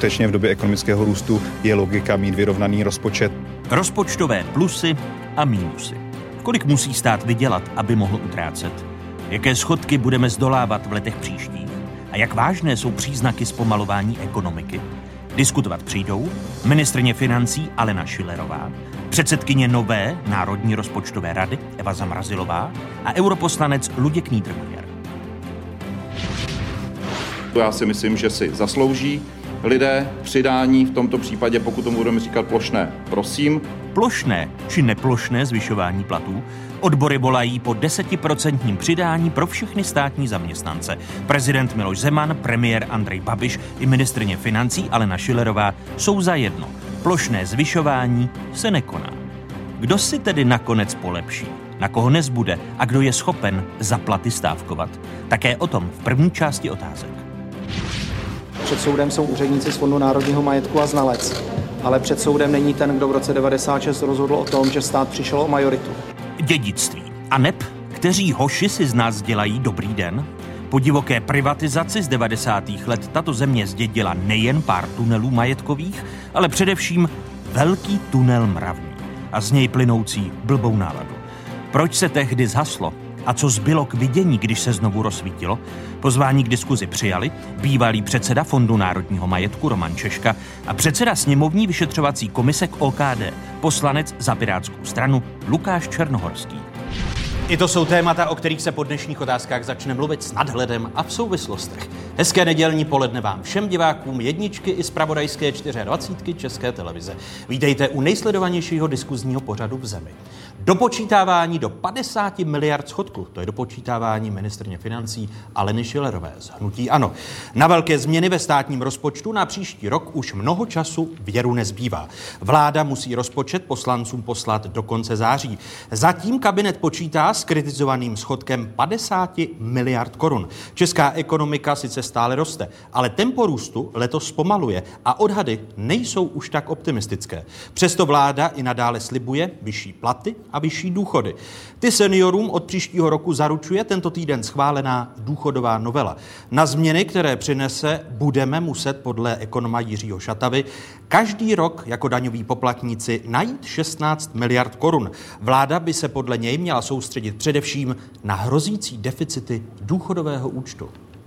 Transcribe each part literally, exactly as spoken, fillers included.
skutečně v době ekonomického růstu je logika mít vyrovnaný rozpočet. Rozpočtové plusy a mínusy. Kolik musí stát vydělat, aby mohl utrácet? Jaké schodky budeme zdolávat v letech příštích? A jak vážné jsou příznaky zpomalování ekonomiky? Diskutovat přijdou ministryně financí Alena Schillerová, předsedkyně nové Národní rozpočtové rady Eva Zamrazilová a europoslanec Luděk Niedermayer. Já si myslím, že si zaslouží lidé přidání, v tomto případě, pokud tomu budeme říkat plošné, prosím. Plošné či neplošné zvyšování platů? Odbory volají po desetiprocentním přidání pro všechny státní zaměstnance. Prezident Miloš Zeman, premiér Andrej Babiš i ministryně financí Alena Schillerová jsou za jedno. Plošné zvyšování se nekoná. Kdo si tedy nakonec polepší? Na koho nezbude a kdo je schopen za platy stávkovat? Také o tom v první části otázek. Před soudem jsou úředníci z Fondu národního majetku a znalec, ale před soudem není ten, kdo v roce devadesát šest rozhodl o tom, že stát přišel o majoritu. Dědictví. A neb, kteří hoši si z nás dělají dobrý den? Po divoké privatizaci z devadesátých let tato země zdědila nejen pár tunelů majetkových, ale především velký tunel mravní a z něj plynoucí blbou náladu. Proč se tehdy zhaslo? A co zbylo k vidění, když se znovu rozsvítilo? Pozvání k diskuzi přijali bývalý předseda Fondu národního majetku Roman Češka a předseda sněmovní vyšetřovací komise k O K D, poslanec za Pirátskou stranu Lukáš Černohorský. I to jsou témata, o kterých se po dnešních otázkách začne mluvit s nadhledem a v souvislostech. Hezké nedělní poledne vám všem divákům jedničky i zpravodajské dvacítky České televize. Vítejte u nejsledovanějšího diskuzního pořadu v zemi. Dopočítávání do padesát miliard schodku, to je dopočítávání ministryně financí Aleny Schillerové z hnutí ANO. Na velké změny ve státním rozpočtu na příští rok už mnoho času věru nezbývá. Vláda musí rozpočet poslancům poslat do konce září. Zatím kabinet počítá s kritizovaným schodkem padesát miliard korun. Česká ekonomika sice stále roste, ale tempo růstu letos zpomaluje a odhady nejsou už tak optimistické. Přesto vláda i nadále slibuje vyšší platy a vyšší důchody. Ty seniorům od příštího roku zaručuje tento týden schválená důchodová novela. Na změny, které přinese, budeme muset podle ekonoma Jiřího Šatavy každý rok jako daňoví poplatníci najít šestnáct miliard korun. Vláda by se podle něj měla soustředit především na hrozící deficity důchodového účtu.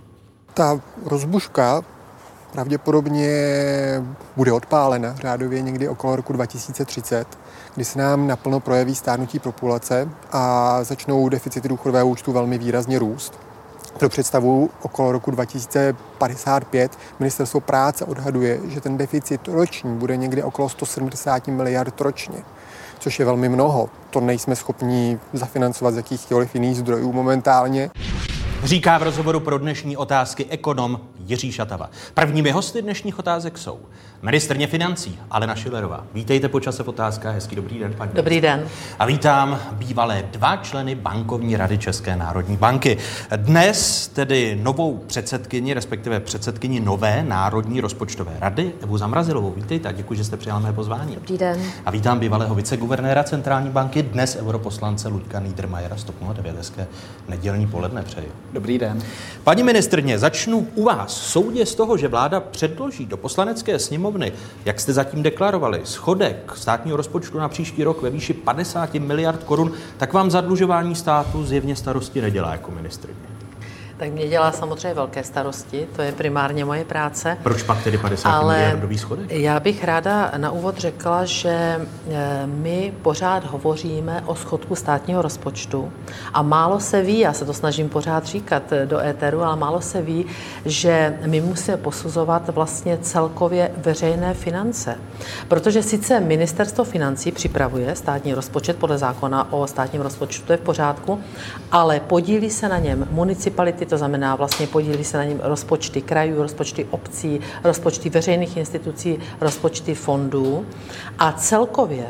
Ta rozbuška pravděpodobně bude odpálena řádově někdy okolo roku dva tisíce třicet, kdy se nám naplno projeví stárnutí populace a začnou deficity důchodového účtu velmi výrazně růst. Pro představu okolo roku dva tisíce padesát pět ministerstvo práce odhaduje, že ten deficit roční bude někde okolo sto sedmdesát miliard ročně, což je velmi mnoho. To nejsme schopni zafinancovat z jakýchkoliv jiných zdrojů momentálně. Říká v rozhovoru pro dnešní otázky ekonom Jiří Šatava. Prvními hosty dnešních otázek jsou ministryně financí Alena Schillerová. Vítejte po čase v otázkách. Hezký dobrý den, paní. Dobrý den. A vítám bývalé dva členy bankovní rady České národní banky. Dnes tedy novou předsedkyni, respektive předsedkyni nové Národní rozpočtové rady Evu Zamrazilovou. Vítejte a děkuji, že jste přijala mé pozvání. Dobrý den. A vítám bývalého viceguvernéra centrální banky, dnes europoslance Luďka Niedermayera z TOP nula devět. Hezké nedělní poledne přeji. Dobrý den. Paní ministryně, začnu u vás. Soudě z toho, že vláda předloží do poslanecké sněmovny, jak jste zatím deklarovali, schodek státního rozpočtu na příští rok ve výši padesát miliard korun, tak vám zadlužování státu zjevně starosti nedělá jako ministryně. Tak mě dělá samozřejmě velké starosti, to je primárně moje práce. Proč pak tedy padesát miliardový schodek? Já bych ráda na úvod řekla, že my pořád hovoříme o schodku státního rozpočtu a málo se ví, já se to snažím pořád říkat do éteru, ale málo se ví, že my musíme posuzovat vlastně celkově veřejné finance. Protože sice ministerstvo financí připravuje státní rozpočet podle zákona o státním rozpočtu, to je v pořádku, ale podílí se na něm municipality, to znamená vlastně podílí se na něm rozpočty krajů, rozpočty obcí, rozpočty veřejných institucí, rozpočty fondů a celkově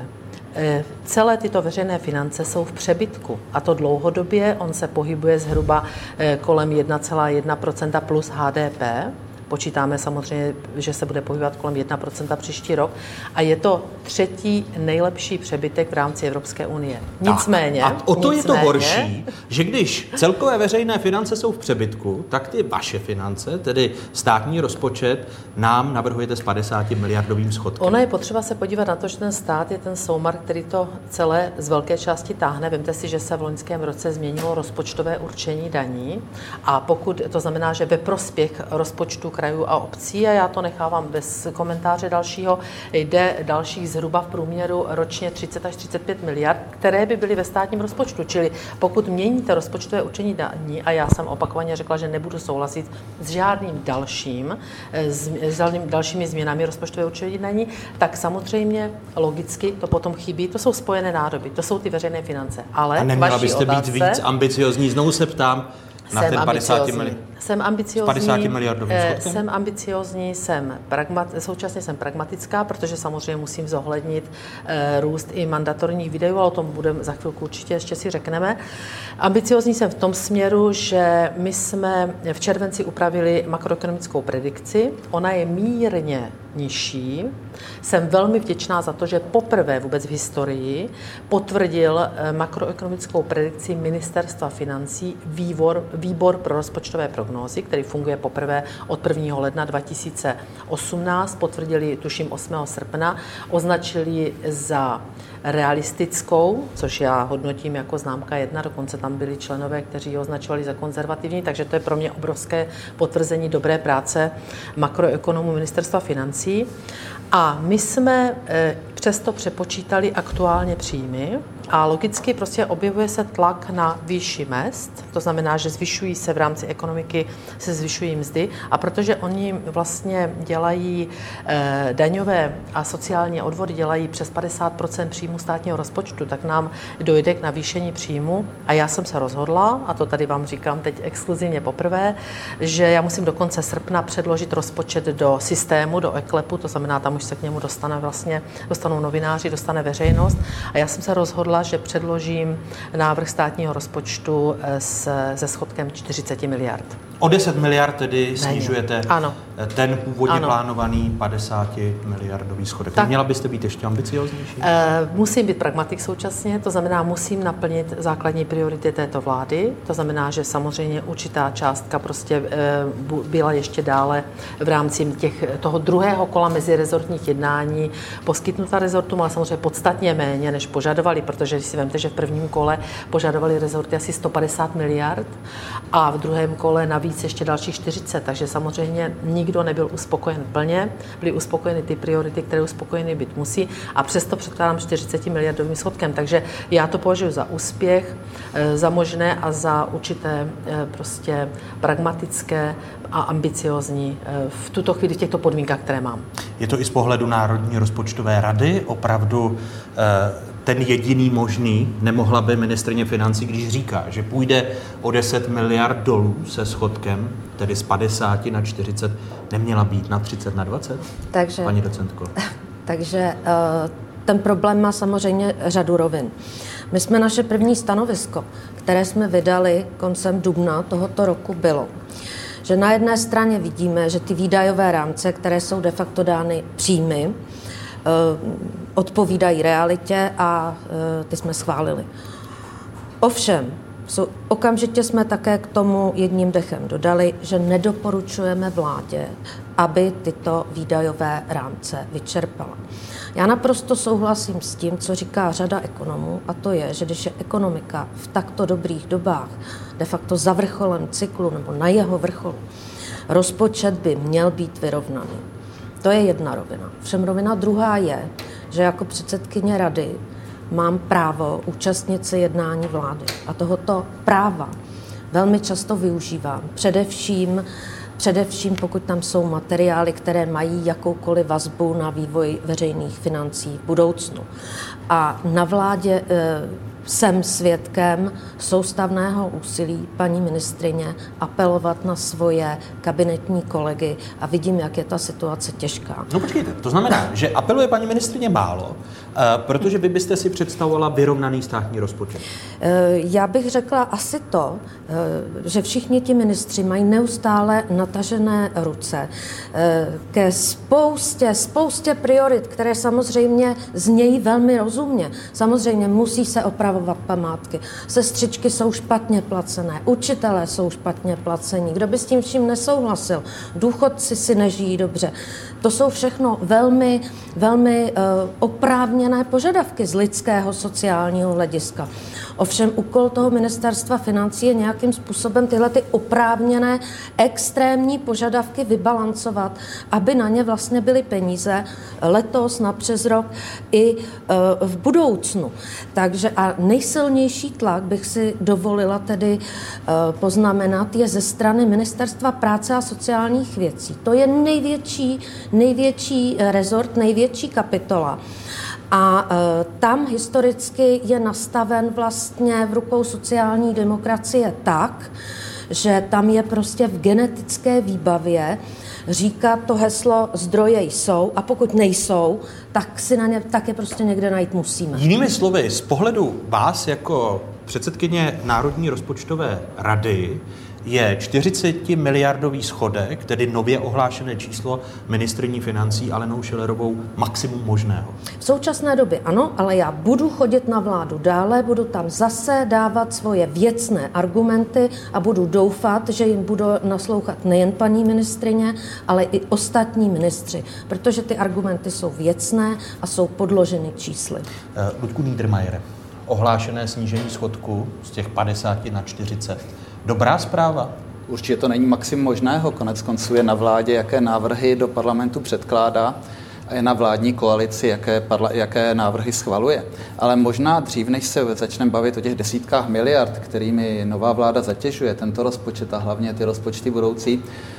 celé tyto veřejné finance jsou v přebytku a to dlouhodobě, on se pohybuje zhruba kolem jedna celá jedna procenta plus H D P, počítáme samozřejmě, že se bude pohybovat kolem jedna procenta příští rok a je to třetí nejlepší přebytek v rámci Evropské unie. Nicméně... Tak, a o to nicméně, je to horší, že když celkové veřejné finance jsou v přebytku, tak ty vaše finance, tedy státní rozpočet, nám navrhujete s padesáti miliardovým schodkem. Ono je potřeba se podívat na to, že ten stát je ten soumar, který to celé z velké části táhne. Vemte si, že se v loňském roce změnilo rozpočtové určení daní a pokud to znamená, že ve prospěch rozpočtu krajů a obcí, a já to nechávám bez komentáře dalšího, jde dalších zhruba v průměru ročně třicet až třicet pět miliard, které by byly ve státním rozpočtu. Čili pokud měníte rozpočtové určení daní, a já jsem opakovaně řekla, že nebudu souhlasit s žádným dalším, s dalšími změnami rozpočtové určení daní, tak samozřejmě logicky to potom chybí. To jsou spojené nádoby, to jsou ty veřejné finance. Ale a neměla byste otázce, být víc ambiciozní? Znovu se ptám na ten padesát miliard. Jsem ambiciozní, padesát miliardovým schodkem? Jsem ambiciozní, jsem pragmat, současně jsem pragmatická, protože samozřejmě musím zohlednit e, růst i mandatorních výdajů, ale o tom budeme za chvilku určitě ještě si řekneme. Ambiciozní jsem v tom směru, že my jsme v červenci upravili makroekonomickou predikci. Ona je mírně nižší. Jsem velmi vděčná za to, že poprvé vůbec v historii potvrdil makroekonomickou predikci Ministerstva financí výbor, výbor pro rozpočtové prognózy, který funguje poprvé od prvního ledna dva tisíce osmnáct, potvrdili tuším osmého srpna, označili za realistickou, což já hodnotím jako známka jedna, dokonce tam byli členové, kteří ji označovali za konzervativní, takže to je pro mě obrovské potvrzení dobré práce makroekonomů Ministerstva financí. A my jsme e, přesto přepočítali aktuálně příjmy a logicky prostě objevuje se tlak na výši mezd, to znamená, že zvyšují se v rámci ekonomiky, se zvyšují mzdy a protože oni vlastně dělají e, daňové a sociální odvody, dělají přes padesát procent příjmu státního rozpočtu, tak nám dojde k navýšení příjmu a já jsem se rozhodla, a to tady vám říkám teď exkluzivně poprvé, že já musím do konce srpna předložit rozpočet do systému, do eklepu, to znamená, tam už se k němu dostane vlastně, dostanou novináři, dostane veřejnost a já jsem se rozhodla, že předložím návrh státního rozpočtu s, se schodkem čtyřicet miliard. O deset miliard tedy snižujete ano. ten původně ano. plánovaný padesáti miliardový schodek. Tak. Měla byste být ještě ambicioznější? E, musím být pragmatik současně, to znamená, musím naplnit základní priority této vlády, to znamená, že samozřejmě určitá částka prostě e, byla ještě dále v rámci těch, toho druhého kola mezirezortních jednání poskytnuta rezortům, ale samozřejmě podstatně méně, než požadovali, protože když si vemte, že v prvním kole požadovali rezorty asi sto padesát miliard a v druhém kole navíc ještě dalších čtyřicet, takže samozřejmě nikdo nebyl uspokojen plně, byly uspokojeny ty priority, které uspokojeny být musí a přesto předkládám čtyřicet miliardovým schodkem, takže já to považuji za úspěch, za možné a za určité prostě pragmatické a ambiciozní v tuto chvíli v těchto podmínkách, které mám. Je to i z pohledu Národní rozpočtové rady opravdu ten jediný možný? Nemohla by ministryně financí, když říká, že půjde o deset miliard dolů se schodkem, tedy z padesáti na čtyřicet, neměla být na třicet na dvacet? Takže, paní docentko. Takže ten problém má samozřejmě řadu rovin. My jsme naše první stanovisko, které jsme vydali koncem dubna tohoto roku, bylo, že na jedné straně vidíme, že ty výdajové rámce, které jsou de facto dány příjmy, odpovídají realitě a ty jsme schválili. Ovšem, okamžitě jsme také k tomu jedním dechem dodali, že nedoporučujeme vládě, aby tyto výdajové rámce vyčerpala. Já naprosto souhlasím s tím, co říká řada ekonomů, a to je, že když je ekonomika v takto dobrých dobách, de facto za vrcholem cyklu nebo na jeho vrcholu, rozpočet by měl být vyrovnaný. To je jedna rovina. Všem rovina druhá je, že jako předsedkyně rady mám právo účastnit se jednání vlády. A tohoto práva velmi často využívám. Především, především pokud tam jsou materiály, které mají jakoukoliv vazbu na vývoj veřejných financí v budoucnu. A na vládě jsem svědkem soustavného úsilí paní ministryně apelovat na svoje kabinetní kolegy a vidím, jak je ta situace těžká. No počkejte, to znamená, že apeluje paní ministryně málo, protože vy byste si představovala vyrovnaný státní rozpočet. Já bych řekla asi to, že všichni ti ministři mají neustále natažené ruce ke spoustě, spoustě priorit, které samozřejmě znějí velmi rozumně. Samozřejmě musí se opravovat památky. Sestřičky jsou špatně placené, učitelé jsou špatně placení. Kdo by s tím vším nesouhlasil? Důchodci si nežijí dobře. To jsou všechno velmi, velmi uh, oprávněné požadavky z lidského sociálního hlediska. Ovšem úkol toho ministerstva financí je nějakým způsobem tyhle ty oprávněné extrémní požadavky vybalancovat, aby na ně vlastně byly peníze letos, na přes rok i uh, v budoucnu. Takže a nejsilnější tlak bych si dovolila tedy uh, poznamenat je ze strany Ministerstva práce a sociálních věcí. To je největší, největší rezort, největší kapitola. A e, tam historicky je nastaven vlastně v rukou sociální demokracie tak, že tam je prostě v genetické výbavě říkat to heslo zdroje jsou a pokud nejsou, tak si na ně také prostě někde najít musíme. Jinými slovy, z pohledu vás jako předsedkyně Národní rozpočtové rady je čtyřicetimiliardový schodek, tedy nově ohlášené číslo ministryní financí Alenou Schillerovou maximum možného. V současné době ano, ale já budu chodit na vládu dále, budu tam zase dávat svoje věcné argumenty a budu doufat, že jim budu naslouchat nejen paní ministryně, ale i ostatní ministři, protože ty argumenty jsou věcné a jsou podloženy čísly. Uh, Luďku Niedermayere, ohlášené snížení schodku z těch padesáti na čtyřicet. Dobrá zpráva? Určitě to není maximum možného. Konec konců je na vládě, jaké návrhy do parlamentu předkládá a je na vládní koalici, jaké, parla- jaké návrhy schvaluje. Ale možná dřív, než se začneme bavit o těch desítkách miliard, kterými nová vláda zatěžuje tento rozpočet a hlavně ty rozpočty budoucí,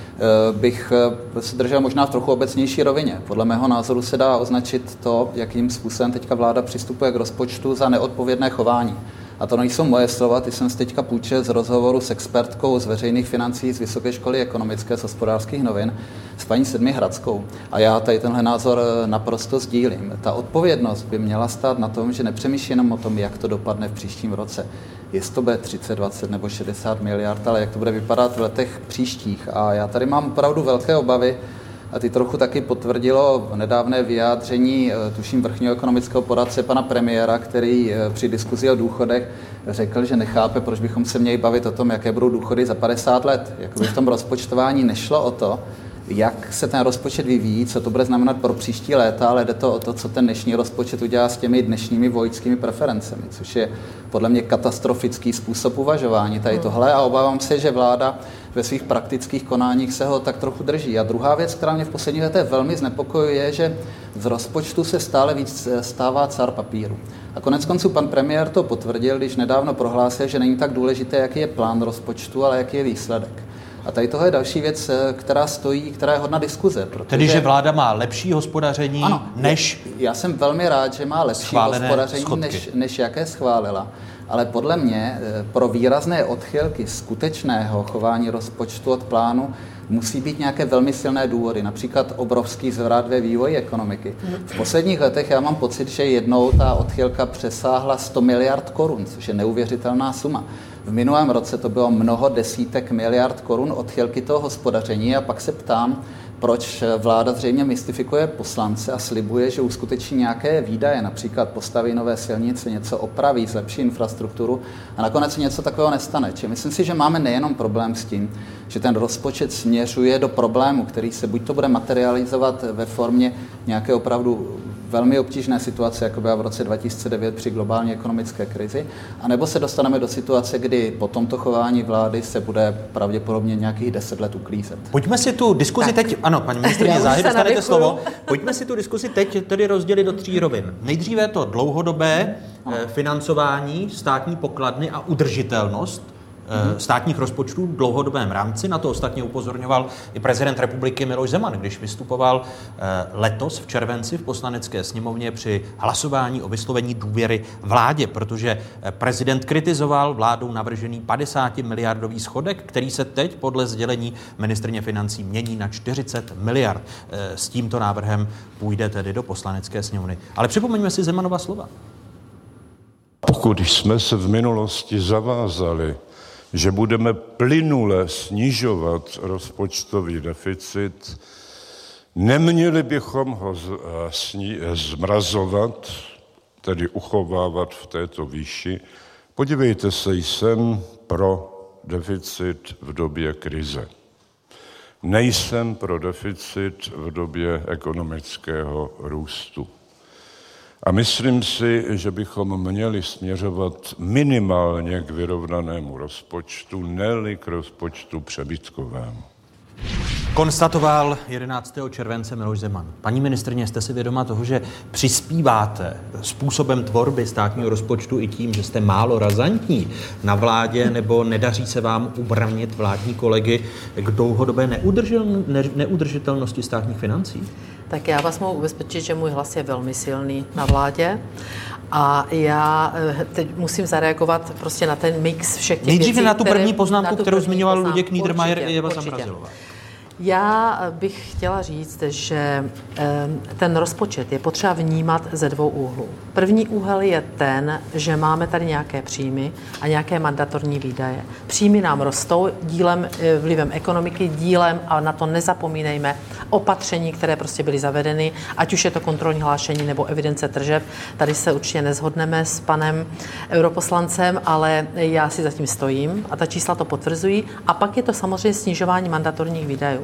bych se držel možná v trochu obecnější rovině. Podle mého názoru se dá označit to, jakým způsobem teďka vláda přistupuje k rozpočtu, za neodpovědné chování. A to nejsou moje slova, ty jsem si teďka půjčil z rozhovoru s expertkou z veřejných financí z Vysoké školy ekonomické z Hospodářských novin s paní Sedmi Hradskou. A já tady tenhle názor naprosto sdílím. Ta odpovědnost by měla stát na tom, že nepřemýšlí jenom o tom, jak to dopadne v příštím roce. Jestli to bude třicet, dvacet nebo šedesát miliard, ale jak to bude vypadat v letech příštích. A já tady mám opravdu velké obavy, a ty trochu taky potvrdilo nedávné vyjádření, tuším, vrchního ekonomického poradce pana premiéra, který při diskuzi o důchodech řekl, že nechápe, proč bychom se měli bavit o tom, jaké budou důchody za padesát let. Jakoby v tom rozpočtování nešlo o to, jak se ten rozpočet vyvíjí, co to bude znamenat pro příští léta, ale jde to o to, co ten dnešní rozpočet udělá s těmi dnešními vojskými preferencemi, což je podle mě katastrofický způsob uvažování tady tohle a obávám se, že vláda ve svých praktických konáních se ho tak trochu drží. A druhá věc, která mě v posledních letech velmi znepokojuje, je, že z rozpočtu se stále víc stává cár papíru. A konec konců pan premiér to potvrdil, když nedávno prohlásil, že není tak důležité, jaký je plán rozpočtu, ale jaký je výsledek. A tady toho je další věc, která stojí, která je hodna diskuze. Protože... Tedy, že vláda má lepší hospodaření, ano, než já jsem velmi rád, že má lepší hospodaření, než, než jaké schválila. Ale podle mě pro výrazné odchylky skutečného chování rozpočtu od plánu musí být nějaké velmi silné důvody, například obrovský zvrat ve vývoji ekonomiky. V posledních letech já mám pocit, že jednou ta odchylka přesáhla sto miliard korun, což je neuvěřitelná suma. V minulém roce to bylo mnoho desítek miliard korun odchylky toho hospodaření a pak se ptám, proč vláda zřejmě mystifikuje poslance a slibuje, že uskuteční nějaké výdaje, například postaví nové silnice, něco opraví, zlepší infrastrukturu a nakonec se něco takového nestane. Čiže myslím si, že máme nejenom problém s tím, že ten rozpočet směřuje do problému, který se buď to bude materializovat ve formě nějaké opravdu velmi obtížné situace, jako byla v roce dva tisíce devět při globální ekonomické krizi, anebo se dostaneme do situace, kdy po tomto chování vlády se bude pravděpodobně nějakých deset let uklízet. Pojďme si tu diskuzi tak. teď, ano, paní ministryně, záhy dostanete slovo, pojďme si tu diskuzi teď tedy rozdělit do tří rovin. Nejdříve je to dlouhodobé eh, financování státní pokladny a udržitelnost mm-hmm. státních rozpočtů v dlouhodobém rámci. Na to ostatně upozorňoval i prezident republiky Miloš Zeman, když vystupoval letos v červenci v Poslanecké sněmovně při hlasování o vyslovení důvěry vládě, protože prezident kritizoval vládou navržený padesát miliardový schodek, který se teď podle sdělení ministryně financí mění na čtyřicet miliard. S tímto návrhem půjde tedy do Poslanecké sněmovny. Ale připomeňme si Zemanova slova. Pokud jsme se v minulosti zavázali, že budeme plynule snižovat rozpočtový deficit, neměli bychom ho zmrazovat, tedy uchovávat v této výši. Podívejte se, jsem pro deficit v době krize. Nejsem pro deficit v době ekonomického růstu. A myslím si, že bychom měli směřovat minimálně k vyrovnanému rozpočtu, ne-li k rozpočtu přebytkovému. Konstatoval jedenáctého července Miloš Zeman. Paní ministryně, jste si vědoma toho, že přispíváte způsobem tvorby státního rozpočtu i tím, že jste málo razantní na vládě, nebo nedaří se vám ubranit vládní kolegy k dlouhodobé neudržel, ne, neudržitelnosti státních financí? Tak já vás mohu ubezpečit, že můj hlas je velmi silný na vládě. A já teď musím zareagovat prostě na ten mix všech těch Nejdříve věcí, na tu které, první poznámku, na tu kterou první zmiňoval poznámku. Luděk Niedermayer Určitě, i Eva určitě. Zamrazilová. Já bych chtěla říct, že ten rozpočet je potřeba vnímat ze dvou úhlů. První úhel je ten, že máme tady nějaké příjmy a nějaké mandatorní výdaje. Příjmy nám rostou dílem, vlivem ekonomiky, dílem, a na to nezapomínejme, opatření, které prostě byly zavedeny, ať už je to kontrolní hlášení nebo evidence tržeb. Tady se určitě neshodneme s panem europoslancem, ale já si zatím stojím a ta čísla to potvrzují. A pak je to samozřejmě snižování mandatorních výdajů.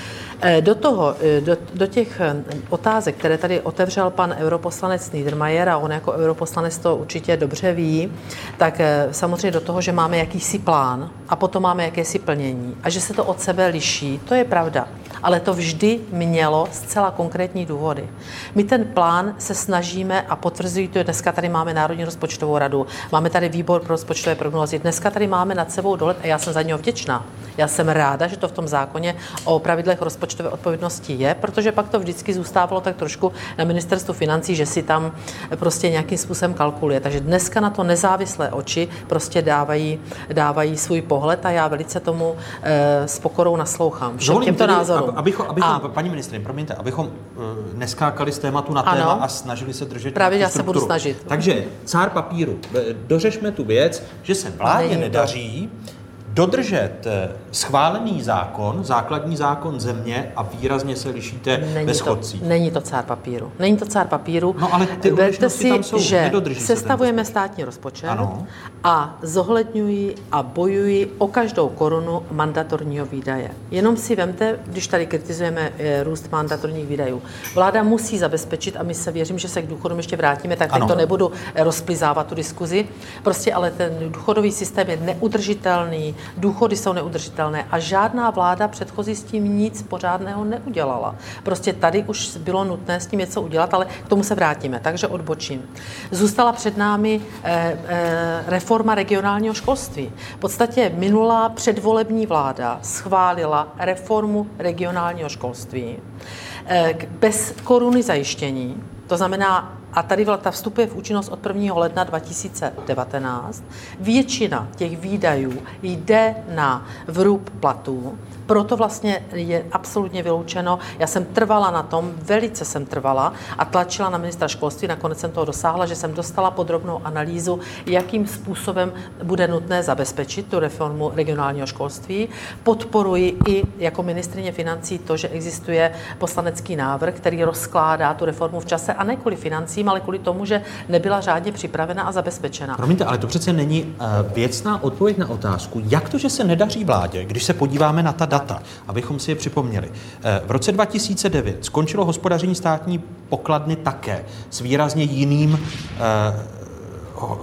Do toho, do, do těch otázek, které tady otevřel pan europoslanec Niedermayer, a on jako europoslanec to určitě dobře ví, tak samozřejmě do toho, že máme jakýsi plán a potom máme jakési plnění a že se to od sebe liší, to je pravda. Ale to vždy mělo zcela konkrétní důvody. My ten plán se snažíme, a potvrzují to, dneska tady máme Národní rozpočtovou radu, máme tady výbor pro rozpočtové prognózy, dneska tady máme nad sebou dohled a já jsem za něho vděčná. Já jsem ráda, že to v tom zákoně o pravidlech rozpočtové odpovědnosti je, protože pak to vždycky zůstávalo tak trošku na ministerstvu financí, že si tam prostě nějakým způsobem kalkuluje. Takže dneska na to nezávislé oči prostě dávají, dávají svůj pohled a já velice tomu e, s pokorou naslouchám. Všem těmto názorům. Abychom, abychom, a, paní ministryně, promiňte, abychom uh, neskákali z tématu na téma ano, a snažili se držet právě já strukturu. se budu snažit. Takže cár papíru. Dořešme tu věc, že se vládě nedaří dodržet schválený zákon, základní zákon země, a výrazně se lišíte není ve to, schodcích. Není to cár papíru. Není to cár papíru. No ale ty odlišnosti tam jsou, že nedodrží se sestavujeme státní rozpočet ano. a zohledňují a bojují o každou korunu mandatorního výdaje. Jenom si vemte, když tady kritizujeme růst mandatorních výdajů. Vláda musí zabezpečit, a my se věřím, že se k důchodům ještě vrátíme, tak teď to nebudu rozplizávat tu diskuzi. Prostě ale ten důchodový systém je neudržitelný, důchody jsou neudržitelné a žádná vláda předchozí s tím nic pořádného neudělala. Prostě tady už bylo nutné s tím něco udělat, ale k tomu se vrátíme, takže odbočím. Zůstala před námi eh, eh, reforma regionálního školství. V podstatě minulá předvolební vláda schválila reformu regionálního školství eh, bez koruny zajištění, to znamená, a tady ta vstupuje v účinnost od prvního ledna dva tisíce devatenáct. Většina těch výdajů jde na vrub platů, proto vlastně je absolutně vyloučeno. Já jsem trvala na tom, velice jsem trvala a tlačila na ministra školství, nakonec jsem toho dosáhla, že jsem dostala podrobnou analýzu, jakým způsobem bude nutné zabezpečit tu reformu regionálního školství. Podporuji i jako ministryně financí to, že existuje poslanecký návrh, který rozkládá tu reformu v čase, a ne kvůli financím, ale kvůli tomu, že nebyla řádně připravena a zabezpečena. Promiňte, ale to přece není uh, věcná odpověď na otázku, jak to, že se nedaří vládě, když se podíváme na ta data, abychom si je připomněli. Uh, v roce dva tisíce devět skončilo hospodaření státní pokladny také s výrazně jiným uh,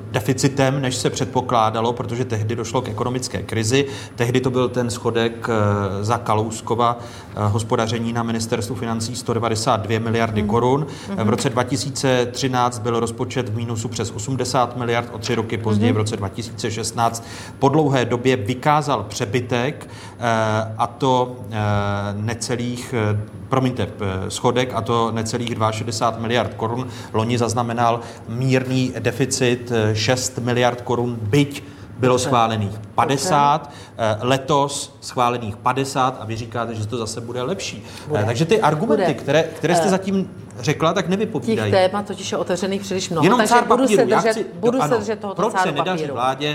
deficitem, než se předpokládalo, protože tehdy došlo k ekonomické krizi. Tehdy to byl ten schodek za Kalouskova hospodaření na ministerstvu financí sto devadesát dvě miliardy korun. V roce dva tisíce třináct byl rozpočet v mínusu přes osmdesát miliard, o tři roky později v roce dva tisíce šestnáct po dlouhé době vykázal přebytek a to necelých, promiňte, schodek a to necelých šedesát dva miliard korun. Loni zaznamenal mírný deficit šest miliard korun, byť bylo schválených padesát, letos schválených padesát a vy říkáte, že to zase bude lepší. Bude. Takže ty argumenty, které, které jste zatím řekla, tak nevypovídají. Těch témat totiž je otevřených příliš mnoho, Jenom takže budu se držet, chci, budu do, se ano, držet tohoto proč cáru se nedaří papíru. Vládě?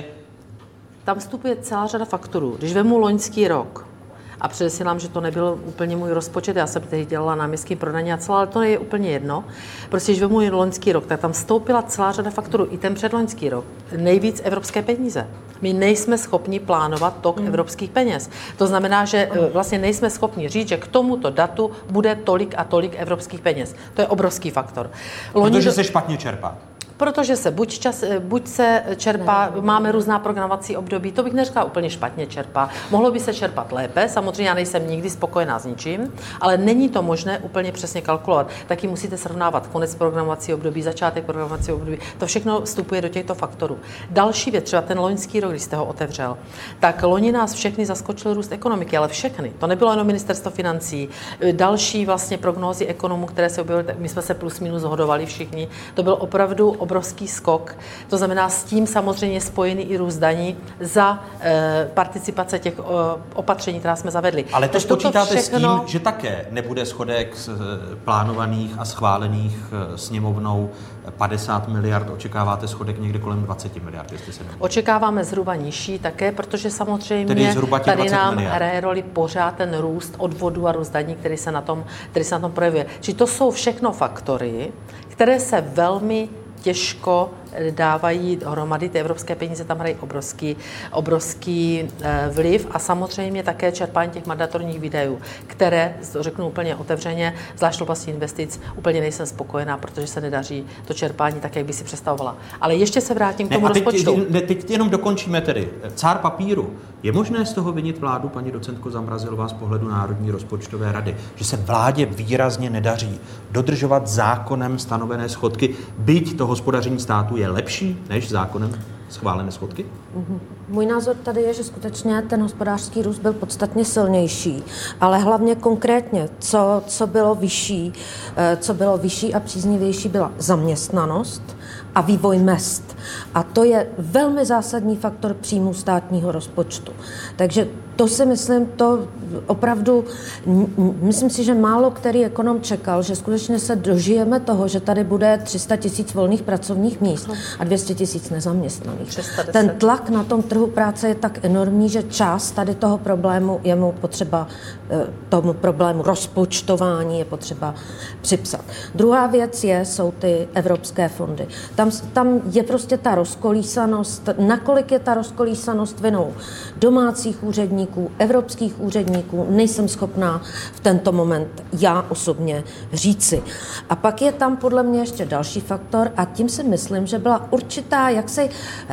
Tam vstupuje celá řada faktorů. Když vemu loňský rok, a předesílám, že to nebyl úplně můj rozpočet, já jsem tehdy dělala náměstky pro daně a celá, ale to je úplně jedno. Prostě, když vemu loňský rok, tak tam vstoupila celá řada faktorů. I ten předloňský rok. Nejvíc evropské peníze. My nejsme schopni plánovat tok hmm. evropských peněz. To znamená, že vlastně nejsme schopni říct, že k tomuto datu bude tolik a tolik evropských peněz. To je obrovský faktor. Loni Protože do... se špatně čerpá. Protože se buď, čas, buď se čerpá, ne, máme různá programovací období, to bych neřekla úplně špatně čerpá. Mohlo by se čerpat lépe, samozřejmě já nejsem nikdy spokojená s ničím, ale není to možné úplně přesně kalkulovat. Taky musíte srovnávat konec programovací období, začátek programovací období. To všechno vstupuje do těchto faktorů. Další věc, třeba ten loňský rok, když jste ho otevřel, tak loni nás všechny zaskočil růst ekonomiky, ale všechny. To nebylo jenom ministerstvo financí, další vlastně prognózy ekonomů, které se objevily, my jsme se plus minus shodovali všichni. To byl opravdu obrovský skok. To znamená s tím samozřejmě spojený i růst daní za e, participace těch o, opatření, která jsme zavedli. Ale to počítáte všechno... s tím, že také nebude schodek z plánovaných a schválených sněmovnou padesát miliard, očekáváte schodek někde kolem dvacet miliard, jestli se nemůžu. Očekáváme zhruba nižší také, protože samozřejmě tady nám hraje roli pořád ten růst odvodu a růst daní, který se na tom, který se na tom projevuje. Čili to jsou všechno faktory, které se velmi těžko dávají dohromady, ty evropské peníze tam hrají obrovský, obrovský vliv a samozřejmě také čerpání těch mandatorních výdajů, které, to řeknu úplně otevřeně, zvlášť v oblasti investic, úplně nejsem spokojená, protože se nedaří to čerpání tak, jak by si představovala. Ale ještě se vrátím k tomu ne, teď, rozpočtu. Ne, teď jenom dokončíme tedy. Cár papíru. Je možné z toho vinit vládu, paní docentko Zamrazilová, z pohledu Národní rozpočtové rady, že se vládě výrazně nedaří dodržovat zákonem stanovené schodky, byť to hospodaření státu je lepší než zákonem schválené schodky? Můj názor tady je, že skutečně ten hospodářský růst byl podstatně silnější, ale hlavně konkrétně, co, co bylo vyšší, co bylo vyšší a příznivější, byla zaměstnanost a vývoj mezd. A to je velmi zásadní faktor příjmu státního rozpočtu. Takže to si myslím, to opravdu, myslím si, že málo který ekonom čekal, že skutečně se dožijeme toho, že tady bude tři sta tisíc volných pracovních míst a dvě stě tisíc nezaměstnaných. Ten tlak na tom trhu práce je tak enormní, že část tady toho problému je mu potřeba, tomu problému rozpočtování je potřeba připsat. Druhá věc je, jsou ty evropské fondy. Tam, tam je prostě ta rozkolísanost, nakolik je ta rozkolísanost vinou domácích úředníků, evropských úředníků, nejsem schopná v tento moment já osobně říci. A pak je tam podle mě ještě další faktor a tím si myslím, že byla určitá jaksi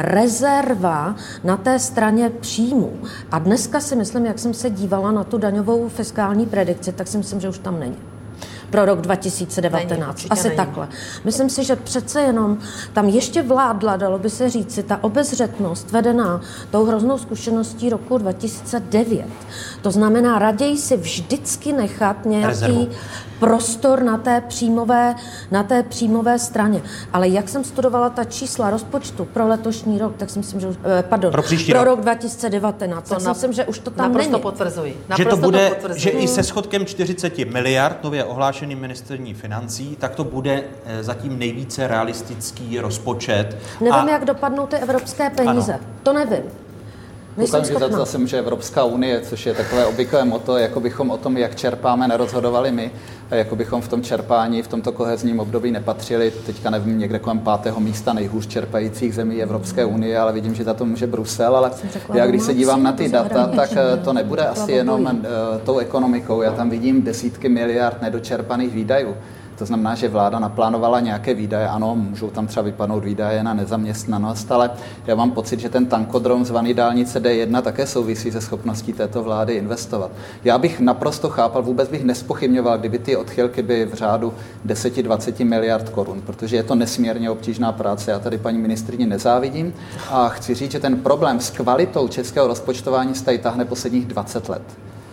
rezerva na té straně příjmů. A dneska si myslím, jak jsem se dívala na tu daňovou fiskální predikci, tak si myslím, že už tam není. Pro rok dva tisíce devatenáct. Není, Asi není. Takhle. Myslím si, že přece jenom tam ještě vládla, dalo by se říci, ta obezřetnost vedená tou hroznou zkušeností roku dva tisíce devět. To znamená, raději si vždycky nechat nějaký rezervu. Prostor na té příjmové, na té příjmové straně. Ale jak jsem studovala ta čísla rozpočtu pro letošní rok, tak si myslím, že pardon, pro, pro rok. rok dva tisíce devatenáct, tak si myslím, že už to tam naprosto není. Potvrzuji. Naprosto že to bude, to potvrzuji. Že i se schodkem čtyřicet miliard nově ohlášeným ministerní financí, tak to bude zatím nejvíce realistický rozpočet. Nevím, a... jak dopadnou ty evropské peníze. Ano. To nevím. Koukám, že zase může Evropská unie, což je takové obvyklé motto, jako bychom o tom, jak čerpáme, nerozhodovali my, a jako bychom v tom čerpání, v tomto kohezním období nepatřili, teďka nevím, někde kolem pátého místa nejhůř čerpajících zemí Evropské unie, ale vidím, že za to může Brusel, ale já když se dívám na ty data, tak to nebude asi jenom tou ekonomikou, já tam vidím desítky miliard nedočerpaných výdajů. To znamená, že vláda naplánovala nějaké výdaje, ano, můžou tam třeba vypadnout výdaje na nezaměstnanost, ale já mám pocit, že ten tankodrom zvaný dálnice D jedna také souvisí se schopností této vlády investovat. Já bych naprosto chápal, vůbec bych nespochybňoval, kdyby ty odchylky byly v řádu deset až dvacet miliard korun, protože je to nesmírně obtížná práce. Já tady paní ministryni nezávidím a chci říct, že ten problém s kvalitou českého rozpočtování se tady táhne posledních dvacet let.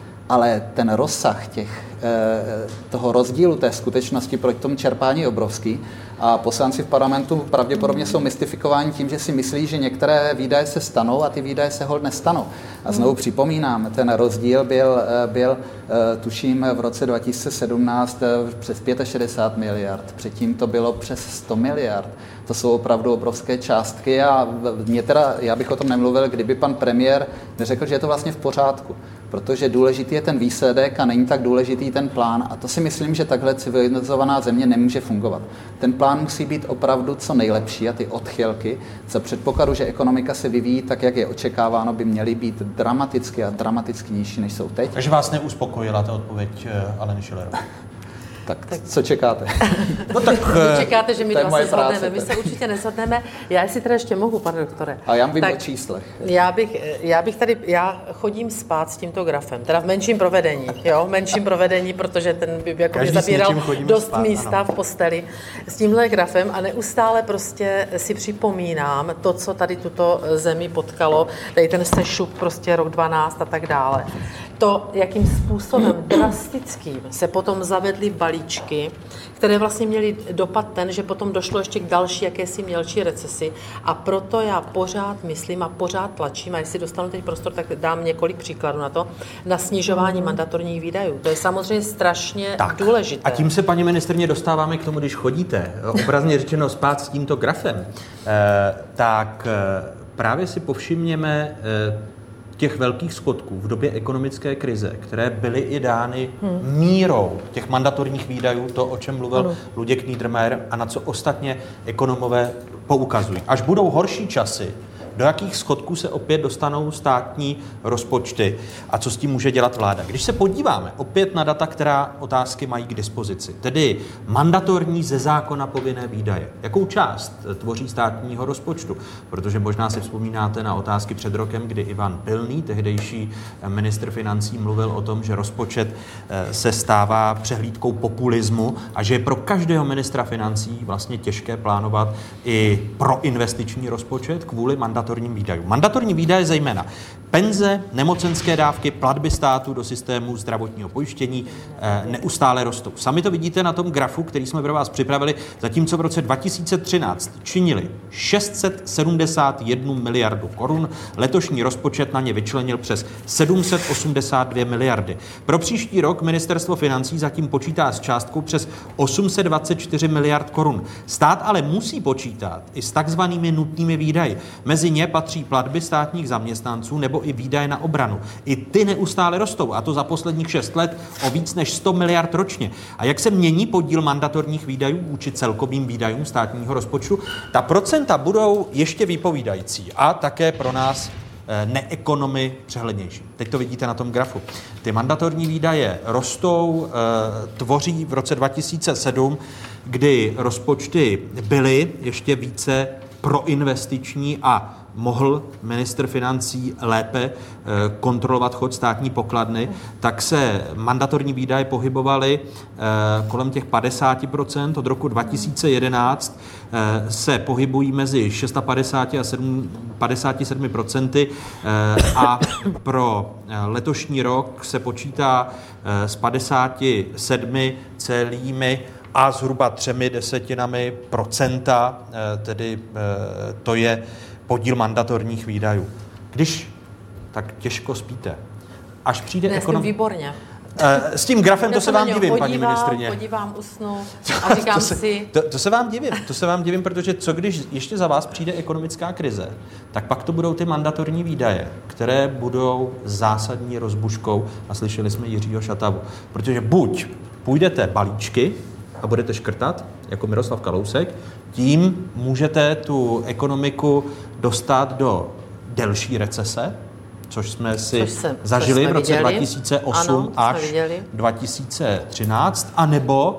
Ale ten rozsah těch, toho rozdílu té skutečnosti proti tomu čerpání je obrovský a poslanci v parlamentu pravděpodobně jsou mystifikováni tím, že si myslí, že některé výdaje se stanou a ty výdaje se holt nestanou. A znovu připomínám, ten rozdíl byl, byl tuším v roce dva tisíce sedmnáct přes šedesát pět miliard, předtím to bylo přes sto miliard. To jsou opravdu obrovské částky a mě teda, já bych o tom nemluvil, kdyby pan premiér neřekl, že je to vlastně v pořádku. Protože důležitý je ten výsledek a není tak důležitý ten plán. A to si myslím, že takhle civilizovaná země nemůže fungovat. Ten plán musí být opravdu co nejlepší a ty odchylky, za předpokladu, že ekonomika se vyvíjí tak, jak je očekáváno, by měly být dramaticky a dramaticky nižší, než jsou teď. Takže vás neuspokojila ta odpověď Aleny Schillerové? Tak, tak co čekáte? No tak vy čekáte, že my dva se shodneme. My se určitě neshodneme. Já si teda ještě mohu, pane doktore. A já mluvím o číslech. Já bych, já bych tady, já chodím spát s tímto grafem, teda v menším provedení, jo, v menším provedení, protože ten by jako by zabíral dost spát, místa ano. v posteli s tímhle grafem a neustále prostě si připomínám to, co tady tuto zemi potkalo, tady ten sešup prostě rok dvanáct a tak dále. To, jakým způsobem drastickým se potom zavedly balíčky, které vlastně měly dopad ten, že potom došlo ještě k další jakési mělčí recesi. A proto já pořád myslím a pořád tlačím, a jestli dostanu teď prostor, tak dám několik příkladů na to, na snižování mandatorních výdajů. To je samozřejmě strašně tak, důležité. A tím se, paní ministryně, dostáváme k tomu, když chodíte, obrazně řečeno spát s tímto grafem, eh, tak eh, právě si povšimněme eh, těch velkých schodků v době ekonomické krize, které byly i dány hmm. mírou těch mandatorních výdajů, to, o čem mluvil ano. Luděk Niedermayer a na co ostatně ekonomové poukazují. Až budou horší časy, do jakých schodků se opět dostanou státní rozpočty a co s tím může dělat vláda. Když se podíváme opět na data, která otázky mají k dispozici, tedy mandatorní ze zákona povinné výdaje. Jakou část tvoří státního rozpočtu? Protože možná si vzpomínáte na otázky před rokem, kdy Ivan Pilný, tehdejší ministr financí, mluvil o tom, že rozpočet se stává přehlídkou populismu a že je pro každého ministra financí vlastně těžké plánovat i proinvestiční rozpočet kvůli mandatorní výdajů. Mandatorní výdaje zejména penze, nemocenské dávky, platby státu do systému zdravotního pojištění e, neustále rostou. Sami to vidíte na tom grafu, který jsme pro vás připravili, zatímco v roce dva tisíce třináct činili šest set sedmdesát jedna miliardu korun, letošní rozpočet na ně vyčlenil přes sedm set osmdesát dvě miliardy. Pro příští rok ministerstvo financí zatím počítá s částkou přes osm set dvacet čtyři miliard korun. Stát ale musí počítat i s takzvanými nutnými výdaji. Mezi ně patří platby státních zaměstnanců nebo i výdaje na obranu. I ty neustále rostou, a to za posledních šest let o víc než sto miliard ročně. A jak se mění podíl mandatorních výdajů vůči celkovým výdajům státního rozpočtu? Ta procenta budou ještě vypovídající a také pro nás neekonomy přehlednější. Teď to vidíte na tom grafu. Ty mandatorní výdaje rostou, tvoří v roce dva tisíce sedm, kdy rozpočty byly ještě více proinvestiční a mohl ministr financí lépe kontrolovat chod státní pokladny, tak se mandatorní výdaje pohybovaly kolem těch padesát procent. Od roku dva tisíce jedenáct se pohybují mezi padesát šest a padesát sedm procenty a pro letošní rok se počítá s padesáti sedmi celými a zhruba třemi desetinami procenta, tedy to je podíl mandatorních výdajů. Když tak těžko spíte. Až přijde ekonom... výborně. S tím grafem to se vám divím, paní ministryně. Podívám, usnu a říkám to se, si... To, to se vám divím, to se vám divím, protože co když ještě za vás přijde ekonomická krize, tak pak to budou ty mandatorní výdaje, které budou zásadní rozbuškou, a slyšeli jsme Jiřího Šatavu. Protože buď půjdete balíčky a budete škrtat, jako Miroslav Kalousek, tím můžete tu ekonomiku dostat do delší recese, což jsme si což se, zažili což v roce viděli. dva tisíce osm ano, až dva tisíce třináct, anebo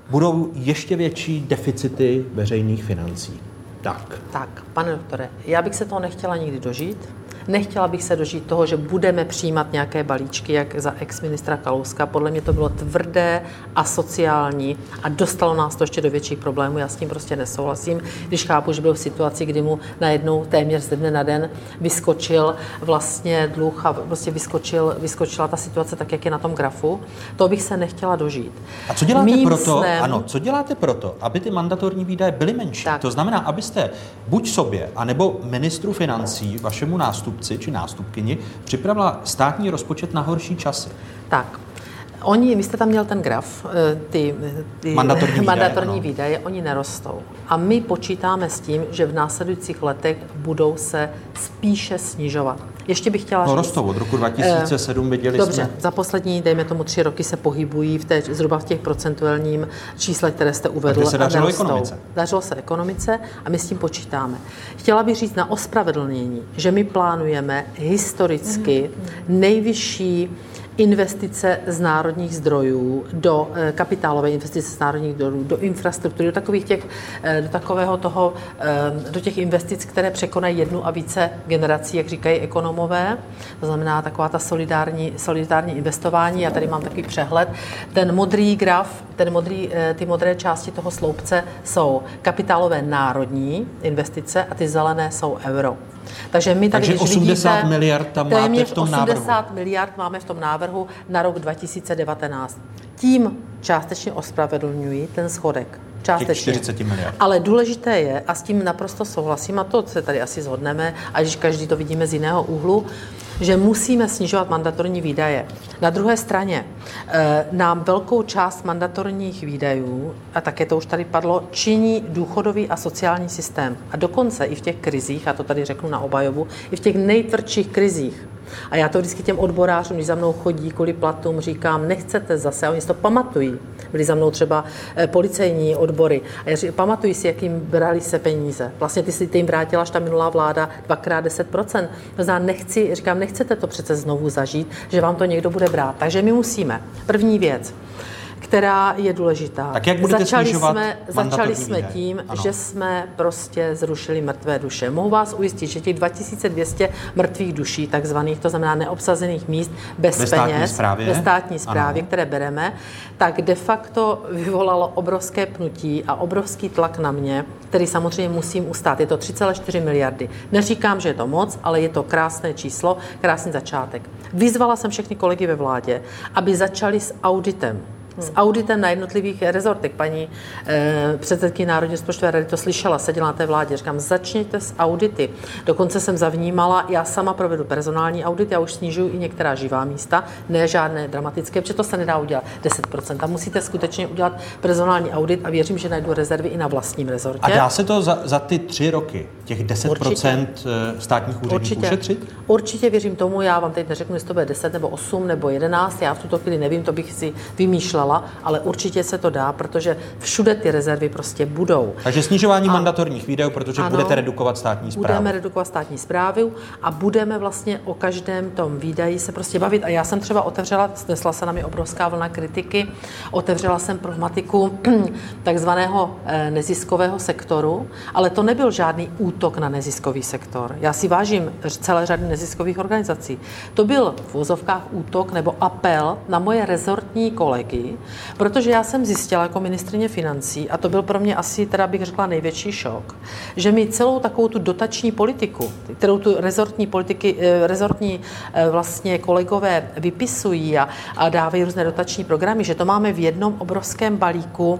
budou ještě větší deficity veřejných financí. Tak. Tak, pane doktore, já bych se toho nechtěla nikdy dožít. Nechtěla bych se dožít toho, že budeme přijímat nějaké balíčky, jak za ex-ministra Kalouska. Podle mě to bylo tvrdé a sociální a dostalo nás to ještě do větších problémů. Já s tím prostě nesouhlasím, když chápu, že byl v situaci, kdy mu najednou téměř ze dne na den vyskočil vlastně dluh a prostě vyskočil, vyskočila ta situace tak, jak je na tom grafu. To bych se nechtěla dožít. A co děláte Mým proto, snem... ano, co děláte proto, aby ty mandatorní výdaje byly menší? Tak. To znamená, abyste buď sobě, anebo ministru financí, vašemu nástupci či nástupkyni, připravila státní rozpočet na horší časy. Tak. Oni, vy jste tam měl ten graf, ty, ty mandatorní, výdaje, mandatorní výdaje, oni nerostou. A my počítáme s tím, že v následujících letech budou se spíše snižovat. Ještě bych chtěla no, říct... rostou od roku dva tisíce sedm, viděli dobře, jsme... Dobře, za poslední, dejme tomu, tři roky se pohybují v té, zhruba v těch procentuálním čísle, které jste uvedl. Takže se dařilo ekonomice. Dařilo se ekonomice a my s tím počítáme. Chtěla bych říct na ospravedlnění, že my plánujeme historicky nejvyšší investice z národních zdrojů, do kapitálové investice z národních zdrojů, do infrastruktury, do takových těch, do takového toho, do těch investic, které překonají jednu a více generací, jak říkají ekonomové. To znamená taková ta solidární, solidární investování. Já tady mám takový přehled. Ten modrý graf, ten modrý, ty modré části toho sloupce jsou kapitálové národní investice a ty zelené jsou euro. Takže my tady, Takže osmdesát vidíte, miliard tam máte v tom návrhu. osmdesát miliard máme v tom návrhu na rok dva tisíce devatenáct. Tím částečně ospravedlňuji ten schodek. Částečně. čtyřicet miliard. Ale důležité je, a s tím naprosto souhlasím, a to se tady asi shodneme, a když každý to vidíme z jiného úhlu, že musíme snižovat mandatorní výdaje. Na druhé straně e, nám velkou část mandatorních výdajů, a také to už tady padlo, činí důchodový a sociální systém. A dokonce i v těch krizích, a to tady řeknu na obhajobu, i v těch nejtvrdších krizích. A já to vždycky těm odborářům, když za mnou chodí kvůli platům, říkám, nechcete zase, a oni si to pamatují. Byli za mnou třeba e, policejní odbory. A já říkám, pamatují si, jak jim brali se peníze. Vlastně ty si ty jim vrátila až ta minulá vláda dvakrát deset procent. To znamená, nechci, říkám, nechcete to přece znovu zažít, že vám to někdo bude brát. Takže my musíme. První věc, která je důležitá. Tak jak budete začali snižovat jsme, začali jsme výdaje? tím, ano. že jsme prostě zrušili mrtvé duše. Mohu vás ujistit, že těch dva tisíce dvě stě mrtvých duší, takzvaných, to znamená neobsazených míst bez ve peněz, správě. ve státní správě, ano. které bereme, tak de facto vyvolalo obrovské pnutí a obrovský tlak na mě, který samozřejmě musím ustát. Je to tři celé čtyři miliardy. Neříkám, že je to moc, ale je to krásné číslo, krásný začátek. Vyzvala jsem všechny kolegy ve vládě, aby začali s auditem. S auditem na jednotlivých rezortech. Paní eh, předsedkyně Národní rozpočtové rady to slyšela, seděla na té vládě. Říkám, začněte s audity. Dokonce jsem zavnímala, já sama provedu personální audit, já už snižuju i některá živá místa, ne žádné dramatické, protože to se nedá udělat deset procent. A musíte skutečně udělat personální audit a věřím, že najdu rezervy i na vlastním rezortě. A dá se to za, za ty tři roky, těch deset procent státních úředníků Určitě. ušetřit? Určitě věřím tomu, já vám teď neřeknu, jestli to bude deset nebo osm nebo jedenáct, já v tuto chvíli nevím, to bych si vymýšlela, ale určitě se to dá, protože všude ty rezervy prostě budou. Takže snižování a, mandatorních výdajů, protože ano, budete redukovat státní správu. Budeme redukovat státní správu a budeme vlastně o každém tom výdaji se prostě bavit. A já jsem třeba otevřela, snesla se na mě obrovská vlna kritiky, otevřela jsem problematiku takzvaného neziskového sektoru, ale to nebyl žádný útok na neziskový sektor. Já si vážím celé řady neziskových organizací. To byl v uvozovkách útok nebo apel na moje rezortní kolegy, protože já jsem zjistila jako ministryně financí, a to byl pro mě asi, teda bych řekla, největší šok, že mi celou takovou tu dotační politiku, kterou tu rezortní politiky, rezortní vlastně kolegové vypisují a, a dávají různé dotační programy, že to máme v jednom obrovském balíku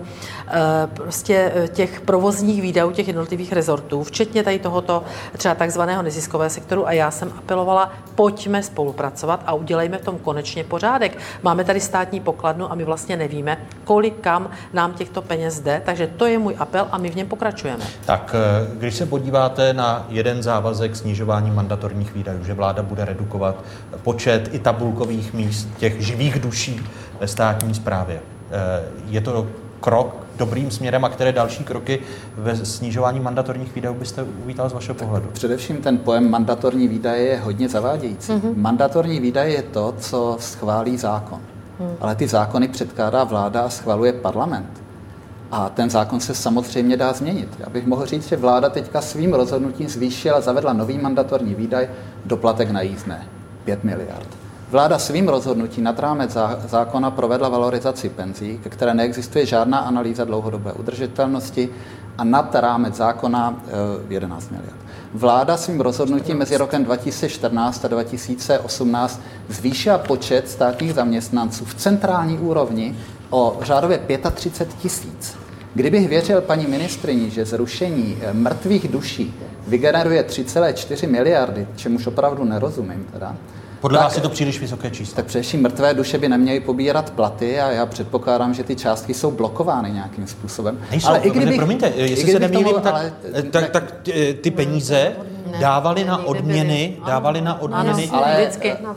prostě těch provozních výdajů těch jednotlivých rezortů, včetně tady tohoto třeba takzvaného neziskového sektoru, a já jsem apelovala, pojďme spolupracovat a udělejme v tom konečně pořádek. Máme tady státní pokladnu a my vlastně nevíme, kolik kam nám těchto peněz jde, takže to je můj apel a my v něm pokračujeme. Tak když se podíváte na jeden závazek snižování mandatorních výdajů, že vláda bude redukovat počet i tabulkových míst těch živých duší ve státní správě, je to krok dobrým směrem, a které další kroky ve snižování mandatorních výdajů byste uvítal z vašeho pohledu? Především ten pojem mandatorní výdaje je hodně zavádějící. Mm-hmm. Mandatorní výdaje je to, co schválí zákon. Hmm. Ale ty zákony předkládá vláda a schvaluje parlament. A ten zákon se samozřejmě dá změnit. Já bych mohl říct, že vláda teďka svým rozhodnutím zvýšila, zavedla nový mandatorní výdaj, doplatek na jízdné, pět miliard. Vláda svým rozhodnutím nad rámec zákona provedla valorizaci penzí, ke které neexistuje žádná analýza dlouhodobé udržitelnosti, a nad rámec zákona jedenáct miliard. Vláda svým rozhodnutím mezi rokem dva tisíce čtrnáct a dva tisíce osmnáct zvýšila počet státních zaměstnanců v centrální úrovni o řádově třicet pět tisíc. Kdybych věřil paní ministryni, že zrušení mrtvých duší vygeneruje tři celé čtyři miliardy, čemuž opravdu nerozumím teda, podle tak, vás je to příliš vysoké číslo. Tak především mrtvé duše by neměly pobírat platy a já předpokládám, že ty částky jsou blokovány nějakým způsobem. Nejsou, ale i kdybych, promiňte, jestli se nemýlím, tak, ale, tak, tak ty peníze dávali na odměny, dávali na odměny. Ale,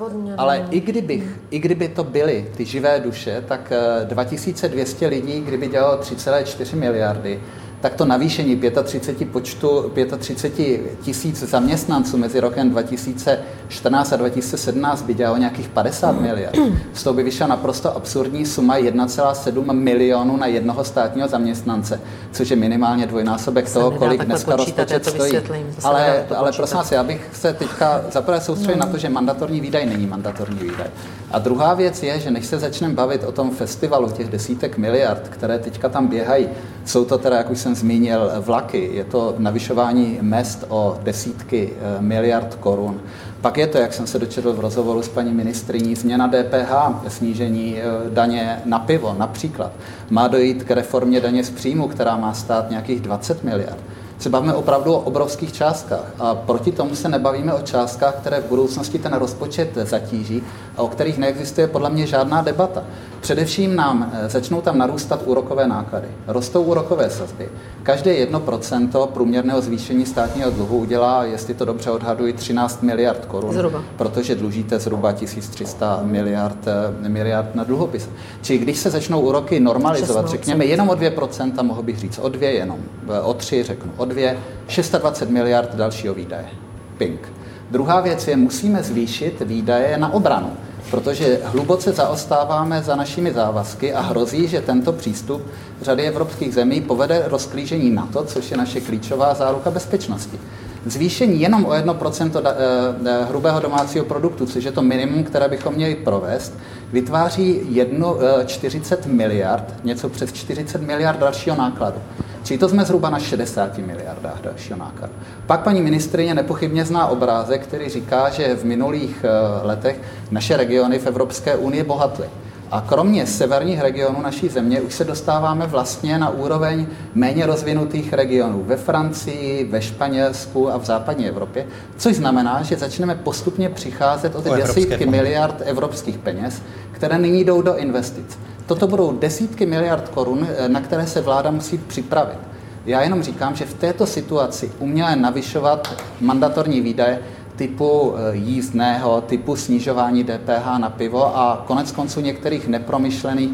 ale i, kdybych, i kdyby to byly ty živé duše, tak dva tisíce dvě stě lidí, kdyby dělalo tři celé čtyři miliardy, tak to navýšení třicet pět počtu třicet pět tisíc zaměstnanců mezi rokem dva tisíce čtrnáct a dva tisíce sedmnáct by dělalo nějakých padesát miliard. Z toho by vyšla naprosto absurdní suma jedna celá sedm milionu na jednoho státního zaměstnance, což je minimálně dvojnásobek toho, kolik dneska rozpočet stojí. Ale, ale prosím vás, já bych se teďka zaprvé soustředil no. na to, že mandatorní výdaj není mandatorní výdaj. A druhá věc je, že než se začneme bavit o tom festivalu těch desítek miliard, které teďka tam běhají, jsou to teda, jak už jsem zmínil, vlaky, je to navyšování mezd o desítky miliard korun. Pak je to, jak jsem se dočetl v rozhovoru s paní ministryní, změna D P H, snížení daně na pivo například. Má dojít k reformě daně z příjmu, která má stát nějakých dvacet miliard. Se bavíme opravdu o obrovských částkách a proti tomu se nebavíme o částkách, které v budoucnosti ten rozpočet zatíží a o kterých neexistuje podle mě žádná debata. Především nám začnou tam narůstat úrokové náklady. Rostou úrokové sazby. Každé jedno procento průměrného zvýšení státního dluhu udělá, jestli to dobře odhaduji, třináct miliard korun, zhruba. Protože dlužíte zhruba tisíc tři sta miliard, miliard na dluhopis. Čili když se začnou úroky normalizovat, řekněme jenom o dvě procenta, mohl bych říct o dvě jenom, o tři řeknu, o dvě, dvacet šest miliard dalšího výdaje. Pink. Druhá věc je, musíme zvýšit výdaje na obranu, protože hluboce zaostáváme za našimi závazky a hrozí, že tento přístup řady evropských zemí povede rozklížení NATO, což je naše klíčová záruka bezpečnosti. Zvýšení jenom o jedno procento hrubého domácího produktu, což je to minimum, které bychom měli provést, vytváří čtyřicet miliard, něco přes čtyřicet miliard dalšího nákladu. Čili to jsme zhruba na šedesáti miliardách dalšího nákladu. Pak paní ministryně nepochybně zná obrázek, který říká, že v minulých letech naše regiony v Evropské unii bohatly. A kromě severních regionů naší země už se dostáváme vlastně na úroveň méně rozvinutých regionů ve Francii, ve Španělsku a v západní Evropě, což znamená, že začneme postupně přicházet o ty desítky miliard evropských peněz, které nyní jdou do investic. Toto budou desítky miliard korun, na které se vláda musí připravit. Já jenom říkám, že v této situaci uměle navyšovat mandatorní výdaje typu jízdného, typu snižování D P H na pivo a konec konců některých nepromyšlených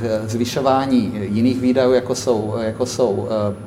zvyšování jiných výdajů, jako jsou, jako jsou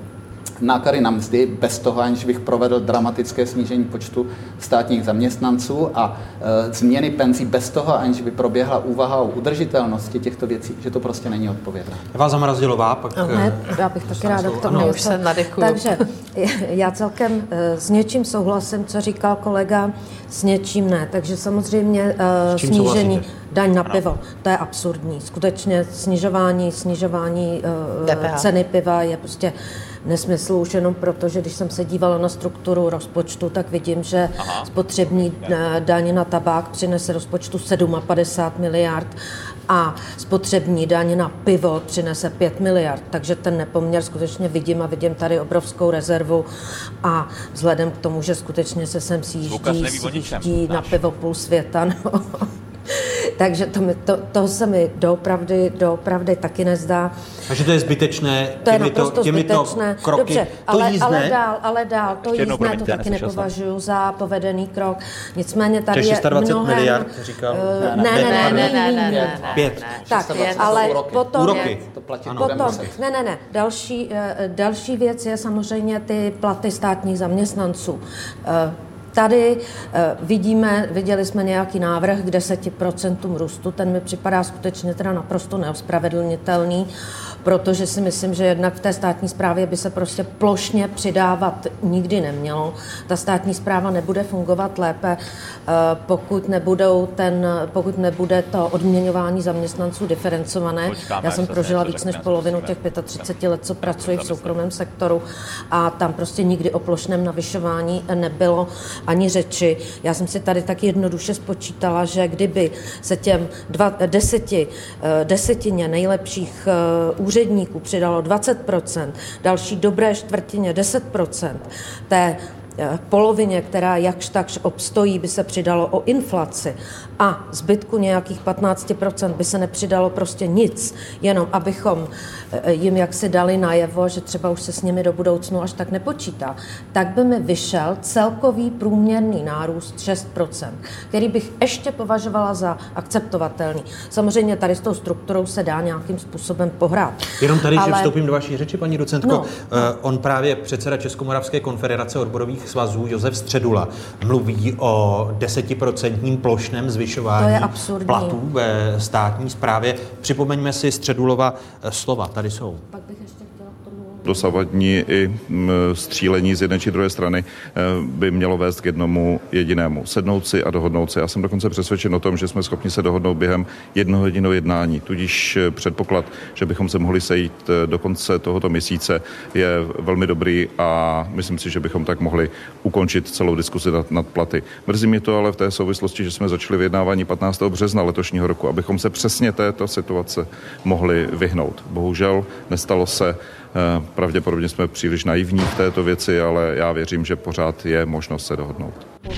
náklady na mzdy, bez toho, aniž bych provedl dramatické snížení počtu státních zaměstnanců a e, změny penzí bez toho, aniž by proběhla úvaha o udržitelnosti těchto věcí, že to prostě není odpovědné. Eva Zamrazdilová, pak... Ne, já bych taky ráda k tomu už se nadekuju. Takže já celkem s něčím souhlasím, co říkal kolega, s něčím ne. Takže samozřejmě uh, snížení daň na pivo, to je absurdní. Skutečně snižování, snižování uh, ceny piva je prostě nesmysl už jenom proto, že když jsem se dívala na strukturu rozpočtu, tak vidím, že Aha. spotřební daň na tabák přinese rozpočtu padesát sedm miliard a spotřební daň na pivo přinese pět miliard. Takže ten nepoměr skutečně vidím a vidím tady obrovskou rezervu a vzhledem k tomu, že skutečně se sem sjíždí, sjíždí na pivo půl světa, no. Takže to, mi, to, to se mi doopravdy, doopravdy taky nezdá. Takže to je zbytečné to je těmito, těmito zbytečné. kroky. Dobře, to ale, jízdné, ale dál, ale dál, to jízdné promiňte, to taky nepovažuji za povedený krok. Nicméně tady je mnohem... miliard, říkal. Uh, ne, ne, ne, ne, ne, ne, ne, Pět. Tak, ale potom... Úroky. Potom, ne, ne, ne. Další, další věc je samozřejmě ty platy státních zaměstnanců. Tady eh, vidíme, viděli jsme nějaký návrh k deseti procentům růstu, ten mi připadá skutečně teda naprosto neospravedlnitelný, protože si myslím, že jednak v té státní správě by se prostě plošně přidávat nikdy nemělo. Ta státní správa nebude fungovat lépe, eh, pokud, nebudou ten, pokud nebude to odměňování zaměstnanců diferencované. Já jsem prožila víc než polovinu těch třicet pět let, co pracuji v soukromém sektoru a tam prostě nikdy o plošném navyšování nebylo ani řeči. Já jsem si tady tak jednoduše spočítala, že kdyby se těm dva, deseti, desetině nejlepších úředníků přidalo dvacet procent, další dobré čtvrtině deset procent, té polovině, která jakž takž obstojí, by se přidalo o inflaci a zbytku nějakých patnáct procent by se nepřidalo prostě nic, jenom abychom jim jaksi dali najevo, že třeba už se s nimi do budoucnu až tak nepočítá, tak by mi vyšel celkový průměrný nárůst šest procent, který bych ještě považovala za akceptovatelný. Samozřejmě tady s tou strukturou se dá nějakým způsobem pohrát. Jenom tady, ale... že vstoupím do vaší řeči, paní docentko, no, uh, on právě předseda Českomoravské konfederace odborových svazů Josef Středula mluví o desetiprocentním plošném zvyšování platů ve státní správě. Připomeňme si Středulova slova, tady jsou. Pak bych ještě chtěla k tomu... Dosavadní i střílení z jedné či druhé strany by mělo vést k jednomu jedinému. Sednout si a dohodnout se. Já jsem dokonce přesvědčen o tom, že jsme schopni se dohodnout během jednoho jediného jednání. Tudíž předpoklad, že bychom se mohli sejít do konce tohoto měsíce, je velmi dobrý a myslím si, že bychom tak mohli ukončit celou diskusi nad, nad platy. Mrzí mě to ale v té souvislosti, že jsme začali vyjednávání patnáctého března letošního roku, abychom se přesně této situace mohli vyhnout. Bohužel nestalo se. Pravděpodobně jsme příliš naivní v této věci, ale já věřím, že pořád je možnost se dohodnout.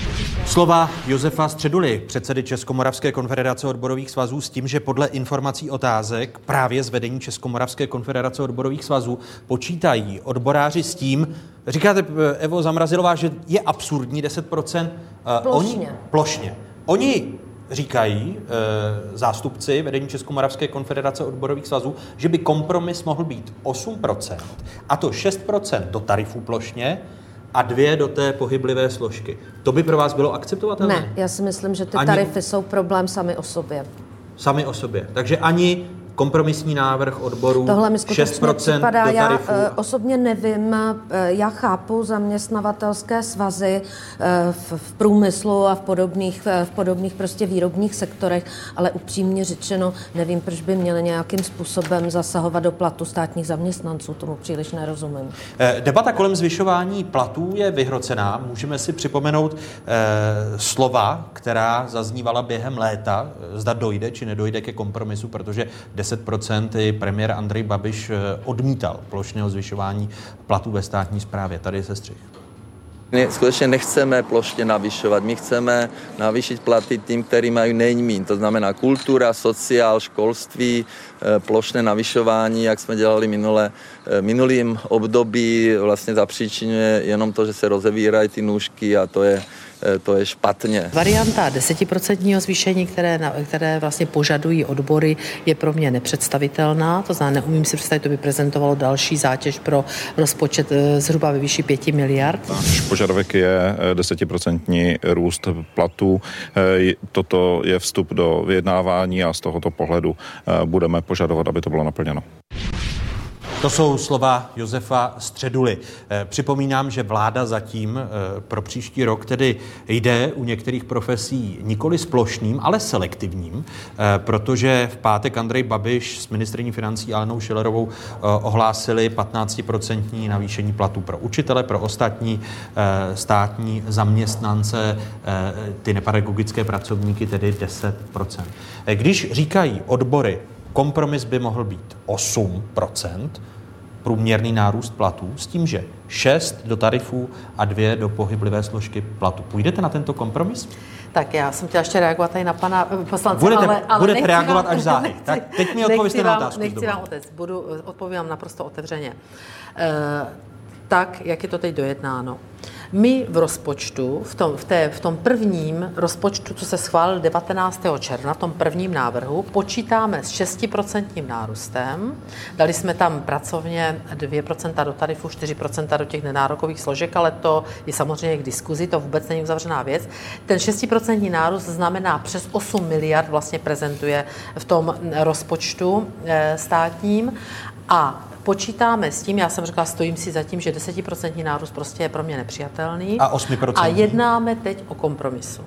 Slova Josefa Středuly, předsedy Českomoravské konfederace odborových svazů, s tím, že podle informací otázek právě z vedení Českomoravské konfederace odborových svazů počítají odboráři s tím, říkáte, Evo Zamrazilová, že je absurdní deset procent. Plošně. Oni, plošně. Oni říkají e, zástupci vedení Českomoravské konfederace odborových svazů, že by kompromis mohl být osm procent, a to šest procent do tarifů plošně a dvě do té pohyblivé složky. To by pro vás bylo akceptovatelné? Ne, já si myslím, že ty ani, tarify jsou problém sami o sobě. Sami o sobě. Takže ani kompromisní návrh odborů Tohle mi skutečně šest procent připadá, do já tarifů. e, osobně nevím, e, já chápu zaměstnavatelské svazy e, v, v průmyslu a v podobných, e, v podobných prostě výrobních sektorech, ale upřímně řečeno nevím, proč by měli nějakým způsobem zasahovat do platu státních zaměstnanců, tomu příliš nerozumím. E, debata kolem zvyšování platů je vyhrocená. Můžeme si připomenout e, slova, která zaznívala během léta, zda dojde či nedojde ke kompromisu, protože deset procent i premiér Andrej Babiš odmítal plošného zvyšování platů ve státní správě. Tady je sestřih. My skutečně nechceme plošně navyšovat. My chceme navýšit platy tým, kteří mají nejméně. To znamená kultura, sociál, školství, plošné navyšování, jak jsme dělali minule, minulým období, vlastně zapříčinuje jenom to, že se rozevírají ty nůžky a to je to je špatně. Varianta desetiprocentního zvýšení, které, které vlastně požadují odbory, je pro mě nepředstavitelná. To znamená, neumím si představit, to by prezentovalo další zátěž pro rozpočet zhruba ve výši pěti miliard. Náš požadavek je desetiprocentní růst platů. Toto je vstup do vyjednávání a z tohoto pohledu budeme požadovat, aby to bylo naplněno. To jsou slova Josefa Středuly. Připomínám, že vláda zatím pro příští rok tedy jde u některých profesí nikoli s plošným, ale selektivním, protože v pátek Andrej Babiš s ministryní financí Alenou Schillerovou ohlásili patnáctiprocentní navýšení platů pro učitele, pro ostatní státní zaměstnance, ty nepedagogické pracovníky tedy deset procent. Když říkají odbory, kompromis by mohl být osm procent, průměrný nárůst platů, s tím, že šest do tarifů a dvě do pohyblivé složky platu. Půjdete na tento kompromis? Tak já jsem chtěla ještě reagovat tady na pana poslance, budete, ale, ale budete reagovat vám, až záhy. Tak teď mi odpověste na otázku. Nechci vám otec, budu odpovím naprosto otevřeně. Uh, tak, jak je to teď dojednáno. My v rozpočtu, v tom, v, té, v tom prvním rozpočtu, co se schválil devatenáctého června, v tom prvním návrhu, počítáme s šestiprocentním nárůstem. Dali jsme tam pracovně dvě procenta do tarifu, čtyři procenta do těch nenárokových složek, ale to je samozřejmě k diskuzi, to vůbec není uzavřená věc. Ten šestiprocentní nárůst znamená přes osm miliard, vlastně prezentuje v tom rozpočtu státním. A počítáme s tím, já jsem řekla, stojím si za tím, že desetiprocentní nárůst prostě je pro mě nepřijatelný. A osm procent. A jednáme teď o kompromisu.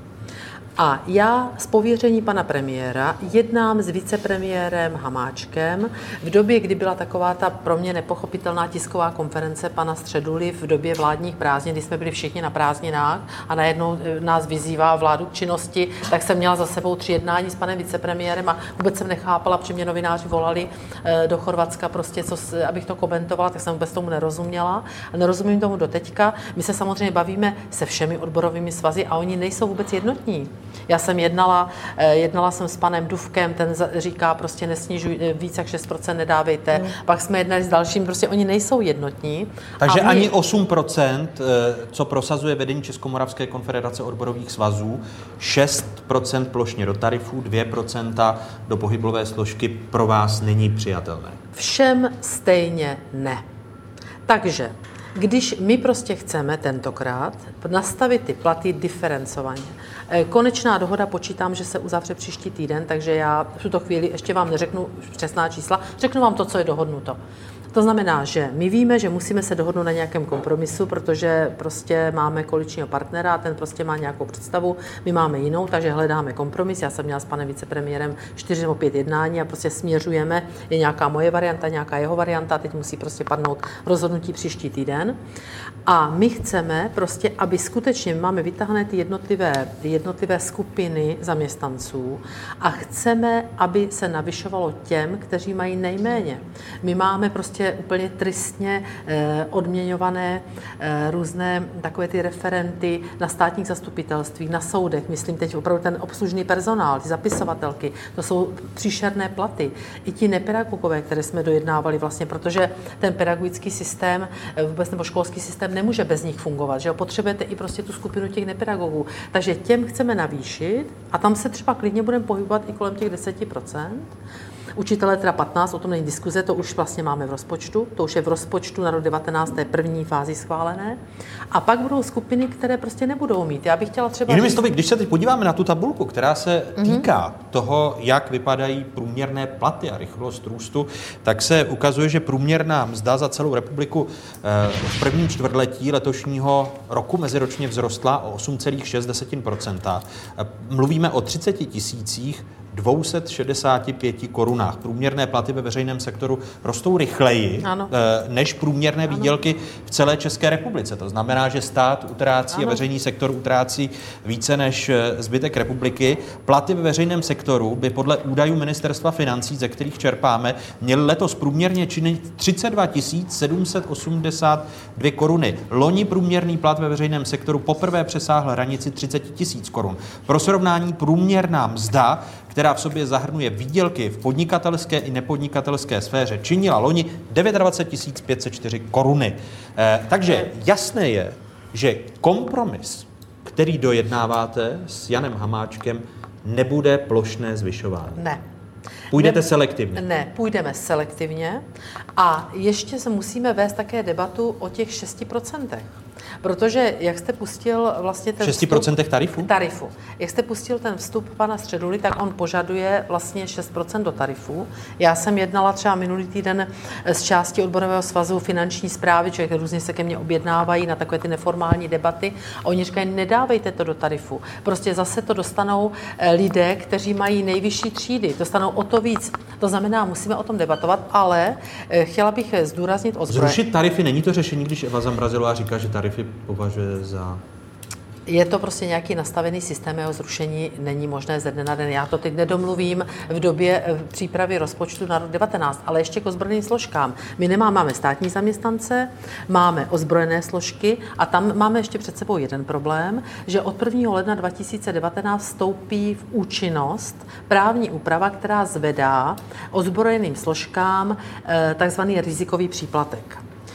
A já z pověření pana premiéra jednám s vicepremiérem Hamáčkem v době, kdy byla taková ta pro mě nepochopitelná tisková konference pana Středuly v době vládních prázdnin, kdy jsme byli všichni na prázdninách a najednou nás vyzývá vládu k činnosti, tak jsem měla za sebou tři jednání s panem vicepremiérem a vůbec jsem nechápala, protože mě novináři volali do Chorvatska, prostě, co, abych to komentovala, tak jsem vůbec tomu nerozuměla a nerozumím tomu doteďka. My se samozřejmě bavíme se všemi odborovými svazy a oni nejsou vůbec jednotní. Já jsem jednala, jednala jsem s panem Dufkem, ten říká prostě nesnižuj, víc jak šest procent nedávejte. Hmm. Pak jsme jednali s dalším, prostě oni nejsou jednotní. Takže my... ani osm procent, co prosazuje vedení Českomoravské konfederace odborových svazů, šest procent plošně do tarifů, dvě procenta do pohybové složky pro vás není přijatelné. Všem stejně ne. Takže když my prostě chceme tentokrát nastavit ty platy diferencovaně. Konečná dohoda počítám, že se uzavře příští týden, takže já v tuto chvíli ještě vám neřeknu přesná čísla, řeknu vám to, co je dohodnuto. To znamená, že my víme, že musíme se dohodnout na nějakém kompromisu, protože prostě máme koaličního partnera a ten prostě má nějakou představu, my máme jinou, takže hledáme kompromis. Já jsem měla s panem vicepremiérem čtyři nebo pět jednání a prostě směřujeme, je nějaká moje varianta, nějaká jeho varianta, teď musí prostě padnout rozhodnutí příští týden. A my chceme prostě, aby skutečně máme vytáhné ty jednotlivé, jednotlivé skupiny zaměstnanců a chceme, aby se navyšovalo těm, kteří mají nejméně. My máme prostě úplně tristně eh, odměňované eh, různé takové ty referenty na státních zastupitelstvích, na soudech, myslím teď opravdu ten obslužný personál, ty zapisovatelky, to jsou příšerné platy. I ti nepedagogové, které jsme dojednávali vlastně, protože ten pedagogický systém, vůbec nebo školský systém nemůže bez nich fungovat, že jo? Potřebujete i prostě tu skupinu těch nepedagogů. Takže těm chceme navýšit a tam se třeba klidně budeme pohybovat i kolem těch deset procent. Učitelé teda patnáct, o tom není diskuze, to už vlastně máme v rozpočtu, to už je v rozpočtu na rok devatenáct, té první fázi schválené. A pak budou skupiny, které prostě nebudou mít. Já bych chtěla třeba... Jinými slovy, když se teď podíváme na tu tabulku, která se týká mm-hmm. toho, jak vypadají průměrné platy a rychlost růstu, tak se ukazuje, že průměrná mzda za celou republiku v prvním čtvrtletí letošního roku meziročně vzrostla o osm celá šest procenta. Mluvíme o třicet tisících dvě stě šedesát pět korunách. Průměrné platy ve veřejném sektoru rostou rychleji ano. než průměrné výdělky ano. v celé České republice. To znamená, že stát utrácí ano. a veřejný sektor utrácí více než zbytek republiky. Platy ve veřejném sektoru by podle údajů Ministerstva financí, ze kterých čerpáme, měly letos průměrně činit třicet dva tisíc sedm set osmdesát dvě koruny. Loni průměrný plat ve veřejném sektoru poprvé přesáhl hranici třicet tisíc korun. Pro srovnání průměrná mzda, která v sobě zahrnuje výdělky v podnikatelské i nepodnikatelské sféře, činila loni dvacet devět tisíc pět set čtyři koruny. Eh, takže jasné je, že kompromis, který dojednáváte s Janem Hamáčkem, nebude plošné zvyšování. Ne. Půjdete ne, selektivně? Ne, půjdeme selektivně a ještě se musíme vést také debatu o těch šesti procentech. Protože jak jste pustil vlastně ten šest procent tarifu? Tarifu. Jak jste pustil ten vstup pana Středuly, tak on požaduje vlastně šest procent do tarifu. Já jsem jednala třeba minulý týden z části odborového svazu finanční správy, člověk různě se ke mně objednávají na takové ty neformální debaty a oni říkají, nedávejte to do tarifu. Prostě zase to dostanou lidé, kteří mají nejvyšší třídy, dostanou o to víc. To znamená, musíme o tom debatovat, ale chtěla bych zdůraznit ozbroje. Zrušit tarify není to řešení, když Eva Zamrazilová říká, že tarify považuje za... Je to prostě nějaký nastavený systém, jeho zrušení není možné ze dne na den. Já to teď nedomluvím v době přípravy rozpočtu na rok devatenáct, ale ještě k ozbrojeným složkám. My nemáme, máme státní zaměstnance, máme ozbrojené složky a tam máme ještě před sebou jeden problém, že od prvního ledna dva tisíce devatenáct vstoupí v účinnost právní úprava, která zvedá ozbrojeným složkám takzvaný rizikový příplatek.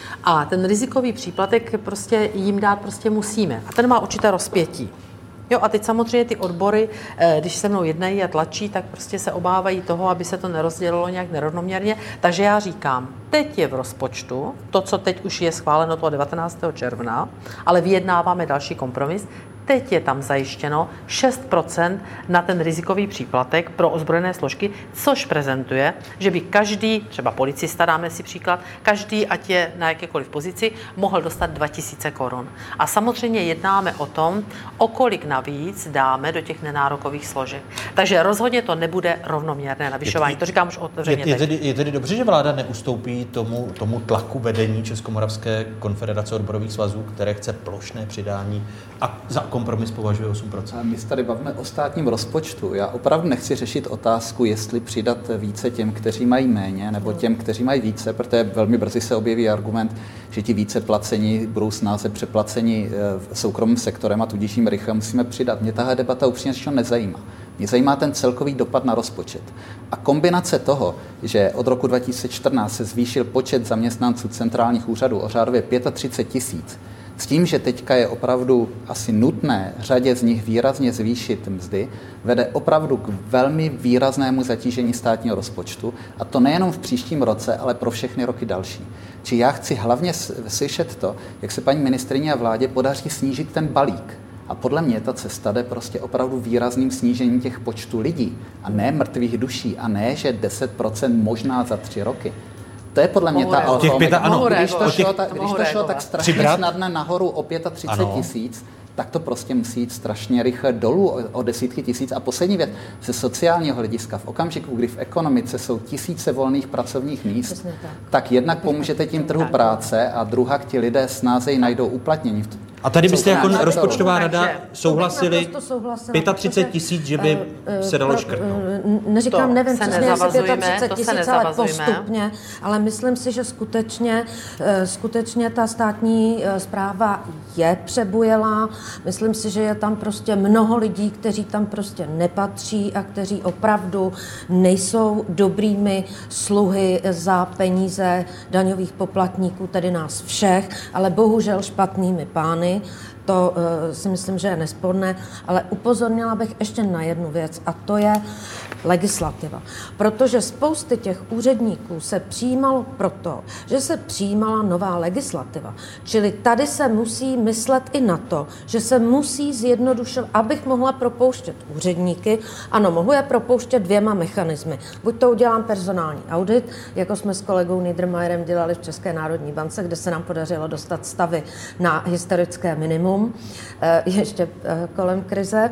A ten rizikový příplatek prostě jim dát prostě musíme. A ten má určité rozpětí. Jo, a teď samozřejmě ty odbory, když se mnou jednají a tlačí, tak prostě se obávají toho, aby se to nerozdělilo nějak nerovnoměrně. Takže já říkám, teď je v rozpočtu, to, co teď už je schváleno toho devatenáctého června, ale vyjednáváme další kompromis, teď je tam zajištěno šest procent na ten rizikový příplatek pro ozbrojené složky, což prezentuje, že by každý, třeba policista, dáme si příklad, každý, ať je na jakékoliv pozici, mohl dostat dva tisíce korun. A samozřejmě jednáme o tom, o kolik navíc dáme do těch nenárokových složek. Takže rozhodně to nebude rovnoměrné navyšování. To říkám už otevřeně. Je, je, tedy, je tedy dobře, že vláda neustoupí tomu, tomu tlaku vedení Českomoravské konfederace odborových svazů, které chce plošné přidání a za kompromis považuje osm procent. My se tady bavíme o státním rozpočtu. Já opravdu nechci řešit otázku, jestli přidat více těm, kteří mají méně, nebo těm, kteří mají více, protože velmi brzy se objeví argument, že ti více placení budou snáze přeplaceni soukromým sektorem a tudíž jim rychle musíme přidat. Mě tahle debata upřímně řečeno nezajímá. Mě zajímá ten celkový dopad na rozpočet. A kombinace toho, že od roku dva tisíce čtrnáct se zvýšil počet zaměstnanců centrálních úřadů o řádově třicet pět tisíc, s tím, že teďka je opravdu asi nutné řadě z nich výrazně zvýšit mzdy, vede opravdu k velmi výraznému zatížení státního rozpočtu, a to nejenom v příštím roce, ale pro všechny roky další. Či já chci hlavně slyšet to, jak se paní ministryni a vládě podaří snížit ten balík. A podle mě ta cesta jde prostě opravdu výrazným snížením těch počtů lidí a ne mrtvých duší a ne, že deset procent možná za tři roky. To je podle mě ta alfa. Když to šlo, ta, když to šlo tak strašně snadne nahoru o třicet pět tisíc, tak to prostě musí jít strašně rychle dolů o, o desítky tisíc. A poslední věc, ze sociálního hlediska, v okamžiku, kdy v ekonomice jsou tisíce volných pracovních míst, tak. tak jednak pomůžete tím trhu práce a druhak ti lidé snázeji najdou uplatnění. A tady byste jako rozpočtová rada souhlasili třicet pět tisíc, že by se dalo škrtnout? Neříkám, nevím přesně, jestli třicet pět tisíc, ale postupně, ale myslím si, že skutečně, skutečně ta státní správa je přebujelá. Myslím si, že je tam prostě mnoho lidí, kteří tam prostě nepatří a kteří opravdu nejsou dobrými sluhy za peníze daňových poplatníků, tedy nás všech, ale bohužel špatnými pány. To uh, si myslím, že je nesporné, ale upozornila bych ještě na jednu věc, a to je legislativa. Protože spousty těch úředníků se přijímalo proto, že se přijímala nová legislativa. Čili tady se musí myslet i na to, že se musí zjednodušovat, abych mohla propouštět úředníky. Ano, mohu je propouštět dvěma mechanismy. Buď to udělám personální audit, jako jsme s kolegou Niedermayerem dělali v České národní bance, kde se nám podařilo dostat stavy na historické minimum, ještě kolem krize.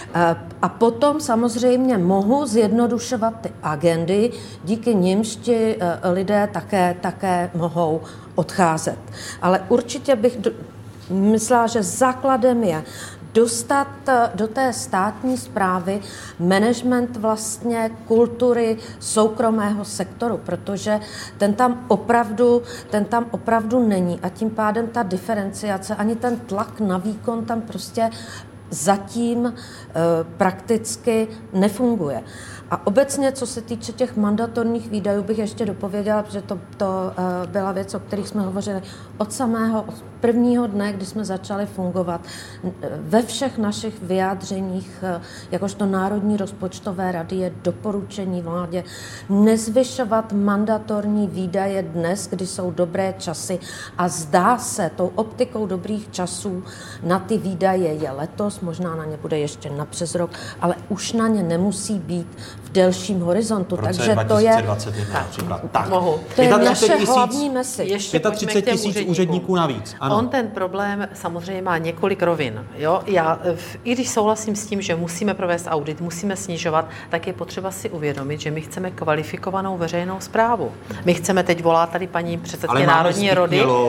A potom samozřejmě mohu zjednodušovat ty agendy, díky nimž ti lidé také, také mohou odcházet. Ale určitě bych do, myslela, že základem je dostat do té státní správy management vlastně kultury soukromého sektoru, protože ten tam opravdu, ten tam opravdu není a tím pádem ta diferenciace, ani ten tlak na výkon tam prostě zatím e, prakticky nefunguje. A obecně, co se týče těch mandatorních výdajů, bych ještě dopověděla, protože to, to uh, byla věc, o kterých jsme hovořili od samého od prvního dne, kdy jsme začali fungovat. Ve všech našich vyjádřeních, uh, jakožto Národní rozpočtové rady, je doporučení vládě nezvyšovat mandatorní výdaje dnes, kdy jsou dobré časy, a zdá se tou optikou dobrých časů na ty výdaje je letos, možná na ně bude ještě na přes rok, ale už na ně nemusí být v delším horizontu. Takže to je například. Tak. Mohu. To je naše hlavní message. třicet pět tisíc úředníků navíc. Ano. On ten problém samozřejmě má několik rovin. Jo? Já, i když souhlasím s tím, že musíme provést audit, musíme snižovat, tak je potřeba si uvědomit, že my chceme kvalifikovanou veřejnou správu. My chceme, teď volá tady paní předsedkyně Národní rady.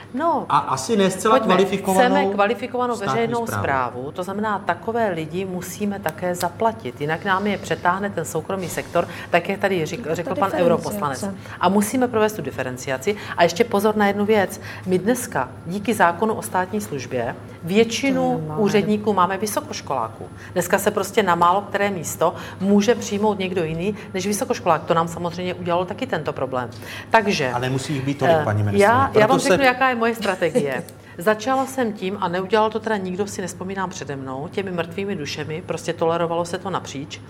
No, a asi ne zcela kvalifikovanou chceme kvalifikovanou veřejnou správu. správu, to znamená, takové lidi musíme také zaplatit, jinak nám je přetáhne ten soukromý sektor, tak jak tady řekl, řekl pan europoslanec. A musíme provést tu diferenciaci. A ještě pozor na jednu věc. My dneska díky zákonu o státní službě většinu úředníků máme vysokoškoláků. Dneska se prostě na málo které místo může přijmout někdo jiný než vysokoškolák. To nám samozřejmě udělalo taky tento problém. Takže... A nemusí jich být tolik, paní ministryně. Já, já vám se... řeknu, jaká je moje strategie. Začala jsem tím, a neudělal to teda nikdo, si nespomínám přede mnou, těmi mrtvými dušemi, prostě tolerovalo se to napříč.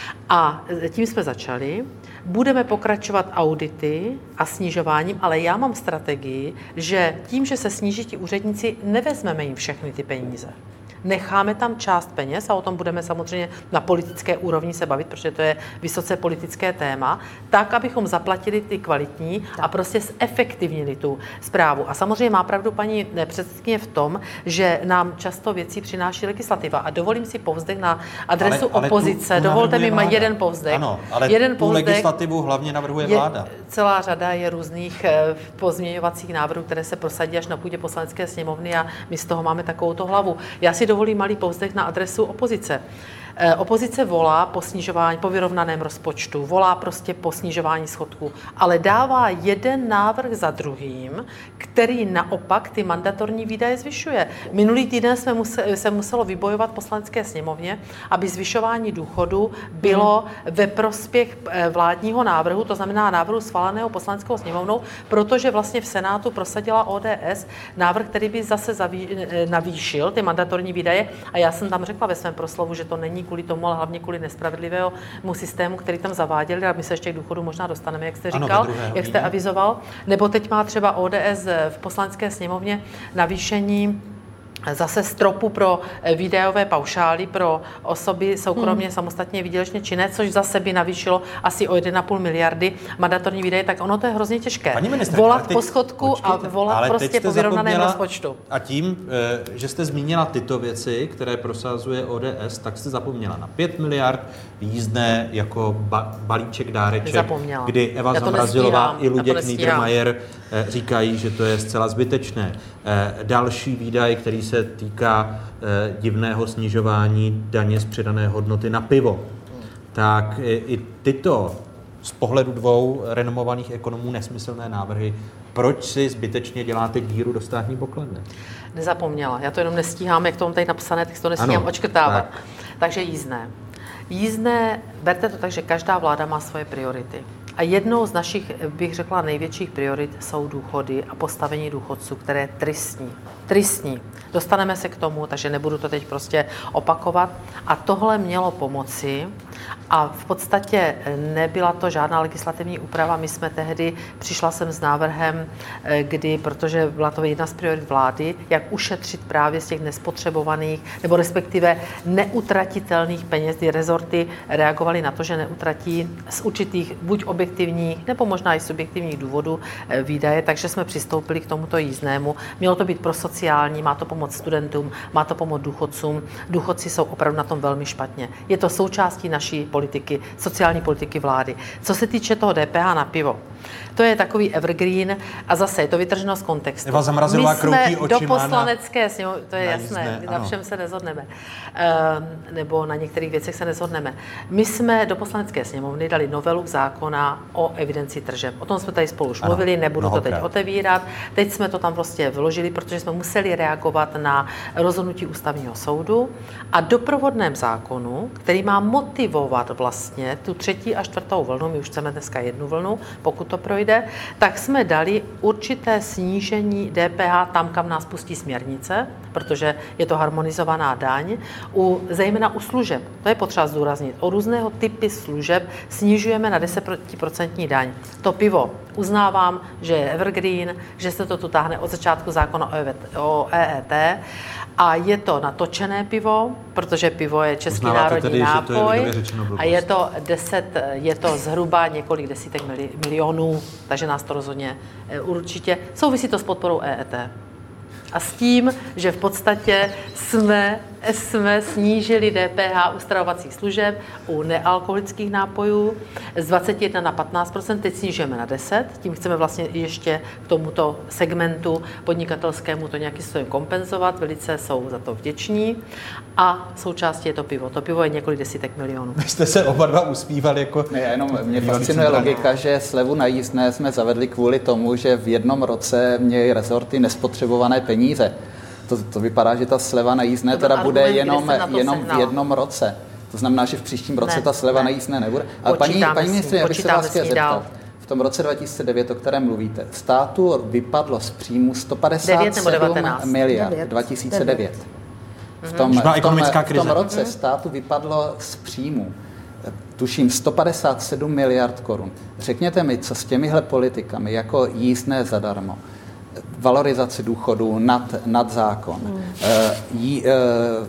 A tím jsme začali. Budeme pokračovat audity a snižováním, ale já mám strategii, že tím, že se sníží ti úředníci, nevezmeme jim všechny ty peníze. Necháme tam část peněz, a o tom budeme samozřejmě na politické úrovni se bavit, protože to je vysoce politické téma, tak, abychom zaplatili ty kvalitní tak. a prostě zefektivnili tu správu. A samozřejmě má pravdu paní předsedkyně v tom, že nám často věcí přináší legislativa. A dovolím si povzdech na adresu ale, ale opozice. Tu, tu Dovolte mi vláda. jeden povzdech. Ano, ale jeden tu povzdech, legislativu hlavně navrhuje je, vláda. Celá řada je různých pozměňovacích návrhů, které se prosadí až na půdě Poslanecké sněmovny a my z toho máme takovouto hlavu. Já si dovolím malý povzdech na adresu opozice. Opozice volá po snižování, po vyrovnaném rozpočtu, volá prostě po snižování schodku, ale dává jeden návrh za druhým, který naopak ty mandatorní výdaje zvyšuje. Minulý týden jsme museli, se muselo vybojovat v Poslanecké sněmovně, aby zvyšování důchodu bylo ve prospěch vládního návrhu, to znamená návrhu schváleného Poslaneckou sněmovnou, protože vlastně v Senátu prosadila O D S návrh, který by zase zaví, navýšil ty mandatorní výdaje, a já jsem tam řekla ve svém proslovu, že to není kvůli tomu, ale hlavně kvůli nespravedlivému systému, který tam zaváděli, a my se ještě k důchodu možná dostaneme, jak jste říkal, ano, jak jste avizoval. Nebo teď má třeba O D S v Poslanecké sněmovně navýšení zase stropu pro výdajové paušály pro osoby soukromně hmm. samostatně výdělečně činné, což zase by navýšilo asi o jedna celá pět miliardy mandatorní výdaje, tak ono to je hrozně těžké. Ministr, volat teď, po schodku počkejte, a volat prostě po vyrovnaném rozpočtu. A tím, že jste zmínila tyto věci, které prosazuje O D S, tak jste zapomněla na pět miliard jízdné jako ba- balíček dáreček, Zapomněla. kdy Eva Zamrazilová i Luděk Niedermayer říkají, že to je zcela zbytečné. Další výdaj, který se týká divného snižování daně z přidané hodnoty na pivo. Tak i tyto z pohledu dvou renomovaných ekonomů nesmyslné návrhy, proč si zbytečně děláte díru do státní pokladny? Nezapomněla. Já to jenom nestíhám, jak to mám tady napsané, tak to nestíhám ano, očkrtávat. Tak. Takže jízdné. Jízdné, berte to tak, že každá vláda má svoje priority. A jednou z našich, bych řekla, největších priorit jsou důchody a postavení důchodců, které je tristní. Tristní. Dostaneme se k tomu, takže nebudu to teď prostě opakovat. A tohle mělo pomoci a v podstatě nebyla to žádná legislativní úprava. My jsme tehdy, přišla jsem s návrhem, kdy, protože byla to jedna z priorit vlády, jak ušetřit právě z těch nespotřebovaných, nebo respektive neutratitelných peněz, kdy rezorty reagovaly na to, že neutratí z určitých buď objektivních, nebo možná i subjektivních důvodů výdaje, takže jsme přistoupili k tomuto jízdnému. Mělo to být pro sociální, má to pomoct studentům, má to pomoct důchodcům. Důchodci jsou opravdu na tom velmi špatně. Je to součástí naší politiky, sociální politiky vlády. Co se týče toho D P H na pivo, to je takový evergreen a zase je to vytrženo z kontextu. Eva Zamrazilová kroutí očima do poslanecké sněmovny, to je na jasné, jízdné, na ano. všem se nezhodneme. E, nebo na některých věcech se nezhodneme. My jsme do poslanecké sněmovny dali novelu zákona o evidenci tržeb. O tom jsme tady spolu už ano, mluvili, nebudu mnohokrát. to teď otevírat. Teď jsme to tam prostě vložili, protože jsme museli reagovat na rozhodnutí ústavního soudu a doprovodném zákonu, který má motivovat vlastně tu třetí a čtvrtou vlnu, my už chceme dneska jednu vlnu, pokud to projde, tak jsme dali určité snížení D P H tam, kam nás pustí směrnice, protože je to harmonizovaná daň, u, zejména u služeb. To je potřeba zdůraznit. O různého typy služeb snižujeme na deset procent daň. To pivo uznávám, že je evergreen, že se to tu táhne od začátku zákona o E E T a je to na točené pivo, protože pivo je český Uznáváte národní tedy, nápoj je a je to deset, je to zhruba několik desítek milionů, takže nás to rozhodně určitě souvisí to s podporou E E T. A s tím, že v podstatě jsme, jsme snížili D P H u stravovacích služeb, u nealkoholických nápojů z dvacet jedna na patnáct procent, teď snižujeme na deset, tím chceme vlastně ještě k tomuto segmentu podnikatelskému to nějakým způsobem kompenzovat, velice jsou za to vděční a součástí je to pivo. To pivo je několik desítek milionů. Vy jste se oba dva uspívali jako... Ne, jenom mě fascinuje logika, že slevu na jízdné jsme zavedli kvůli tomu, že v jednom roce měly rezorty nespotřebované peníze. To, to vypadá, že ta sleva na jízdné teda bude jenom, jenom v jednom roce. To znamená, že v příštím roce ne, ta sleva ne. na jízdné nebude. Ale paní, paní ministryně, já bych se vás chtěl zeptat. V tom roce dva tisíce devět, o kterém mluvíte, státu vypadlo z příjmu sto padesát sedm miliard dva tisíce devět. V tom, v, tom, v tom roce státu vypadlo z příjmu, tuším, sto padesát sedm miliard korun. Řekněte mi, co s těmihle politikami, jako jízdné zadarmo, valorizace důchodů nad, nad zákon, hmm. e, jí, e,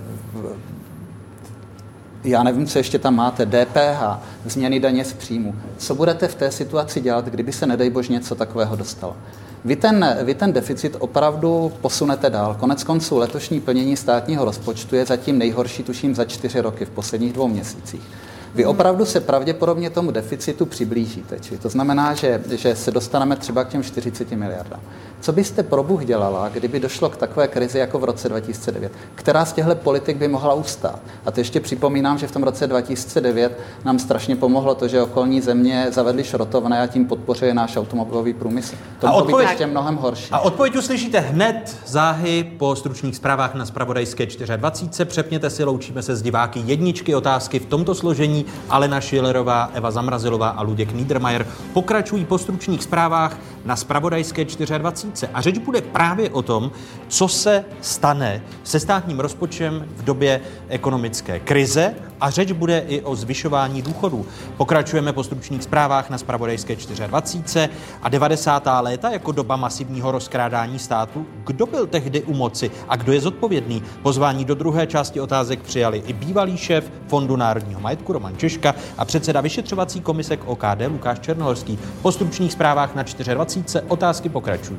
já nevím, co ještě tam máte, D P H, změny daně z příjmu. Co budete v té situaci dělat, kdyby se, nedej bož, něco takového dostalo? Vy ten, vy ten deficit opravdu posunete dál. Konec konců letošní plnění státního rozpočtu je zatím nejhorší, tuším, za čtyři roky v posledních dvou měsících. Vy opravdu se pravděpodobně tomu deficitu přiblížíte. Čili to znamená, že, že se dostaneme třeba k těm čtyřiceti miliardám. Co byste pro Bůh dělala, kdyby došlo k takové krizi jako v roce dva tisíce devět? Která z těchto politik by mohla ustát? A to ještě připomínám, že v tom roce dva tisíce devět nám strašně pomohlo to, že okolní země zavedly šrotovné a tím podpořili náš automobilový průmysl. To mohlo být ještě mnohem horší. A odpověď uslyšíte hned záhy po stručných zprávách na Zpravodajské dvacet čtyři. Přepněte si, loučíme se s diváky jedničky. Otázky v tomto složení Alena Schillerová, Eva Zamrazilová a Luděk Niedermayer pokračují po stručných zprávách na Zpravodajské dvacet čtyři. A řeč bude právě o tom, co se stane se státním rozpočtem v době ekonomické krize a řeč bude i o zvyšování důchodů. Pokračujeme po stručných zprávách na Zpravodajské dvacet čtyři a devadesátá léta jako doba masivního rozkrádání státu. Kdo byl tehdy u moci a kdo je zodpovědný? Pozvání do druhé části otázek přijali i bývalý šéf Fondu národního majetku Roman Češka a předseda vyšetřovací komise k O K D Lukáš Černohorský. Po stručných zprávách na dvacet čtyři otázky pokračují.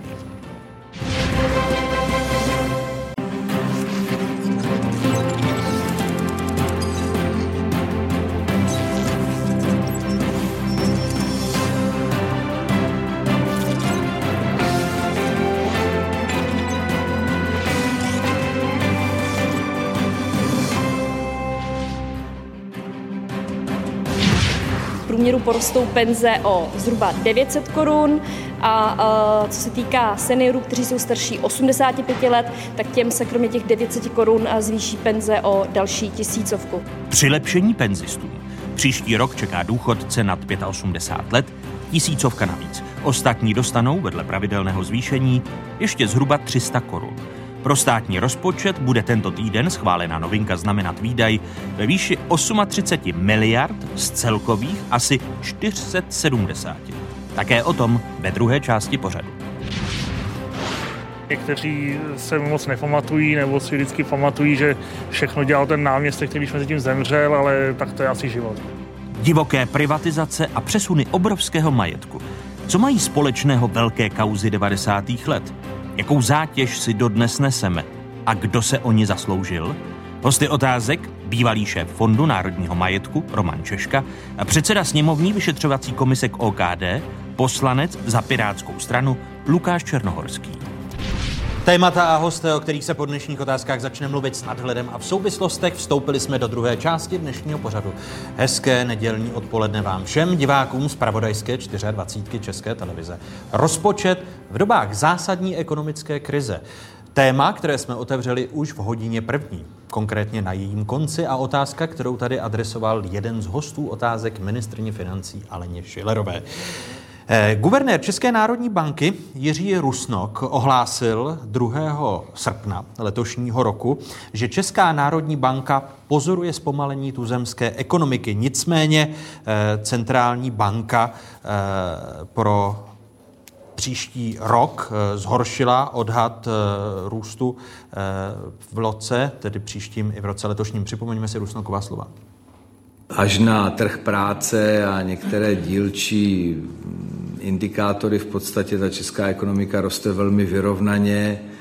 V průměru porostou penze o zhruba devět set korun a, a co se týká seniorů, kteří jsou starší osmdesáti pěti let, tak těm se kromě těch devět set korun zvýší penze o další tisícovku. Přilepšení penzistům. Příští rok čeká důchodce nad osmdesát pět let, tisícovka navíc. Ostatní dostanou vedle pravidelného zvýšení ještě zhruba tři sta korun. Pro státní rozpočet bude tento týden schválená novinka znamenat výdaj ve výši třicet osm miliard z celkových asi čtyři sta sedmdesát. Také o tom ve druhé části pořadu. Někteří se moc nepamatují nebo si vždycky pamatují, že všechno dělal ten náměstek, který mezi tím zemřel, ale tak to je asi život. Divoké privatizace a přesuny obrovského majetku. Co mají společného velké kauzy devadesátých let? Jakou zátěž si dodnes neseme? A kdo se o ní zasloužil? Hosty otázek, bývalý šéf Fondu národního majetku Roman Češka a předseda sněmovní vyšetřovací komise k O K D, poslanec za Pirátskou stranu Lukáš Černohorský. Témata a hosté, o kterých se po dnešních otázkách začne mluvit s nadhledem a v souvislostech, vstoupili jsme do druhé části dnešního pořadu. Hezké nedělní odpoledne vám všem divákům Zpravodajské dvacet čtyři České televize. Rozpočet v dobách zásadní ekonomické krize. Téma, které jsme otevřeli už v hodině první, konkrétně na jejím konci a otázka, kterou tady adresoval jeden z hostů otázek ministryni financí Aleně Schillerové. Guvernér České národní banky Jiří Rusnok ohlásil druhého srpna letošního roku, že Česká národní banka pozoruje zpomalení tuzemské ekonomiky. Nicméně centrální banka pro příští rok zhoršila odhad růstu v roce, tedy příštím i v roce letošním. Připomeňme si Rusnoková slova. Až na trh práce a některé dílčí indikátory v podstatě ta česká ekonomika roste velmi vyrovnaně.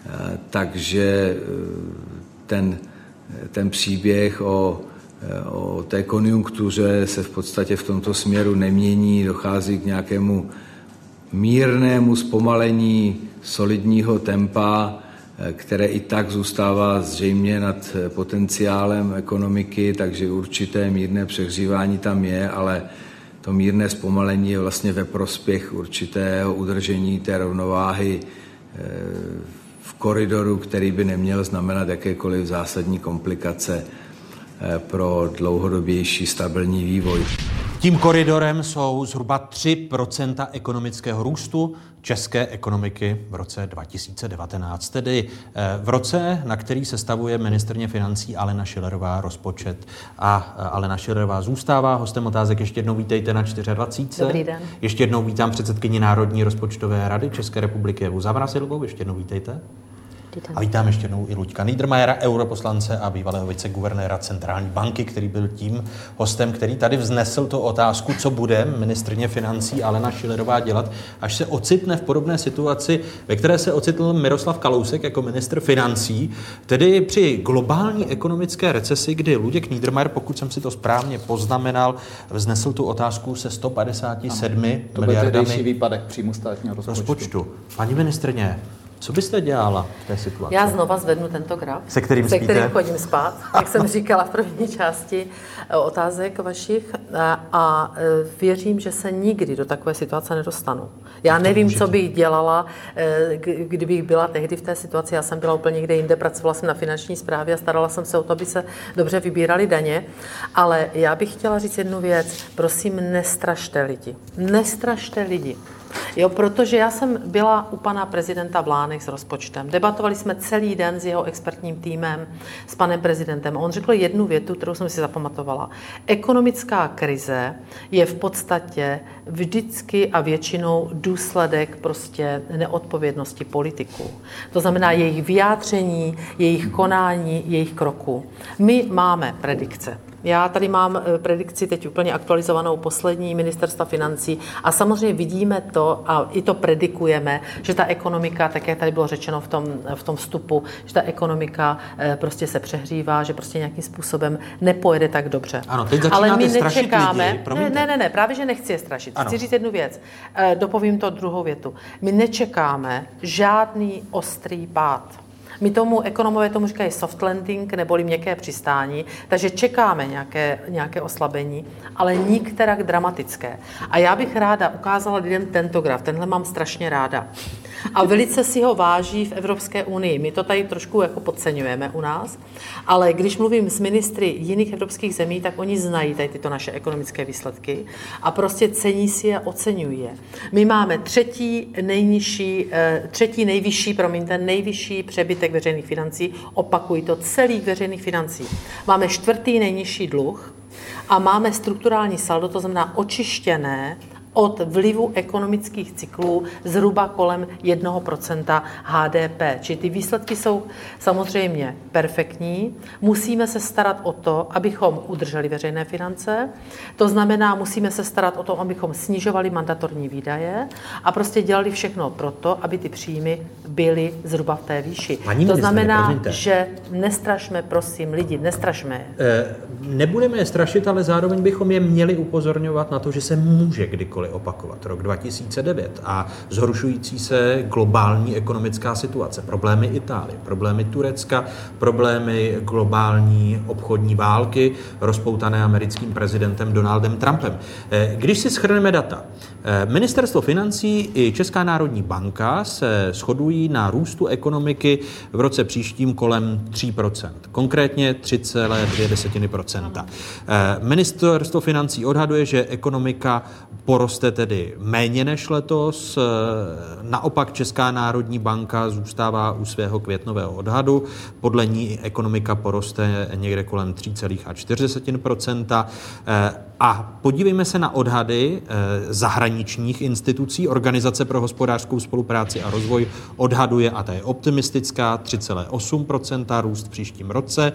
Takže ten, ten příběh o, o té konjunktuře se v podstatě v tomto směru nemění, dochází k nějakému mírnému zpomalení solidního tempa, které i tak zůstává zřejmě nad potenciálem ekonomiky, takže určité mírné přehřívání tam je, ale to mírné zpomalení je vlastně ve prospěch určitého udržení té rovnováhy v koridoru, který by neměl znamenat jakékoliv zásadní komplikace pro dlouhodobější stabilní vývoj. Tím koridorem jsou zhruba tři procenta ekonomického růstu české ekonomiky v roce dva tisíce devatenáct, tedy v roce, na který sestavuje ministryně financí Alena Schillerová rozpočet. A Alena Schillerová zůstává hostem otázek. Ještě jednou vítejte na dvacet čtyři. Dobrý den. Ještě jednou vítám předsedkyni Národní rozpočtové rady České republiky Evu Zavrasilovou. Ještě jednou vítejte. A vítám ještě jednou i Luďka Niedermayera, europoslance a bývalého viceguvernéra Centrální banky, který byl tím hostem, který tady vznesl tu otázku, co bude ministryně financí Alena Schillerová dělat, až se ocitne v podobné situaci, ve které se ocitl Miroslav Kalousek jako ministr financí, tedy při globální ekonomické recesi, kdy Luděk Niedermayer, pokud jsem si to správně poznamenal, vznesl tu otázku se sto padesát sedm to miliardami byl výpadek příjmu státního rozpočtu. rozpočtu. Paní ministryně, co byste dělala v té situaci? Já znova zvednu tento graf, se kterým, se spíte? kterým chodím spát, jak jsem říkala v první části otázek vašich, a, a věřím, že se nikdy do takové situace nedostanu. Já nevím, co bych dělala, kdybych byla tehdy v té situaci. Já jsem byla úplně někde jinde, pracovala jsem na finanční správě a starala jsem se o to, aby se dobře vybíraly daně, ale já bych chtěla říct jednu věc. Prosím, nestrašte lidi. Nestrašte lidi. Jo, protože já jsem byla u pana prezidenta v Lánech s rozpočtem. Debatovali jsme celý den s jeho expertním týmem, s panem prezidentem. On řekl jednu větu, kterou jsem si zapamatovala. Ekonomická krize je v podstatě vždycky a většinou důsledek prostě neodpovědnosti politiků. To znamená jejich vyjádření, jejich konání, jejich kroků. My máme predikce. Já tady mám predikci teď úplně aktualizovanou poslední ministerstva financí a samozřejmě vidíme to a i to predikujeme, že ta ekonomika, tak jak tady bylo řečeno v tom, v tom vstupu, že ta ekonomika prostě se přehřívá, že prostě nějakým způsobem nepojede tak dobře. Ano, teď ale my strašit nečekáme, lidi, ne, ne, ne, ne, právě, že nechci je strašit. Ano. Chci říct jednu věc. Dopovím to druhou větu. My nečekáme žádný ostrý pád. My tomu, ekonomové tomu říkají soft landing, neboli měkké přistání, takže čekáme nějaké, nějaké oslabení, ale nikterak dramatické. A já bych ráda ukázala lidem tento graf, tenhle mám strašně ráda. A velice si ho váží v Evropské unii. My to tady trošku jako podceňujeme u nás, ale když mluvím s ministry jiných evropských zemí, tak oni znají tady tyto naše ekonomické výsledky a prostě cení si je, oceňují je. My máme třetí nejnižší, třetí nejvyšší, promiňte, nejvyšší přebytek veřejných financí, opakuji to, celých veřejných financí. Máme čtvrtý nejnižší dluh a máme strukturální saldo, to znamená očištěné od vlivu ekonomických cyklů zhruba kolem jednoho procenta H D P. Čili ty výsledky jsou samozřejmě perfektní. Musíme se starat o to, abychom udrželi veřejné finance. To znamená, musíme se starat o to, abychom snižovali mandatorní výdaje a prostě dělali všechno pro to, aby ty příjmy byly zhruba v té výši. Paní to znamená, promiňte. že nestrašme, prosím, lidi, nestrašme je. E, nebudeme je strašit, ale zároveň bychom je měli upozorňovat na to, že se může kdykoliv opakovat rok dva tisíce devět a zhoršující se globální ekonomická situace, problémy Itálie, problémy Turecka, problémy globální obchodní války rozpoutané americkým prezidentem Donaldem Trumpem. Když si shrneme data, Ministerstvo financí i Česká národní banka se shodují na růstu ekonomiky v roce příštím kolem tří procent, konkrétně tři celá dvě procenta. Ministerstvo financí odhaduje, že ekonomika poroste tedy méně než letos. Naopak Česká národní banka zůstává u svého květnového odhadu. Podle ní ekonomika poroste někde kolem tři celá čtyři procenta. A podívejme se na odhady zahraničních institucí. Organizace pro hospodářskou spolupráci a rozvoj odhaduje, a ta je optimistická, tři celá osm procenta růst v příštím roce.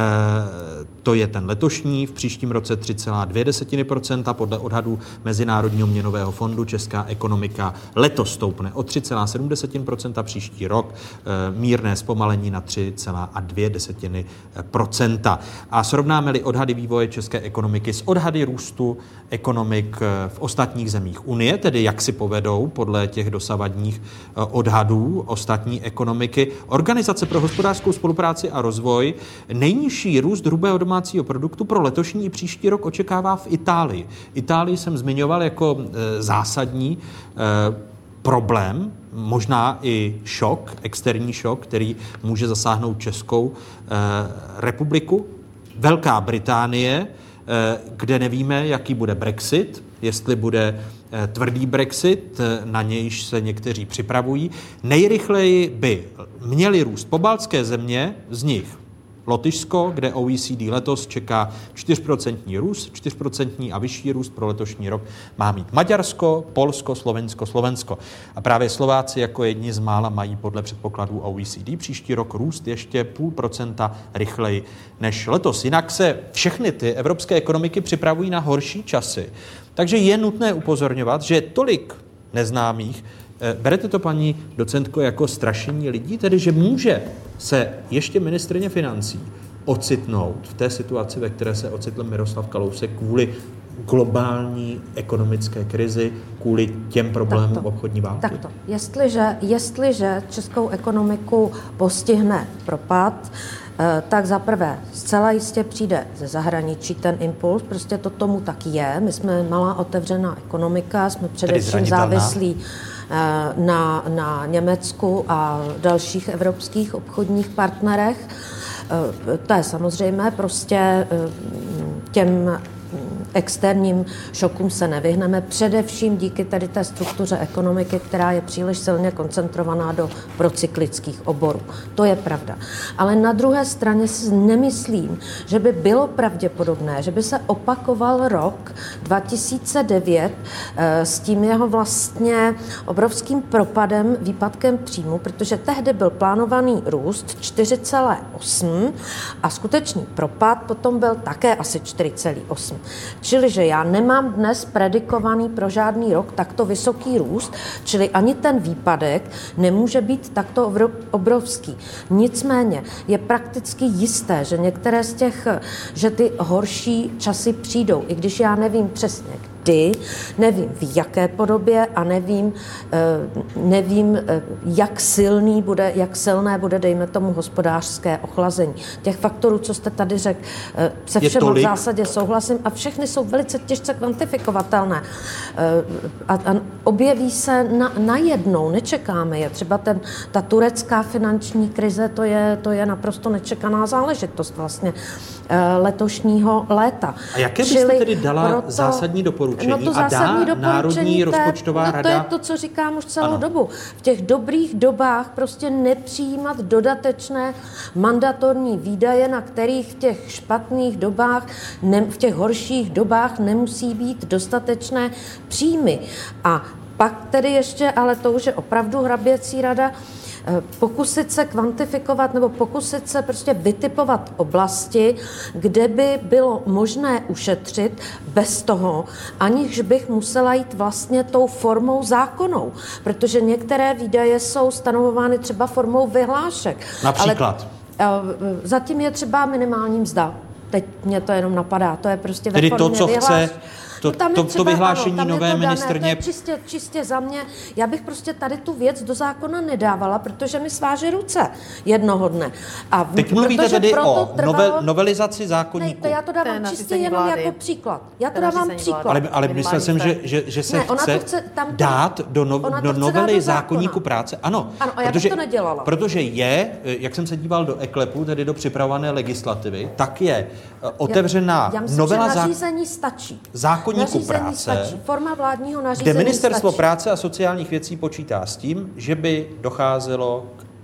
To je ten letošní, v příštím roce tři celá dvě procenta podle odhadů Mezinárodní Mezinárodního měnového fondu česká ekonomika letos stoupne o tři celá sedm procenta, příští rok mírné zpomalení na tři celá dvě procenta. A srovnáme-li odhady vývoje české ekonomiky s odhady růstu ekonomik v ostatních zemích Unie, tedy jak si povedou podle těch dosavadních odhadů ostatní ekonomiky, Organizace pro hospodářskou spolupráci a rozvoj nejnižší růst hrubého domácího produktu pro letošní i příští rok očekává v Itálii. Itálii jsem zmiňoval jako e, zásadní e, problém, možná i šok, externí šok, který může zasáhnout Českou e, republiku. Velká Británie, e, kde nevíme, jaký bude Brexit, jestli bude e, tvrdý Brexit, e, na nějž se někteří připravují. Nejrychleji by měly růst pobaltské země, z nich Lotyšsko, kde O E C D letos čeká čtyři procenta růst, čtyři procenta a vyšší růst pro letošní rok má mít Maďarsko, Polsko, Slovensko, Slovensko. A právě Slováci jako jedni z mála mají podle předpokladů O E C D příští rok růst ještě půl procenta rychleji než letos. Jinak se všechny ty evropské ekonomiky připravují na horší časy. Takže je nutné upozorňovat, že tolik neznámých. Berete to, paní docentko, jako strašení lidí, tedy že může se ještě ministryně financí ocitnout v té situaci, ve které se ocitl Miroslav Kalousek kvůli globální ekonomické krizi, kvůli těm problémům takto, obchodní války? Takto. Jestliže, jestliže českou ekonomiku postihne propad, tak za prvé zcela jistě přijde ze zahraničí ten impuls, prostě to tomu tak je. My jsme malá otevřená ekonomika, jsme především závislí na, na Německu a dalších evropských obchodních partnerech. To je samozřejmé, prostě těm externím šokům se nevyhneme, především díky tady té struktuře ekonomiky, která je příliš silně koncentrovaná do procyklických oborů. To je pravda. Ale na druhé straně si nemyslím, že by bylo pravděpodobné, že by se opakoval rok dva tisíce devět s tím jeho vlastně obrovským propadem, výpadkem příjmu, protože tehdy byl plánovaný růst čtyři celá osm a skutečný propad potom byl také asi čtyři celá osm. Čili, že já nemám dnes predikovaný pro žádný rok takto vysoký růst, čili ani ten výpadek nemůže být takto obrovský. Nicméně je prakticky jisté, že některé z těch, že ty horší časy přijdou, i když já nevím přesně, kdy, nevím v jaké podobě a nevím, nevím, jak silný bude, jak silné bude, dejme tomu, hospodářské ochlazení. Těch faktorů, co jste tady řekl, se všem v zásadě souhlasím a všechny jsou velice těžce kvantifikovatelné. A, a objeví se na, najednou, nečekáme je. Třeba ten, ta turecká finanční krize, to je, to je naprosto nečekaná záležitost vlastně letošního léta. A jaké byste Čili tedy dala proto, zásadní doporučení? No to a zásadní dá Národní rozpočtová no rada? To je to, co říkám už celou ano. dobu. V těch dobrých dobách prostě nepřijímat dodatečné mandatorní výdaje, na kterých v těch špatných dobách, ne, v těch horších dobách nemusí být dostatečné příjmy. A pak tedy ještě, ale to už je opravdu hraběcí rada, pokusit se kvantifikovat nebo pokusit se prostě vytipovat oblasti, kde by bylo možné ušetřit bez toho, aniž bych musela jít vlastně tou formou zákonnou, protože některé výdaje jsou stanovovány třeba formou vyhlášek. Například? Ale zatím je třeba minimální mzda. Teď mě to jenom napadá. To je prostě ve Tedy formě to, co vyhláš... chce To, no to, třeba, to vyhlášení ano, nové to ministryně... To je čistě, čistě za mě. Já bych prostě tady tu věc do zákona nedávala, protože mi sváže ruce jednoho dne. A Teď mluvíte tedy o trvalo... novel, novelizaci zákoníku. Ne, to já to dávám čistě jenom vlády. Jako příklad. Já to, to dávám příklad. Ale, ale myslel jsem, že, že, že se ne, chce, chce tam to, dát do, no, do novely zákoníku práce. Ano, ano a já protože, bych to nedělala. Protože je, jak jsem se díval do eklepu, tedy do připravované legislativy, tak je otevřená já, já myslím, novela že nařízení stačí. zákoníku nařízení práce, stačí. Forma vládního nařízení kde Ministerstvo stačí. práce a sociálních věcí počítá s tím, že by docházelo k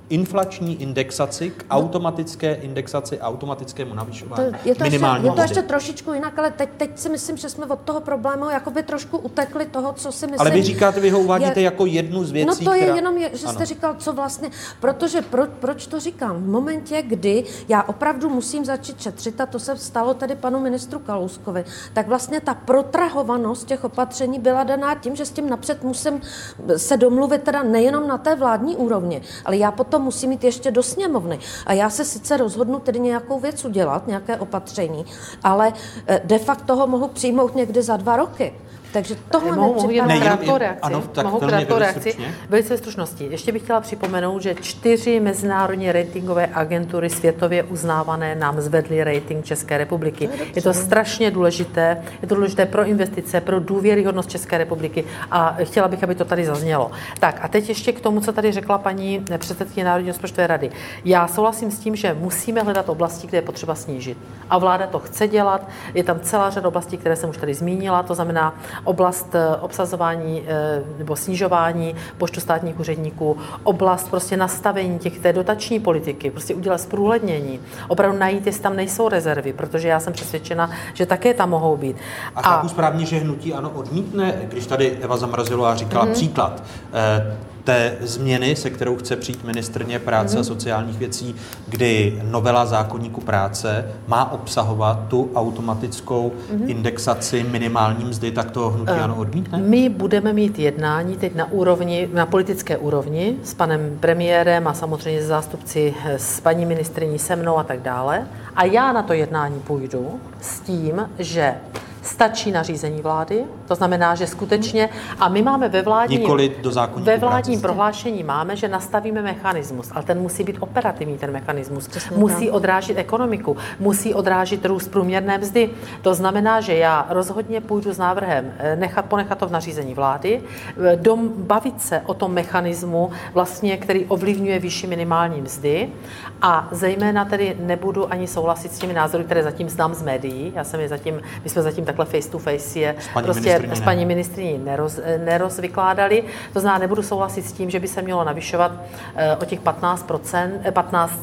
inflační indexaci k automatické indexaci, automatickému navyšování To, je to, ještě, je to ještě trošičku jinak, ale teď, teď si myslím, že jsme od toho problému jakoby trošku utekli toho, co si myslím. Ale vy říkáte, vy ho uvádíte je, jako jednu z věcí, No to která... je jenom, že jste ano. říkal, co vlastně, protože pro, proč to říkám? V momentě, kdy já opravdu musím začít šetřit, a to se stalo tedy panu ministru Kalouskovi, tak vlastně ta protrahovanost těch opatření byla daná tím, že s tím napřed musím se domluvit teda nejenom na té vládní úrovni, ale já potom musím jít ještě do sněmovny. A já se sice rozhodnu tedy nějakou věc udělat, nějaké opatření, ale de facto ho mohu přijmout někdy za dva roky. Takže tohle mohu, mohu jenom krátkou reakci. Ano, tak mohu krátkou reakci. Stručně. Velice stručnosti. Ještě bych chtěla připomenout, že čtyři mezinárodní ratingové agentury světově uznávané nám zvedly rating České republiky. Je, je to strašně důležité. Je to důležité pro investice, pro důvěryhodnost České republiky a chtěla bych, aby to tady zaznělo. Tak a teď ještě k tomu, co tady řekla paní předsedkyně Národní rozpočtové rady. Já souhlasím s tím, že musíme hledat oblasti, kde je potřeba snížit. A vláda to chce dělat. Je tam celá řada oblastí, které jsem už tady zmínila, to znamená oblast obsazování nebo snižování počtu státních úředníků, oblast prostě nastavení těch té dotační politiky, prostě udělat zprůhlednění, opravdu najít, jestli tam nejsou rezervy, protože já jsem přesvědčena, že také tam mohou být. A chápu a... správně, že hnutí ANO odmítne, když tady Eva Zamrazilová říkala mm-hmm. příklad, eh, té změny, se kterou chce přijít ministryně práce mm-hmm. a sociálních věcí, kdy novela zákoníku práce má obsahovat tu automatickou mm-hmm. indexaci minimální mzdy, tak to hnutí ANO odmítne? My budeme mít jednání teď na úrovni, na politické úrovni s panem premiérem a samozřejmě s zástupci, s paní ministryní, se mnou a tak dále. A já na to jednání půjdu s tím, že stačí nařízení vlády, to znamená, že skutečně, a my máme ve vládním, ve vládním prohlášení máme, že nastavíme mechanismus, ale ten musí být operativní, ten mechanismus. Přesně musí tak. odrážit ekonomiku, musí odrážit růst průměrné mzdy. To znamená, že já rozhodně půjdu s návrhem nechat, ponechat to v nařízení vlády, dom, bavit se o tom mechanismu, vlastně, který ovlivňuje výši minimální mzdy a zejména tedy nebudu ani souhlasit s těmi názory, které zatím znám z médií. Já jsem je zatím, my jsme zatím takhle face to face je prostě s paní ministryní neroz, nerozvykládali. To znamená, nebudu souhlasit s tím, že by se mělo navyšovat o těch patnáct procent, patnáct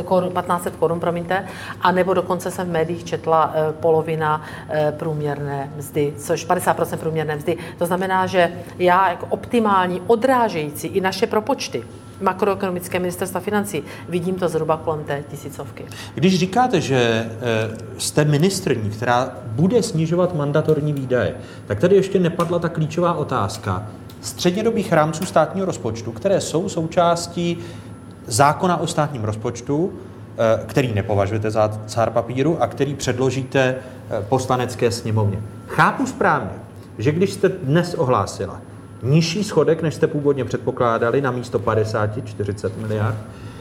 set korun, promiňte, a nebo dokonce jsem v médiích četla polovina průměrné mzdy, což padesát procent průměrné mzdy. To znamená, že já jako optimální, odrážející i naše propočty makroekonomické ministerstva financí, vidím to zhruba kolem té tisícovky. Když říkáte, že jste ministryní, která bude snižovat mandatorní výdaje, tak tady ještě nepadla ta klíčová otázka střednědobých rámců státního rozpočtu, které jsou součástí zákona o státním rozpočtu, který nepovažujete za cár papíru a který předložíte poslanecké sněmovně. Chápu správně, že když jste dnes ohlásila nižší schodek, než jste původně předpokládali, na místo padesát čtyřicet miliard,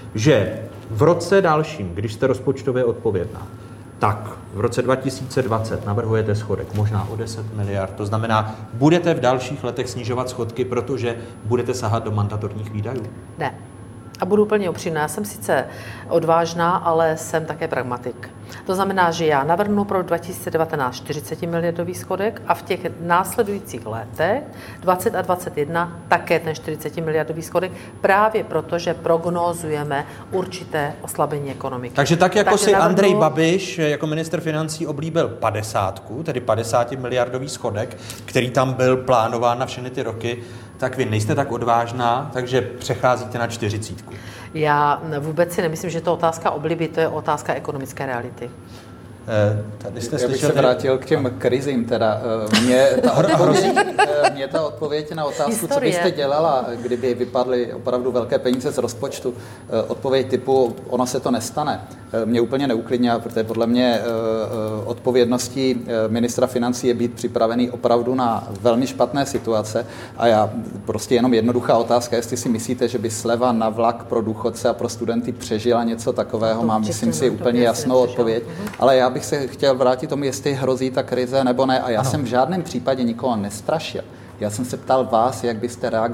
že v roce dalším, když jste rozpočtově odpovědná, tak v roce dva tisíce dvacet navrhujete schodek možná o deset miliard. To znamená, budete v dalších letech snižovat schodky, protože budete sahat do mandatorních výdajů? Ne. A budu úplně upřímná, já jsem sice odvážná, ale jsem také pragmatik. To znamená, že já navrhnu pro dva tisíce devatenáct čtyřicet miliardový schodek a v těch následujících letech dvacet a dvacet jedna také ten čtyřicet miliardový schodek, právě proto, že prognózujeme určité oslabení ekonomiky. Takže tak, jako Takže si navrhnu... Andrej Babiš jako ministr financí oblíbil padesátku, tedy padesát miliardový schodek, který tam byl plánován na všechny ty roky, tak vy nejste tak odvážná, takže přecházíte na čtyřicítku. Já vůbec si nemyslím, že to je otázka obliby, to je otázka ekonomické reality. Tady jste Já bych se vrátil k těm krizím. Teda. Mě, ta odpověď, mě ta odpověď na otázku, Historie. Co byste dělala, kdyby vypadly opravdu velké peníze z rozpočtu, odpověď typu, ono se to nestane, mě úplně neuklidňuje, protože podle mě odpovědností ministra financí je být připravený opravdu na velmi špatné situace a já prostě jenom jednoduchá otázka, jestli si myslíte, že by sleva na vlak pro důchodce a pro studenty přežila něco takového, mám myslím si úplně jasnou odpověď, ale já bych se chtěl vrátit tomu, jestli hrozí ta krize nebo ne. A já ano. jsem v žádném případě nikoho nestrašil. Já jsem se ptal vás, jak byste reagovala.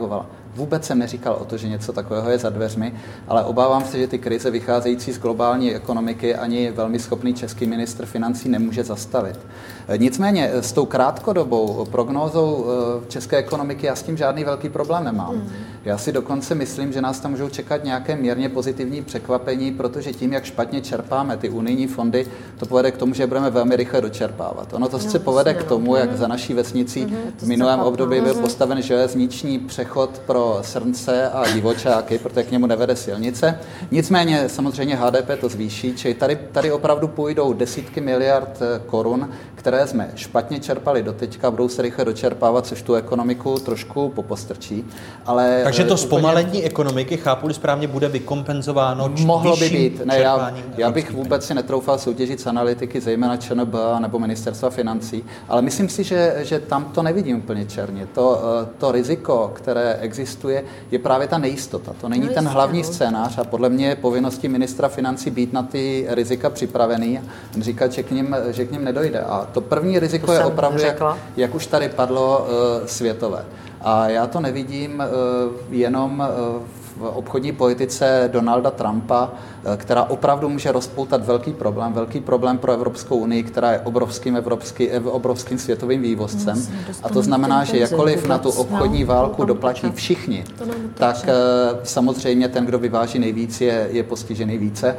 Vůbec jsem neříkal o to, že něco takového je za dveřmi, ale obávám se, že ty krize vycházející z globální ekonomiky ani velmi schopný český ministr financí nemůže zastavit. Nicméně s tou krátkodobou prognózou české ekonomiky já s tím žádný velký problém nemám. Mm. Já si dokonce myslím, že nás tam můžou čekat nějaké mírně pozitivní překvapení, protože tím, jak špatně čerpáme ty unijní fondy, to povede k tomu, že budeme velmi rychle dočerpávat. Ono to no, se povede k tomu, jak za naší vesnicí mm. v minulém období byl postaven železniční přechod pro srnce a divočáky, protože k němu nevede silnice. Nicméně samozřejmě H D P to zvýší, čili tady, tady opravdu půjdou desítky miliard korun, které jsme špatně čerpali doteďka, budou se rychle dočerpávat, což tu ekonomiku trošku popostrčí. Ale takže to úplně... zpomalení ekonomiky, chápu-li správně, bude vykompenzováno mohlo by být. Ne, já, já bych vůbec si netroufal soutěžit s analytiky, zejména Č N B nebo Ministerstva financí, ale myslím si, že, že tam to nevidím úplně černě. To, to riziko, které existuje, je právě ta nejistota. To není no ten hlavní scénář a podle mě je povinností ministra financí být na ty rizika připravený a říkat, že k nim, že k nim nedojde. A to první riziko to je opravdu, jak, jak už tady padlo, uh, světové. A já to nevidím uh, jenom uh, v obchodní politice Donalda Trumpa, která opravdu může rozpoutat velký problém, velký problém pro Evropskou unii, která je obrovským, evropský, obrovským světovým vývozcem. A to znamená, že jakkoliv na tu obchodní válku doplatí všichni, tak samozřejmě ten, kdo vyváží nejvíc, je, je postižený více.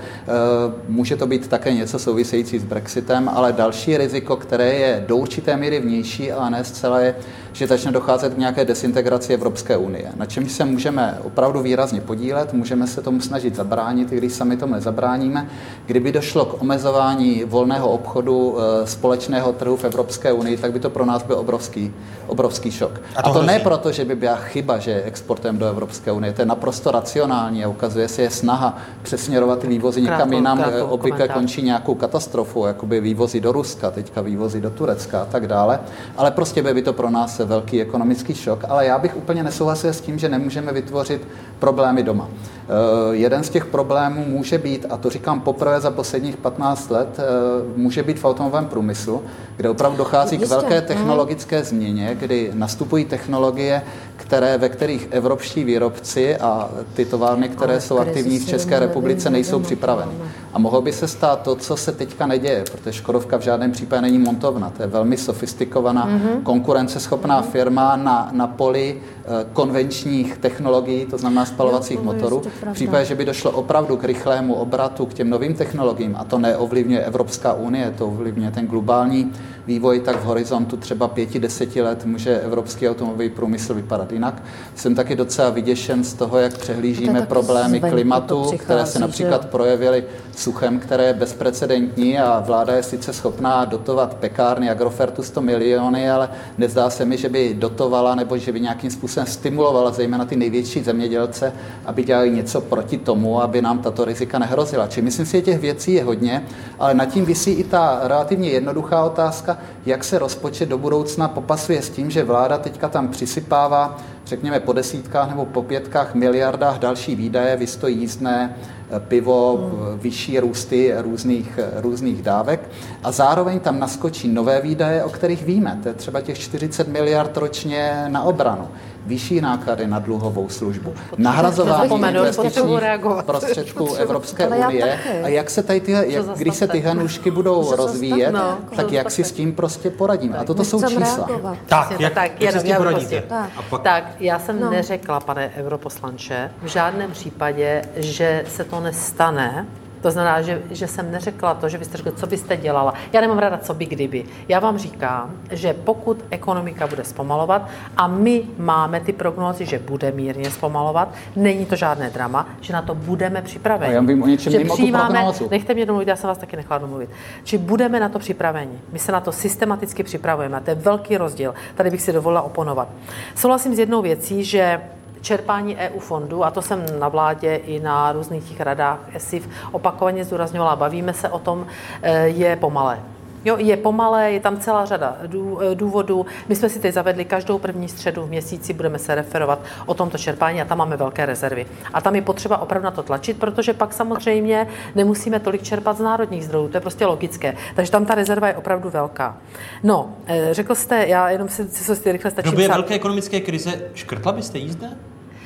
Může to být také něco související s Brexitem, ale další riziko, které je do určité míry vnější, ale ne zcela, je, že začne docházet k nějaké desintegraci Evropské unie. Na čemž se můžeme opravdu výrazně podílet, můžeme se tomu snažit zabránit, i když sami tomu nezabráníme. Kdyby došlo k omezování volného obchodu společného trhu v Evropské unii, tak by to pro nás byl obrovský, obrovský šok. A to, a to ne proto, že by byla chyba, že exportem do Evropské unie. To je naprosto racionální a ukazuje se, je snaha přesměrovat ty vývozy někam jinam. Obvykle končí nějakou katastrofu, jakoby vývozy do Ruska, teďka vývozy do Turecka a tak dále. Ale prostě by to pro nás velký ekonomický šok. Ale já bych úplně nesouhlasil s tím, že nemůžeme vytvořit problémy doma. Uh, jeden z těch problémů může být, a to říkám poprvé za posledních patnáct let, uh, může být v automobilovém průmyslu, kde opravdu dochází k velké technologické změně, kdy nastupují technologie, které, ve kterých evropští výrobci a ty továrny, které jsou aktivní v České republice, nejsou připraveny. A mohlo by se stát to, co se teďka neděje, protože Škodovka v žádném případě není montovna. To je velmi sofistikovaná, mm-hmm. konkurenceschopná firma na, na poli uh, konvenčních technologií, to znamená spalovacích jo, motorů. V případě, že by došlo opravdu k rychlému obratu k těm novým technologiím, a to neovlivňuje Evropská unie, to ovlivňuje ten globální vývoj, tak v horizontu třeba pěti, deseti let může evropský automobilový průmysl vypadat jinak. Jsem taky docela vyděšen z toho, jak přehlížíme problémy klimatu, které se například projevily suchem, které je bezprecedentní a vláda je sice schopná dotovat pekárny Agrofertu sto miliony, ale nezdá se mi, že by dotovala nebo že by nějakým způsobem stimulovala zejména ty největší zemědělce, aby dělali něco proti tomu, aby nám tato rizika nehrozila. Čili myslím si, že těch věcí je hodně, ale nad tím visí i ta relativně jednoduchá otázka, jak se rozpočet do budoucna popasuje s tím, že vláda teďka tam přisypává, řekněme po desítkách nebo po pětkách miliardách další výdaje, vystojí jízdné, pivo, vyšší růsty různých, různých dávek a zároveň tam naskočí nové výdaje, o kterých víme. To je třeba těch čtyřicet miliard ročně na obranu, vyšší náklady na dluhovou službu, nahrazování investičních prostředků Evropské unie. A jak se tady tyhle, jak, když se tyhle nůžky budou rozvíjet, no, tak jak si s tím prostě poradíme. A toto jsou čísla. Tak, jak, tak, jak si s tím poradíte? Tak, tak, já jsem no. neřekla, pane europoslanče, v žádném případě, že se to nestane. To znamená, že, že jsem neřekla to, že byste řekli, co byste dělala. Já nemám ráda, co by kdyby. Já vám říkám, že pokud ekonomika bude zpomalovat a my máme ty prognózy, že bude mírně zpomalovat, není to žádné drama, že na to budeme připraveni. A já vím o něčem mimo tu prognózu. Nechte mě domluvit, já jsem vás taky nechala domluvit. Či budeme na to připraveni. My se na to systematicky připravujeme. A to je velký rozdíl. Tady bych si dovolila oponovat. Souhlasím s jednou věcí, že čerpání E U fondů, a to jsem na vládě i na různých těch radách E S I F opakovaně zdůrazňovala, bavíme se o tom, je pomalé. Jo, je pomalé, je tam celá řada důvodů. My jsme si teď zavedli každou první středu v měsíci, budeme se referovat o tomto čerpání a tam máme velké rezervy. A tam je potřeba opravdu na to tlačit, protože pak samozřejmě nemusíme tolik čerpat z národních zdrojů, to je prostě logické. Takže tam ta rezerva je opravdu velká. No, řekl jste, já jenom si, si, si rychle stačím. V době velké ekonomické krize škrtla byste jízdné?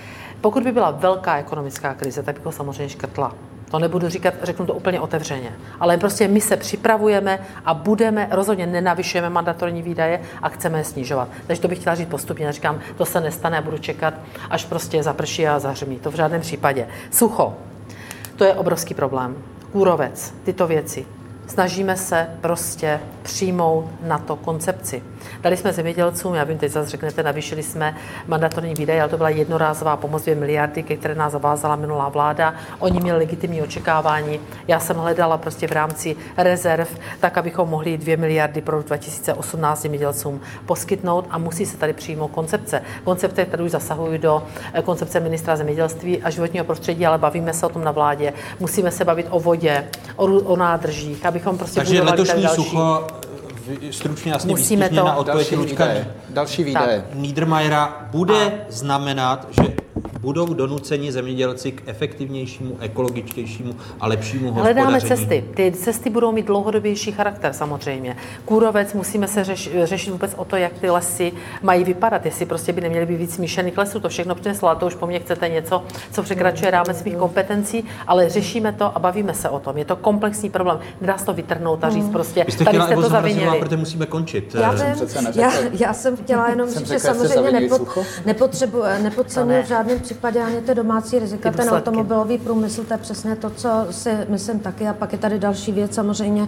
Pokud by byla velká ekonomická krize, tak bych ho samozřejmě škrtla. To nebudu říkat, řeknu to úplně otevřeně. Ale prostě my se připravujeme a budeme, rozhodně nenavyšujeme mandatorní výdaje a chceme je snižovat. Takže to bych chtěla říct postupně. Říkám, to se nestane a budu čekat, až prostě zaprší a zahřmí. To v žádném případě. Sucho. To je obrovský problém. Kůrovec, tyto věci. Snažíme se prostě přijmout na to koncepci. Dali jsme zemědělcům, já vím, teď zase řeknete, navýšili jsme mandatorní výdaje, ale to byla jednorázová pomoc dvě miliardy, ke které nás zavázala minulá vláda. Oni měli legitimní očekávání. Já jsem hledala prostě v rámci rezerv, tak abychom mohli dvě miliardy pro dva tisíce osmnáct zemědělcům poskytnout a musí se tady přijmout koncepce. Koncepce, které už zasahují do koncepce ministra zemědělství a životního prostředí, ale bavíme se o tom na vládě. Musíme se bavit o vodě, o, o nádržích, abychom prostě takže letošní další. Sucho stručně jasně musíme to na odpověď Luďka další výdaje. Niedermayera bude a. znamenat, že budou donuceni zemědělci k efektivnějšímu, ekologičtějšímu a lepšímu hospodaření. Hledáme cesty. Ty cesty budou mít dlouhodobější charakter samozřejmě. Kůrovec, musíme se řeš, řešit vůbec o to, jak ty lesy mají vypadat, jestli prostě by neměly být víc smíšených lesů. To všechno přineslo, a to už po mně chcete něco, co překračuje rámec svých kompetencí, ale řešíme to a bavíme se o tom. Je to komplexní problém. Nedá se to vytrhnout a říct prostě, jste tady chtěla, jste to zavinili. Protože musíme končit. Já, vím, já, já jsem chtěla jenom říct, že samozřejmě nepo, nepotřebuji, nepodceňuji v žádném případě ani ty domácí rizika. Ten automobilový průmysl, to je přesně to, co si myslím taky. A pak je tady další věc, samozřejmě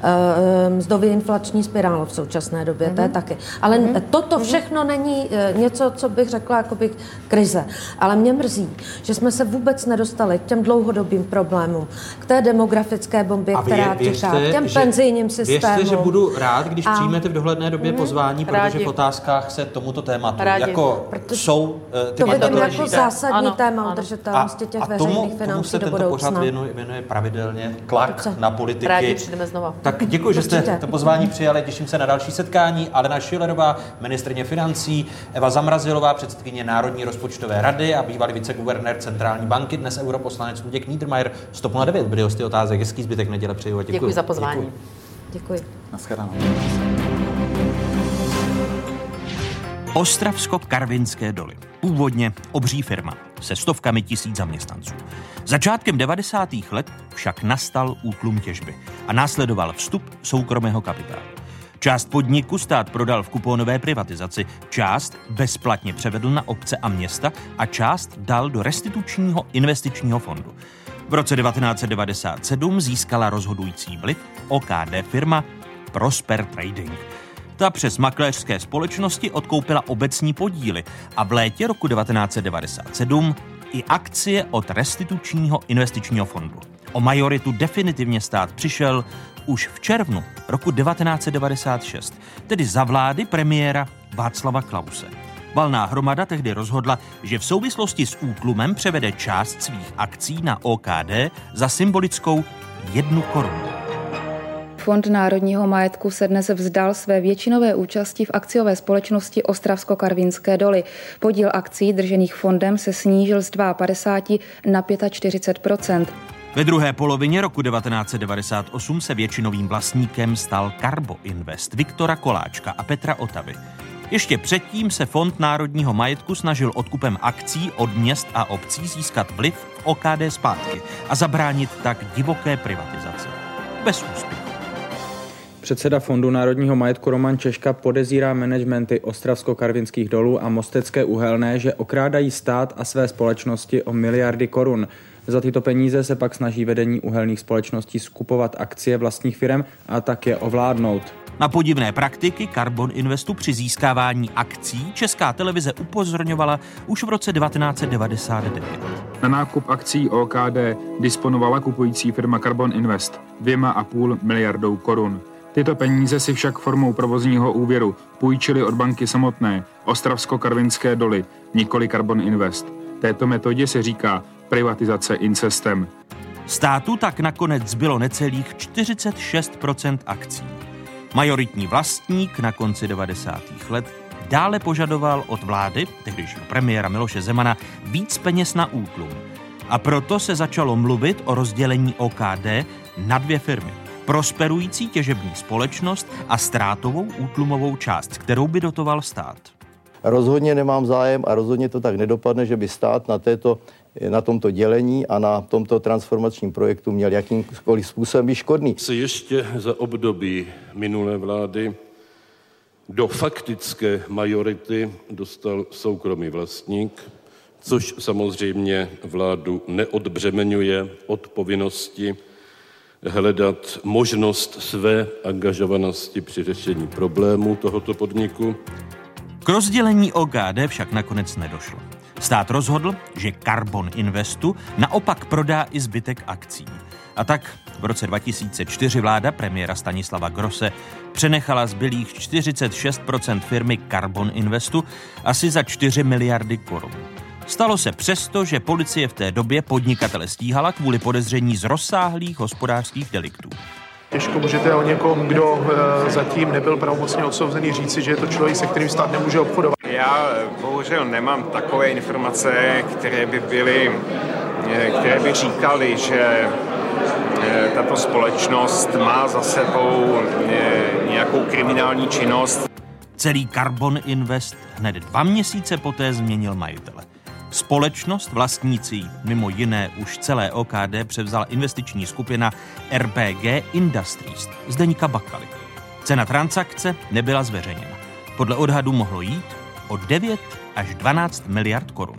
mzdově inflační spirála v současné době, mm-hmm. to je taky. Ale mm-hmm. toto všechno není něco, co bych řekla, jakoby krize. Ale mě mrzí, že jsme se vůbec nedostali k těm dlouhodobým problémům, k té demografické bombě, vě, která těžká, k těm penzijním systémům. Věřte, že budu rád, když a... přijmete v dohledné době mm-hmm. pozvání, protože Rádi. v otázkách se tomuto tématu Rádi. jako Protože jsou uh, ty to vidím jako zásadní ano, téma udržitelnosti těch veřejných financí do budoucna. A tomu se tento pořad věnuje, věnuje pravidelně tlak Dobře. na politiky. Rádi přijdeme znova. Tak děkuji, že jste Určitě. to pozvání přijali, těším se na další setkání. Alena Schillerová, ministryně financí, Eva Zamrazilová, předsedkyně Národní rozpočtové rady a bývalý viceguvernér Centrální banky, dnes europoslanec Luděk Niedermayer z TOP nula devět. Byli hosty Otázek. Hezký zbytek neděle přeju a děkuji. Děkuji za pozvání. Děkuji. Naschledanou. Ostravsko-Karvinské doly. Původně obří firma se stovkami tisíc zaměstnanců. Začátkem devadesátých let však nastal útlum těžby a následoval vstup soukromého kapitálu. Část podniku stát prodal v kuponové privatizaci, část bezplatně převedl na obce a města a část dal do restitučního investičního fondu. V roce devatenáct set devadesát sedm získala rozhodující vliv O K D firma Prosper Trading. Ta přes makléřské společnosti odkoupila obecní podíly a v létě roku devatenáct set devadesát sedm i akcie od restitučního investičního fondu. O majoritu definitivně stát přišel už v červnu roku devatenáct set devadesát šest, tedy za vlády premiéra Václava Klause. Valná hromada tehdy rozhodla, že v souvislosti s útlumem převede část svých akcí na O K D za symbolickou jednu korunu. Fond národního majetku se dnes vzdal své většinové účasti v akciové společnosti Ostravsko-Karvinské doly. Podíl akcí držených fondem se snížil z padesát dva na čtyřicet pět procent. Ve druhé polovině roku devatenáct set devadesát osm se většinovým vlastníkem stal Carbo Invest Viktora Koláčka a Petra Otavy. Ještě předtím se Fond národního majetku snažil odkupem akcí od měst a obcí získat vliv v O K D zpátky a zabránit tak divoké privatizaci. Bez úspěchu. Předseda Fondu národního majetku Roman Češka podezírá managementy Ostravsko-Karvinských dolů a Mostecké uhelné, že okrádají stát a své společnosti o miliardy korun. Za tyto peníze se pak snaží vedení uhelných společností skupovat akcie vlastních firem a tak je ovládnout. Na podivné praktiky Carbon Investu při získávání akcí Česká televize upozorňovala už v roce devatenáct set devadesát devět. Na nákup akcí O K D disponovala kupující firma Carbon Invest dvěma a půl miliardou korun. Tyto peníze si však formou provozního úvěru půjčili od banky samotné, Ostravsko-Karvinské doly, nikoli Carbon Invest. Této metodě se říká privatizace incestem. Státu tak nakonec zbylo necelých čtyřicet šest procent akcí. Majoritní vlastník na konci devadesátých let dále požadoval od vlády, tehdejšího premiéra Miloše Zemana, víc peněz na útlum. A proto se začalo mluvit o rozdělení O K D na dvě firmy. Prosperující těžební společnost a ztrátovou útlumovou část, kterou by dotoval stát. rozhodně nemám zájem a rozhodně to tak nedopadne, že by stát na této na tomto dělení a na tomto transformačním projektu měl jakýmkoliv způsobem být škodný. Se ještě za období minulé vlády do faktické majority dostal soukromý vlastník, což samozřejmě vládu neodbřemenuje od povinnosti hledat možnost své angažovanosti při řešení problémů tohoto podniku. K rozdělení O K D však nakonec nedošlo. Stát rozhodl, že Karbon Investu naopak prodá i zbytek akcií. A tak v roce dva tisíce čtyři vláda premiéra Stanislava Grosse přenechala zbylých čtyřicet šest procent firmy Karbon Investu asi za čtyři miliardy korun. Stalo se přesto, že policie v té době podnikatele stíhala kvůli podezření z rozsáhlých hospodářských deliktů. Těžko můžete o někom, kdo zatím nebyl pravomocně odsouzený, říci, že je to člověk, se kterým stát nemůže obchodovat. Já bohužel nemám takové informace, které by byly, které by říkaly, že tato společnost má za sebou nějakou kriminální činnost. Celý Karbon Invest hned dva měsíce poté změnil majitele. Společnost vlastnící mimo jiné už celé O K D převzala investiční skupina R P G Industries Zdeňka Bakaly. Cena transakce nebyla zveřejněna. Podle odhadu mohlo jít o devět až dvanáct miliard korun.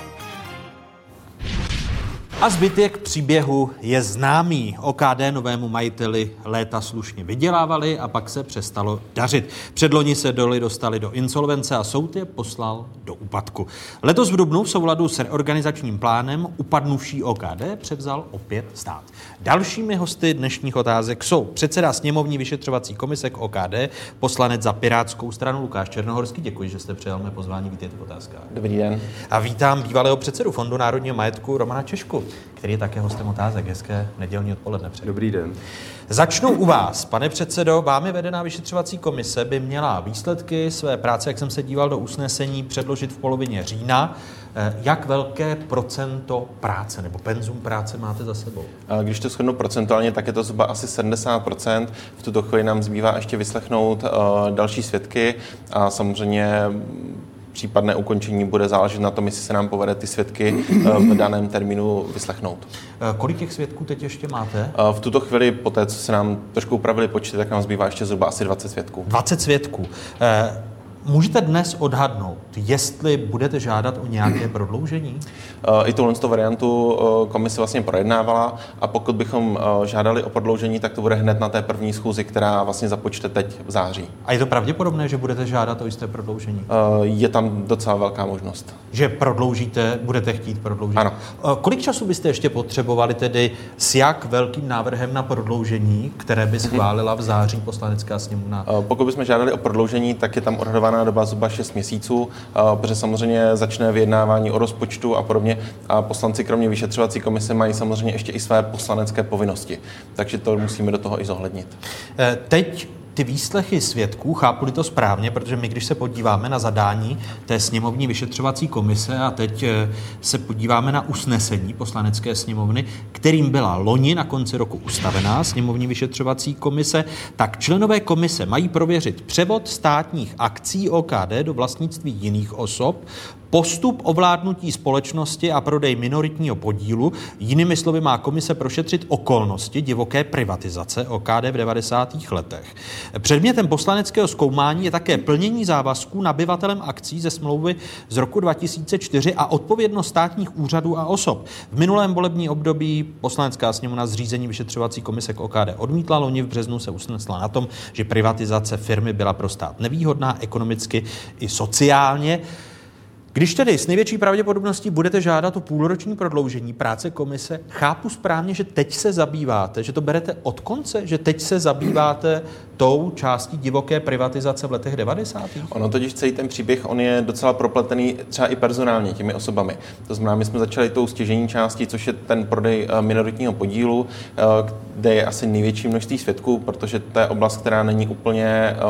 A zbytek příběhu je známý. O K D novému majiteli léta slušně vydělávali a pak se přestalo dařit. Předloni se doly dostali do insolvence a soud je poslal do úpadku. Letos v dubnu v souladu s reorganizačním plánem upadnuvší O K D převzal opět stát. Dalšími hosty dnešních otázek jsou předseda sněmovní vyšetřovací komise k O K D, poslanec za Pirátskou stranu Lukáš Černohorský. Děkuji, že jste přijal mé pozvání. Vítejte v otázkách. Dobrý den. A vítám bývalého předsedu Fondu národního majetku Romana Češku, který je také hostem otázek. Hezké nedělní odpoledne. Před. Dobrý den. Začnu u vás, pane předsedo. Vámi vedená vyšetřovací komise by měla výsledky své práce, jak jsem se díval do usnesení, předložit v polovině října. Jak velké procento práce nebo penzum práce máte za sebou? Když to shodnu procentuálně, tak je to zhruba asi sedmdesát procent. V tuto chvíli nám zbývá ještě vyslechnout uh, další svědky a samozřejmě případné ukončení bude záležet na tom, jestli se nám povede ty svědky v daném termínu vyslechnout. Kolik těch svědků teď ještě máte? V tuto chvíli, po té, co se nám trošku upravili počty, tak nám zbývá ještě zhruba asi dvacet svědků. dvacet svědků. Můžete dnes odhadnout, jestli budete žádat o nějaké prodloužení? I tuhle variantu komise vlastně projednávala a pokud bychom žádali o prodloužení, tak to bude hned na té první schůzi, která vlastně započte teď v září. A je to pravděpodobné, že budete žádat o jisté prodloužení? Je tam docela velká možnost. Že prodloužíte, budete chtít prodloužit? Ano. Kolik času byste ještě potřebovali tedy s jak velkým návrhem na prodloužení, které by schválila v září Poslanecká sněmovna? Pokud bychom žádali o prodloužení, tak je tam odhadovaná doba zhruba šest měsíců, protože samozřejmě začne vyjednávání o rozpočtu a podobně. A poslanci kromě vyšetřovací komise mají samozřejmě ještě i své poslanecké povinnosti. Takže to musíme do toho i zohlednit. Teď ty výslechy svědků, chápu-li to správně, protože my, když se podíváme na zadání té sněmovní vyšetřovací komise a teď se podíváme na usnesení Poslanecké sněmovny, kterým byla loni na konci roku ustavená sněmovní vyšetřovací komise, tak členové komise mají prověřit převod státních akcí O K D do vlastnictví jiných osob, postup ovládnutí společnosti a prodej minoritního podílu. Jinými slovy má komise prošetřit okolnosti divoké privatizace O K D v devadesátých letech. Předmětem poslaneckého zkoumání je také plnění závazků nabyvatelem akcí ze smlouvy z roku dva tisíce čtyři a odpovědnost státních úřadů a osob. V minulém volební období Poslanecká sněmovna zřízení vyšetřovací komise k O K D odmítla, loni v březnu se usnesla na tom, že privatizace firmy byla pro stát nevýhodná ekonomicky i sociálně. Když tedy s největší pravděpodobností budete žádat o půlroční prodloužení práce komise, chápu správně, že teď se zabýváte, že to berete od konce, že teď se zabýváte tou částí divoké privatizace v letech devadesátých? Ono totiž celý ten příběh, on je docela propletený třeba i personálně těmi osobami. To znamená, my jsme začali tou stěžejní částí, což je ten prodej minoritního podílu, kde je asi největší množství svědků, protože to je oblast, která není úplně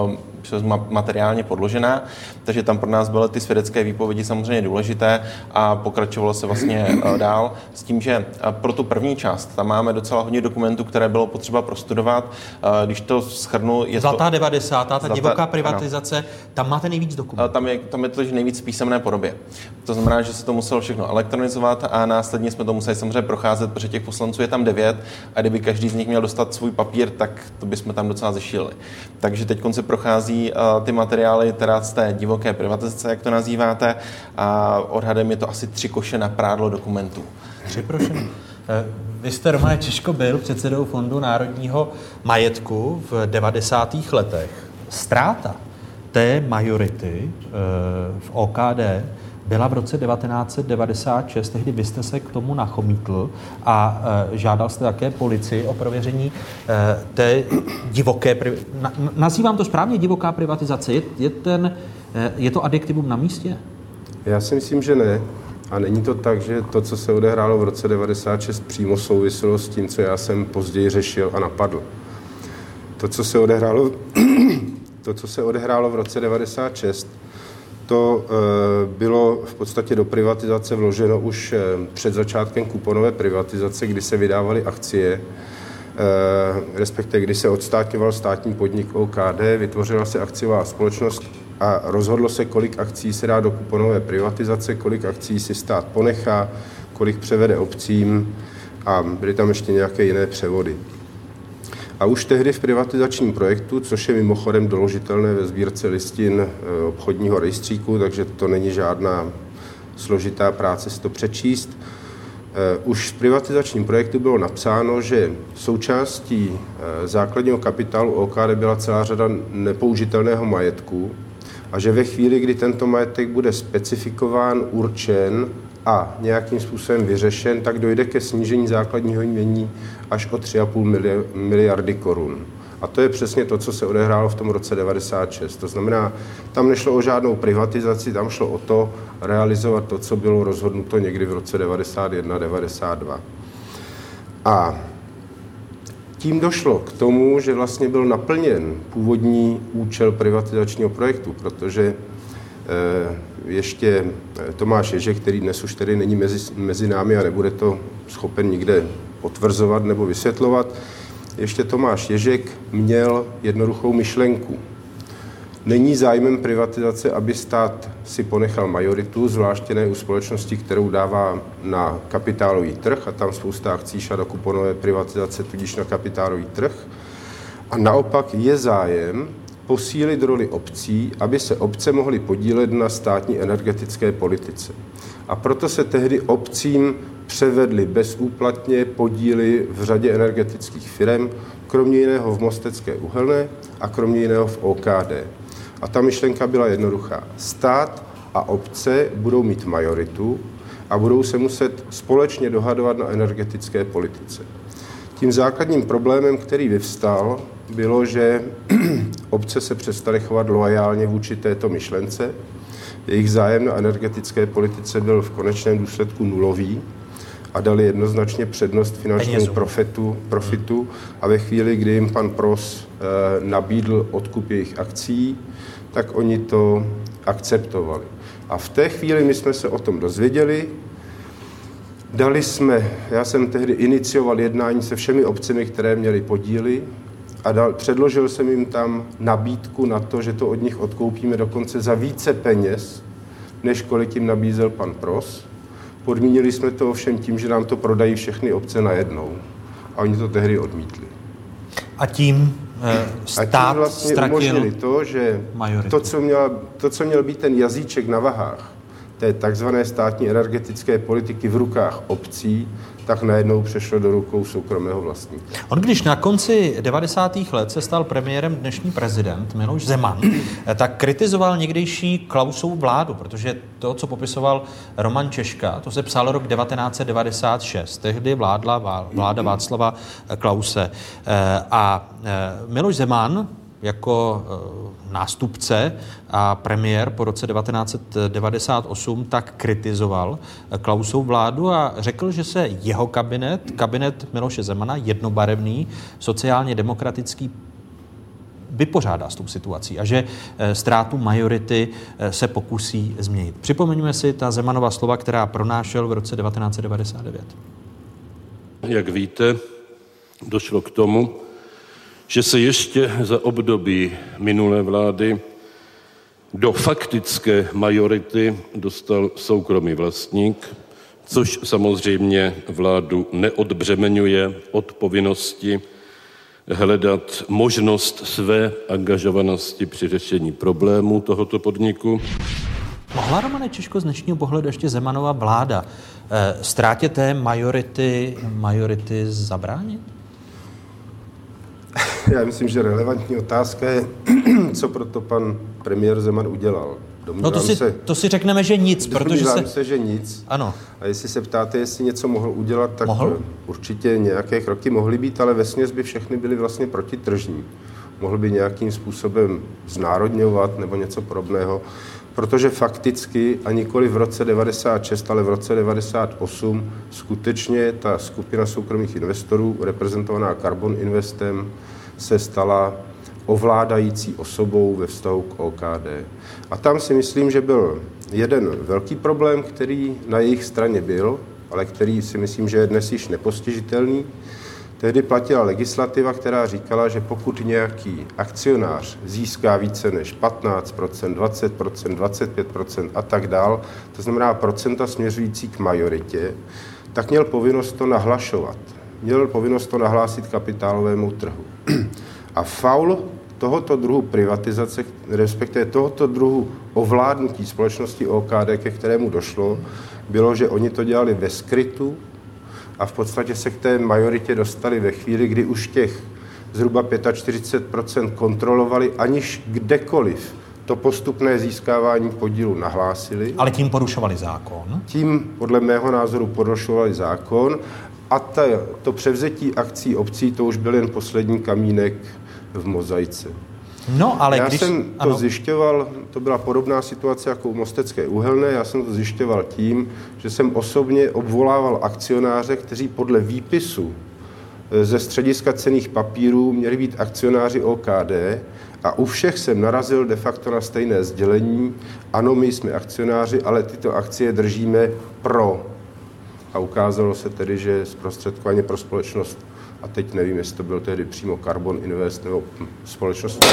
materiálně podložená, takže tam pro nás byly ty svědecké výpovědi samozřejmě důležité a pokračovalo se vlastně dál s tím, že pro tu první část tam máme docela hodně dokumentů, které bylo potřeba prostudovat. Když to shrnu, je Zlatá to... devadesátá, ta Zlatá, divoká privatizace, ano. Tam máte nejvíc dokumentů. Tam je, tam je to nejvíc v písemné podobě. To znamená, že se to muselo všechno elektronizovat a následně jsme to museli samozřejmě procházet, protože těch poslanců je tam devět a kdyby každý z nich měl dostat svůj papír, tak to bychom tam docela zešílili. Takže teď se prochází uh, ty materiály teda z té divoké privatizace, jak to nazýváte, a odhadem je to asi tři koše na prádlo dokumentů. Tři koše. Vy jste, Romane Češko, byl předsedou Fondu národního majetku v devadesátých letech. Ztráta té majority v O K D byla v roce devatenáct set devadesát šest, tehdy vy jste se k tomu nachomítl a e, žádal jste také policii o prověření e, té divoké, na, nazývám to správně, divoká privatizace. Je, je, ten, e, je to adjektivum na místě? Já si myslím, že ne. A není to tak, že to, co se odehrálo v roce devadesát šest, přímo souviselo s tím, co já jsem později řešil a napadl. To, co se odehrálo, to, co se odehrálo v roce devadesát šest, to e, bylo v podstatě do privatizace vloženo už e, před začátkem kuponové privatizace, kdy se vydávaly akcie, e, respektive kdy se odstátňoval státní podnik O K D, vytvořila se akciová společnost a rozhodlo se, kolik akcí se dá do kuponové privatizace, kolik akcí si stát ponechá, kolik převede obcím a byly tam ještě nějaké jiné převody. A už tehdy v privatizačním projektu, což je mimochodem doložitelné ve sbírce listin obchodního rejstříku, takže to není žádná složitá práce si to přečíst, už v privatizačním projektu bylo napsáno, že součástí základního kapitálu O K D byla celá řada nepoužitelného majetku a že ve chvíli, kdy tento majetek bude specifikován, určen a nějakým způsobem vyřešen, tak dojde ke snížení základního jmění až o tři a půl miliardy korun. A to je přesně to, co se odehrálo v tom roce devadesát šest. To znamená, tam nešlo o žádnou privatizaci, tam šlo o to realizovat to, co bylo rozhodnuto někdy v roce devadesát jedna devadesát dva. A tím došlo k tomu, že vlastně byl naplněn původní účel privatizačního projektu, protože ještě Tomáš Ježek, který dnes už tedy není mezi, mezi námi a nebude to schopen nikde potvrzovat nebo vysvětlovat, ještě Tomáš Ježek měl jednoduchou myšlenku. Není zájmem privatizace, aby stát si ponechal majoritu, zvláště ne u společnosti, kterou dává na kapitálový trh, a tam spousta akcí šla do kuponové privatizace, tudíž na kapitálový trh. A naopak je zájem posílit roli obcí, aby se obce mohly podílet na státní energetické politice. A proto se tehdy obcím převedly bezúplatně podíly v řadě energetických firem, kromě jiného v Mostecké uhelné a kromě jiného v O K D. A ta myšlenka byla jednoduchá. Stát a obce budou mít majoritu a budou se muset společně dohadovat na energetické politice. Tím základním problémem, který vyvstal, bylo, že obce se přestaly chovat loajálně vůči této myšlence. Jejich zájem na energetické politice byl v konečném důsledku nulový a dali jednoznačně přednost finančnímu profitu, profitu a ve chvíli, kdy jim pan Pros eh, nabídl odkup jejich akcí, tak oni to akceptovali. A v té chvíli my jsme se o tom dozvěděli. Dali jsme, já jsem tehdy inicioval jednání se všemi obcemi, které měly podíly a dal, předložil jsem jim tam nabídku na to, že to od nich odkoupíme dokonce za více peněz, než kolik jim nabízel pan Pros. Podmínili jsme to ovšem tím, že nám to prodají všechny obce najednou. A oni to tehdy odmítli. A tím eh, stát a tím vlastně ztratil umožnili to, že to co, měla, to, co měl být ten jazyček na vahách té takzvané státní energetické politiky v rukách obcí, tak najednou přešlo do rukou soukromého vlastníka. On když na konci devadesátých let se stal premiérem dnešní prezident Miloš Zeman, tak kritizoval někdejší Klausovu vládu, protože to, co popisoval Roman Češka, to se psal rok devatenáct set devadesát šest. Tehdy vládla vláda Václava Klause. A Miloš Zeman jako nástupce a premiér po roce devatenáct set devadesát osm tak kritizoval Klausovu vládu a řekl, že se jeho kabinet, kabinet Miloše Zemana, jednobarevný, sociálně demokratický, vypořádá s tou situací a že ztrátu majority se pokusí změnit. Připomeňme si ta Zemanova slova, která pronášel v roce devatenáct set devadesát devět. Jak víte, došlo k tomu, že se ještě za období minulé vlády do faktické majority dostal soukromý vlastník, což samozřejmě vládu neodbřemeňuje od povinnosti hledat možnost své angažovanosti při řešení problémů tohoto podniku. Mohla, Romane Češko, z dnešního pohledu ještě Zemanova vláda e, ztrátě té majority, majority zabránit? Já myslím, že relevantní otázka je, co proto pan premiér Zeman udělal. No to si, se, to si řekneme, že nic, protože se... se, že nic. Ano. A jestli se ptáte, jestli něco mohl udělat, tak mohl? určitě nějaké kroky mohly být, ale vesměs by všechny byly vlastně protitržní. Mohl by nějakým způsobem znárodňovat nebo něco podobného, protože fakticky a nikoli v roce devadesát šest, ale v roce devadesát osm skutečně ta skupina soukromých investorů reprezentovaná Carbon Investem se stala ovládající osobou ve vztahu k O K D. A tam si myslím, že byl jeden velký problém, který na jejich straně byl, ale který si myslím, že je dnes již nepostižitelný. Tehdy platila legislativa, která říkala, že pokud nějaký akcionář získá více než patnáct procent, dvacet procent, dvacet pět procent a tak dál, to znamená procenta směřující k majoritě, tak měl povinnost to nahlašovat. Měl povinnost to nahlásit kapitálovému trhu. A faul tohoto druhu privatizace, respektive tohoto druhu ovládnutí společnosti O K D, ke kterému došlo, bylo, že oni to dělali ve skrytu a v podstatě se k té majoritě dostali ve chvíli, kdy už těch zhruba čtyřicet pět procent kontrolovali, aniž kdekoliv to postupné získávání podílu nahlásili. Ale tím porušovali zákon? Tím, podle mého názoru, porušovali zákon a ta, to převzetí akcí obcí, to už byl jen poslední kamínek v mozaice. No, ale já když... jsem to ano. zjišťoval, to byla podobná situace jako u Mostecké uhelné, já jsem to zjišťoval tím, že jsem osobně obvolával akcionáře, kteří podle výpisu ze střediska cenných papírů měli být akcionáři O K D a u všech jsem narazil de facto na stejné sdělení. Ano, my jsme akcionáři, ale tyto akcie držíme pro. A ukázalo se tedy, že zprostředkovaně pro společnost, a teď nevím, jestli to byl tehdy přímo Carbon Invest nebo společnost,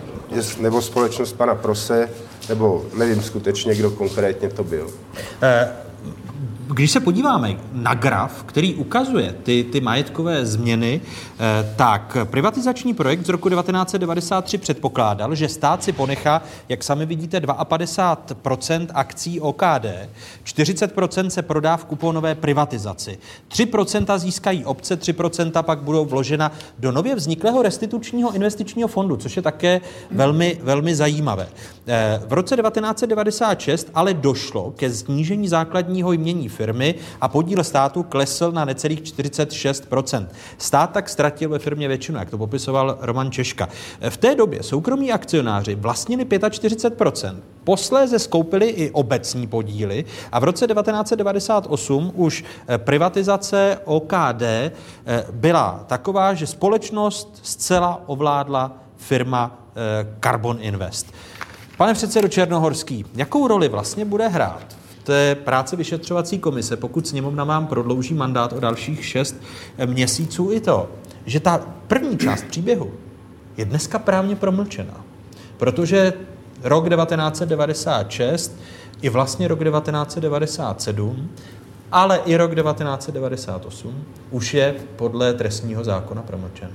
nebo společnost pana Prose, nebo nevím skutečně, kdo konkrétně to byl. Eh. Když se podíváme na graf, který ukazuje ty, ty majetkové změny, eh, tak privatizační projekt z roku devatenáct set devadesát tři předpokládal, že stát si ponechá, jak sami vidíte, padesát dva procent akcí O K D, čtyřicet procent se prodá v kuponové privatizaci, tři procenta získají obce, tři procenta pak budou vložena do nově vzniklého restitučního investičního fondu, což je také velmi, velmi zajímavé. Eh, v roce devatenáct set devadesát šest ale došlo ke snížení základního jmění firmy a podíl státu klesl na necelých čtyřicet šest procent. Stát tak ztratil ve firmě většinu, jak to popisoval Roman Češka. V té době soukromí akcionáři vlastnili čtyřicet pět procent. Posléze skoupili i obecní podíly a v roce devatenáct set devadesát osm už privatizace O K D byla taková, že společnost zcela ovládla firma Carbon Invest. Pane předsedo Černohorský, jakou roli vlastně bude hrát v té práci vyšetřovací komise, pokud sněmovna vám prodlouží mandát o dalších šest měsíců, i to, že ta první část příběhu je dneska právně promlčená? Protože rok devatenáct set devadesát šest i vlastně rok devatenáct set devadesát sedm, ale i rok devatenáct set devadesát osm už je podle trestního zákona promlčený.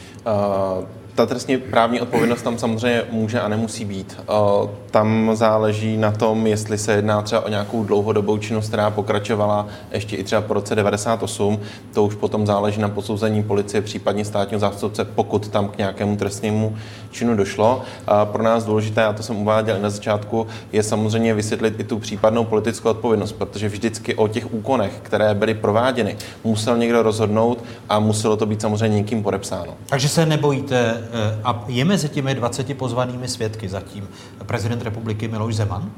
Uh... Ta trestní právní odpovědnost tam samozřejmě může a nemusí být. Tam záleží na tom, jestli se jedná třeba o nějakou dlouhodobou činnost, která pokračovala ještě i třeba po roce devadesát osm. To už potom záleží na posouzení policie, případně státního zástupce, pokud tam k nějakému trestnému činu došlo. Pro nás důležité, a to jsem uváděl i na začátku, je samozřejmě vysvětlit i tu případnou politickou odpovědnost, protože vždycky o těch úkonech, které byly prováděny, musel někdo rozhodnout a muselo to být samozřejmě někým podepsáno. Takže se nebojíte, a je mezi těmi dvaceti pozvanými svědky zatím prezident republiky Miloš Zeman?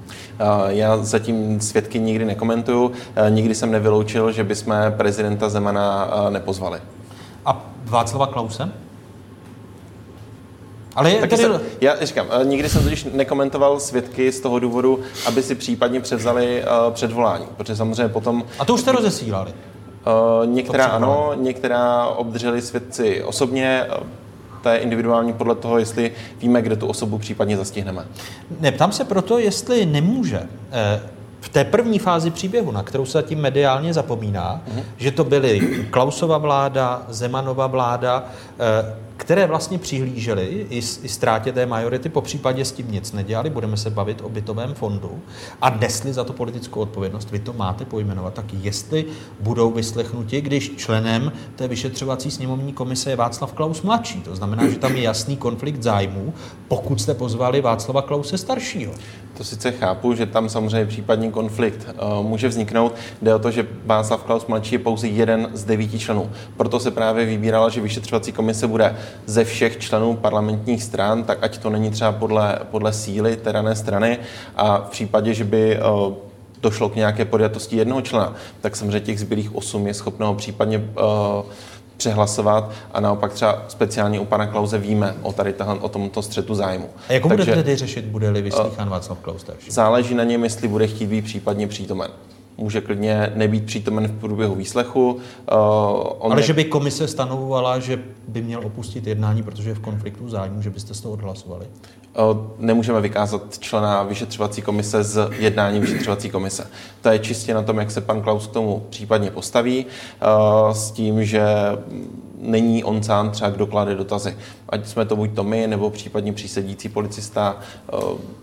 Já zatím svědky nikdy nekomentuju. Nikdy jsem nevyloučil, že bychom prezidenta Zemana nepozvali. A Václava Klause? Ale je tady... jsem, já říkám, nikdy jsem totiž nekomentoval svědky z toho důvodu, aby si případně převzali uh, předvolání, protože samozřejmě potom... A to už jste rozesílali? Uh, některá ano, některá obdrželi svědci osobně, to je individuální podle toho, jestli víme, kde tu osobu případně zastihneme. Neptám se proto, jestli nemůže v té první fázi příběhu, na kterou se zatím mediálně zapomíná, mm-hmm. že to byly Klausova vláda, Zemanova vláda, které vlastně přihlížely i, i ztrátě té majority, po případě s tím nic nedělali, budeme se bavit o bytovém fondu a nesli za to politickou odpovědnost, vy to máte pojmenovat, tak jestli budou vyslechnuti, když členem té vyšetřovací sněmovní komise je Václav Klaus mladší. To znamená, že tam je jasný konflikt zájmů, pokud jste pozvali Václava Klause staršího. To sice chápu, že tam samozřejmě případný konflikt uh, může vzniknout. Jde o to, že Václav Klaus mladší je pouze jeden z devíti členů. Proto se právě vybíralo, že vyšetřovací komise bude ze všech členů parlamentních stran, tak ať to není třeba podle, podle síly té dané strany. A v případě, že by uh, došlo k nějaké podjatosti jednoho člena, tak samozřejmě těch zbylých osm je schopno ho případně uh, přehlasovat a naopak třeba speciálně u pana Klause víme o, tady tahle, o tomto střetu zájmu. A jak budete tedy řešit, bude-li vyslýchán Václav Klaus starší? Záleží na něm, jestli bude chtít být případně přítomen. Může klidně nebýt přítomen v průběhu výslechu. Uh, on Ale je... že by komise stanovovala, že by měl opustit jednání, protože je v konfliktu zájmu, že byste z toho odhlasovali? Uh, nemůžeme vykázat člena vyšetřovací komise z jednání vyšetřovací komise. To je čistě na tom, jak se pan Klaus k tomu případně postaví, uh, s tím, že není on sám třeba, kdo klade dotazy. Ať jsme to buď to my, nebo případně přísedící policista, uh,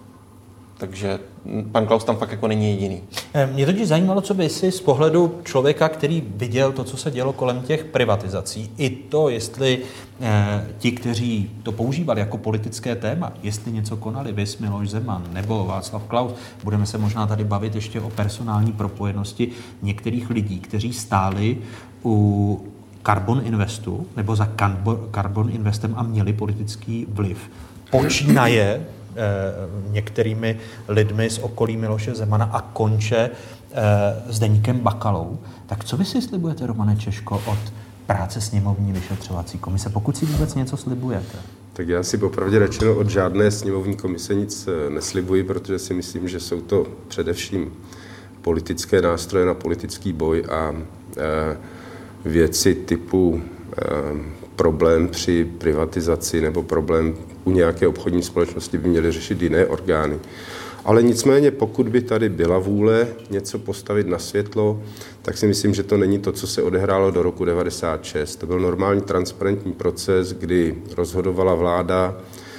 takže pan Klaus tam fakt jako není jediný. Mě totiž zajímalo, co by si z pohledu člověka, který viděl to, co se dělo kolem těch privatizací, i to, jestli eh, ti, kteří to používali jako politické téma, jestli něco konali, viz Miloš Zeman nebo Václav Klaus, budeme se možná tady bavit ještě o personální propojenosti některých lidí, kteří stáli u Carbon Investu nebo za Carbon Investem a měli politický vliv. Počínaje některými lidmi z okolí Miloše Zemana a konče s deníkem Bakalou. Tak co vy si slibujete, Romane Češko, od práce sněmovní vyšetřovací komise, pokud si vůbec něco slibujete? Tak já si popravdě řečeno od žádné sněmovní komise nic neslibuji, protože si myslím, že jsou to především politické nástroje na politický boj a věci typu problém při privatizaci nebo problém u nějaké obchodní společnosti by měly řešit jiné orgány. Ale nicméně, pokud by tady byla vůle něco postavit na světlo, tak si myslím, že to není to, co se odehrálo do roku devadesát šest. To byl normální transparentní proces, kdy rozhodovala vláda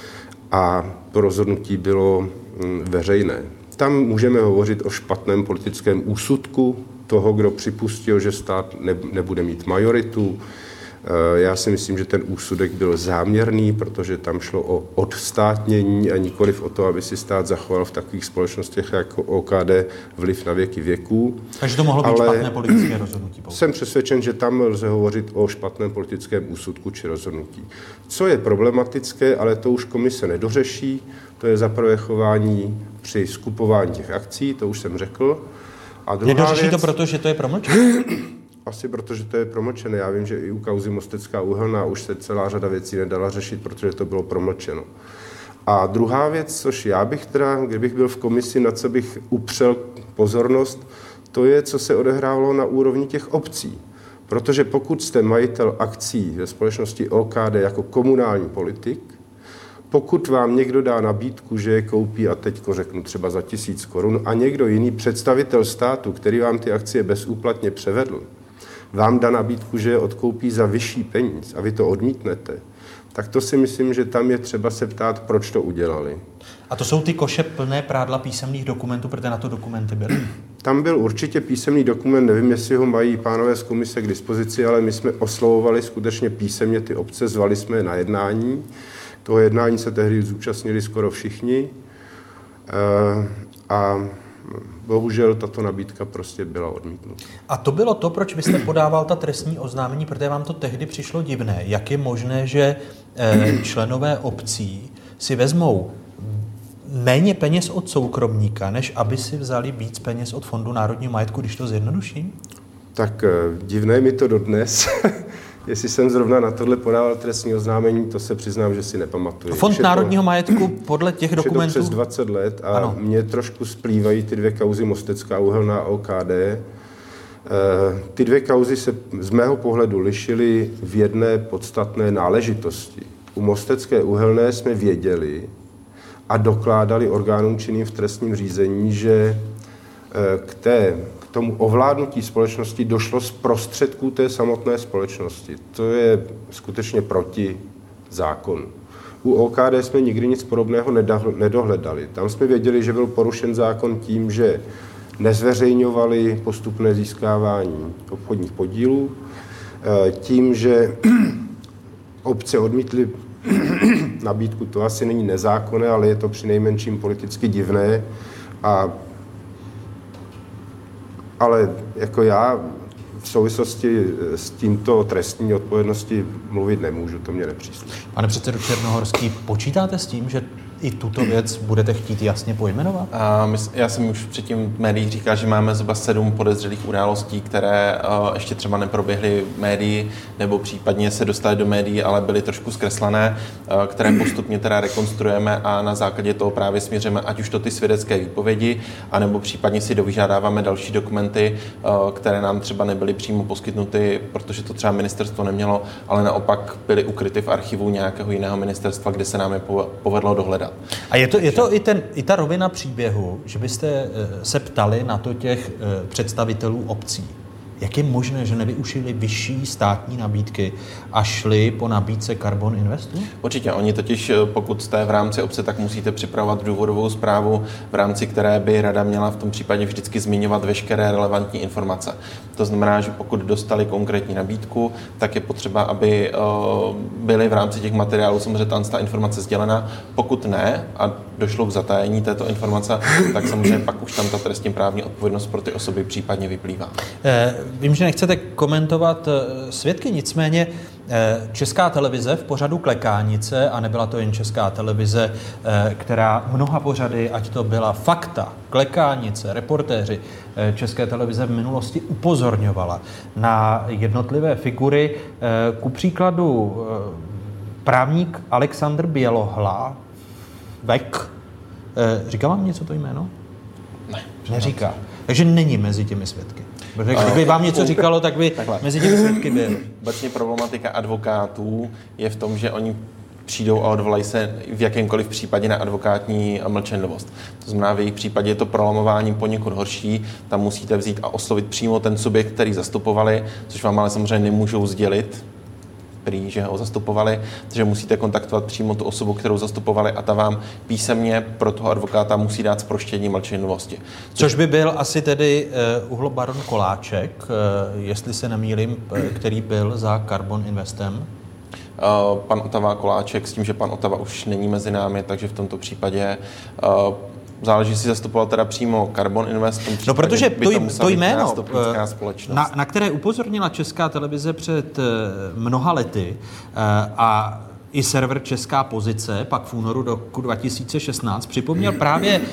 a to rozhodnutí bylo veřejné. Tam můžeme hovořit o špatném politickém úsudku toho, kdo připustil, že stát nebude mít majoritu. Já si myslím, že ten úsudek byl záměrný, protože tam šlo o odstátnění a nikoliv o to, aby si stát zachoval v takových společnostech jako O K D vliv na věky věků. Takže to mohlo být ale špatné politické rozhodnutí. Jsem přesvědčen, že tam lze hovořit o špatném politickém úsudku či rozhodnutí. Co je problematické, ale to už komise nedořeší, to je zaprvé chování při skupování těch akcí, to už jsem řekl. A druhá Nedořeší věc, to proto, že to je promlčené? Asi protože to je promlčené. Já vím, že i u kauzy Mostecká uhelná už se celá řada věcí nedala řešit, protože to bylo promlčeno. A druhá věc, což já bych teda, kdybych byl v komisi, na co bych upřel pozornost, to je, co se odehrávalo na úrovni těch obcí. Protože pokud jste majitel akcí ve společnosti O K D jako komunální politik, pokud vám někdo dá nabídku, že je koupí, a teďko řeknu třeba za tisíc korun, a někdo jiný představitel státu, který vám ty akcie bezúplatně převedl, vám dá nabídku, že je odkoupí za vyšší peníz a vy to odmítnete, tak to si myslím, že tam je třeba se ptát, proč to udělali. A to jsou ty koše plné prádla písemných dokumentů, protože na to dokumenty byly? Tam byl určitě písemný dokument, nevím, jestli ho mají pánové z komise k dispozici, ale my jsme oslovovali skutečně písemně ty obce, zvali jsme je na jednání. Toho jednání se tehdy zúčastnili skoro všichni a bohužel tato nabídka prostě byla odmítnuta. A to bylo to, proč vy jste podával ta trestní oznámení, protože vám to tehdy přišlo divné. Jak je možné, že členové obcí si vezmou méně peněz od soukromníka, než aby si vzali víc peněz od Fondu národního majetku, když to zjednoduším? Tak divné mi to dodnes. jestli jsem zrovna na tohle podával trestní oznámení, to se přiznám, že si nepamatuju. Fond národního majetku podle těch dokumentů... Je to přes dvacet let a ano. Mě trošku splývají ty dvě kauzy Mostecká uhelná a O K D. Ty dvě kauzy se z mého pohledu lišily v jedné podstatné náležitosti. U Mostecké uhelné jsme věděli a dokládali orgánům činným v trestním řízení, že k, té, k tomu ovládnutí společnosti došlo z prostředků té samotné společnosti. To je skutečně proti zákonu. U O K D jsme nikdy nic podobného nedohledali. Tam jsme věděli, že byl porušen zákon tím, že nezveřejňovali postupné získávání obchodních podílů, tím, že obce odmítly nabídku, to asi není nezákonné, ale je to přinejmenším politicky divné. A, ale jako já v souvislosti s tímto trestní odpovědnosti mluvit nemůžu, to mě nepřísluší. Pane předsedo Černohorský, počítáte s tím, že i tuto věc budete chtít jasně pojmenovat? Uh, já jsem už předtím v médiích říkal, že máme zhruba sedm podezřelých událostí, které uh, ještě třeba neproběhly médii, nebo případně se dostaly do médií, ale byly trošku zkreslené, uh, které postupně teda rekonstruujeme a na základě toho právě směřujeme, ať už to ty svědecké výpovědi, anebo případně si dovyžádáváme další dokumenty, uh, které nám třeba nebyly přímo poskytnuty, protože to třeba ministerstvo nemělo, ale naopak byly ukryty v archivu nějakého jiného ministerstva, kde se nám je povedlo dohledat. A je to, je to i, ten, i ta rovina příběhu, že byste se ptali na to těch představitelů obcí. Jak je možné, že nevyužili vyšší státní nabídky a šli po nabídce Carbon Investu? Určitě. Oni totiž, pokud jste v rámci obce, tak musíte připravovat důvodovou zprávu, v rámci které by rada měla v tom případě vždycky zmiňovat veškeré relevantní informace. To znamená, že pokud dostali konkrétní nabídku, tak je potřeba, aby byly v rámci těch materiálů samozřejmě ta informace sdělena. Pokud ne a došlo k zatajení této informace, tak samozřejmě pak už tam ta trestně právní odpovědnost pro ty osoby případně vyplývá. Eh, vím, že nechcete komentovat svědky, nicméně Česká televize v pořadu Klekánice, a nebyla to jen Česká televize, která mnoha pořady, ať to byla Fakta, Klekánice, reportéři České televize v minulosti upozorňovala na jednotlivé figury. Ku příkladu právník Alexandr Bělohlávek. Říká vám něco to jméno? Ne. Neříká. Takže není mezi těmi svědky. Protože kdyby vám něco říkalo, tak by takhle mezi těmi svědky byl. Obecně problematika advokátů je v tom, že oni přijdou a odvolají se v jakémkoliv případě na advokátní mlčenlivost. To znamená, v jejich případě je to prolamování poněkud horší, tam musíte vzít a oslovit přímo ten subjekt, který zastupovali, což vám ale samozřejmě nemůžou sdělit, prý, že ho zastupovali, takže musíte kontaktovat přímo tu osobu, kterou zastupovali a ta vám písemně pro toho advokáta musí dát zproštění mlčenlivosti. Což, Což by byl asi tedy uh, uhlobaron Koláček, uh, jestli se nemýlím, který byl za Carbon Investem. Uh, pan Otava Koláček, s tím, že pan Otava už není mezi námi, takže v tomto případě uh, záleží, si zastupoval teda přímo Carbon Invest. No, protože to, to, to jméno, na, na které upozornila Česká televize před mnoha lety a i server Česká pozice, pak v únoru roku dva tisíce šestnáct, připomněl právě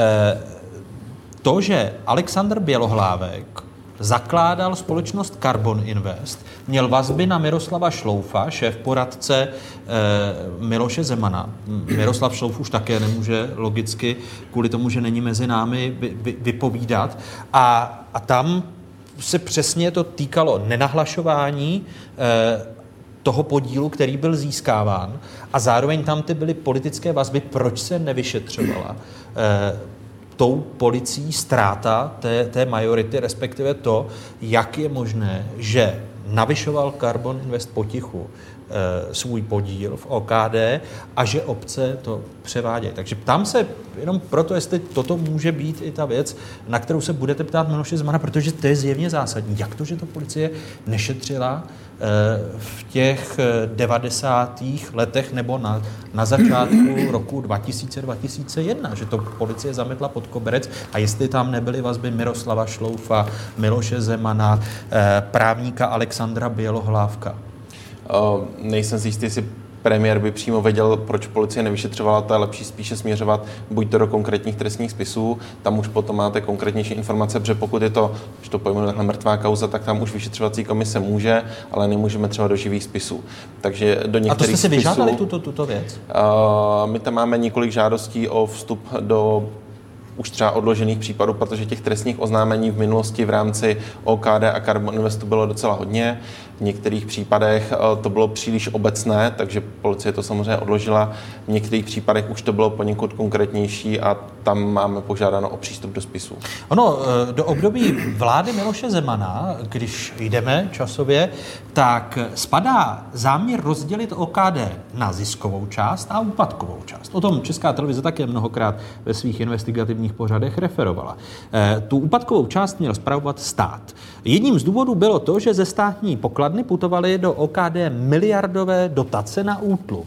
to, že Alexandr Bělohlávek zakládal společnost Carbon Invest, měl vazby na Miroslava Šloufa, šéf poradce e, Miloše Zemana. Miroslav Šlouf už také nemůže logicky, kvůli tomu, že není mezi námi, vy, vy, vypovídat. A, a tam se přesně to týkalo nenahlašování e, toho podílu, který byl získáván. A zároveň tam ty byly politické vazby, proč se nevyšetřovala e, tou policií ztráta té, té majority, respektive to, jak je možné, že navyšoval Carbon Invest potichu e, svůj podíl v O K D a že obce to převádějí. Takže ptám se jenom proto, jestli toto může být i ta věc, na kterou se budete ptát Miloše Zemana, protože to je zjevně zásadní. Jak to, že to policie nešetřila e, v těch devadesátých letech nebo na, na začátku roku dva tisíce dva tisíce jedna, že to policie zametla pod koberec a jestli tam nebyly vazby Miroslava Šloufa, Miloše Zemana, e, právníka Alexandra Bělohlávka. Uh, nejsem si jistý, jestli premiér by přímo věděl, proč policie nevyšetřovala, to je lepší spíše směřovat buď to do konkrétních trestních spisů, tam už potom máte konkrétnější informace, protože pokud je to, když to pojmenu takhle mrtvá kauza, tak tam už vyšetřovací komise může, ale nemůžeme třeba do živých spisů. Takže do některých A to jste si vyžádali spisů, tuto, tuto věc? Uh, my tam máme několik žádostí o vstup do už třeba odložených případů, protože těch trestních oznámení v minulosti v rámci O K D a Carbon Investu bylo docela hodně. V některých případech to bylo příliš obecné, takže policie to samozřejmě odložila. V některých případech už to bylo poněkud konkrétnější a tam máme požádáno o přístup do spisu. Ono, do období vlády Miloše Zemana, když jdeme časově, tak spadá záměr rozdělit O K D na ziskovou část a úpadkovou část. O tom Česká televize také mnohokrát ve svých investigativních pořadech referovala. Tu úpadkovou část měl spravovat stát. Jedním z důvodů bylo to, že ze státní pokladny putovaly do O K D miliardové dotace na útlum.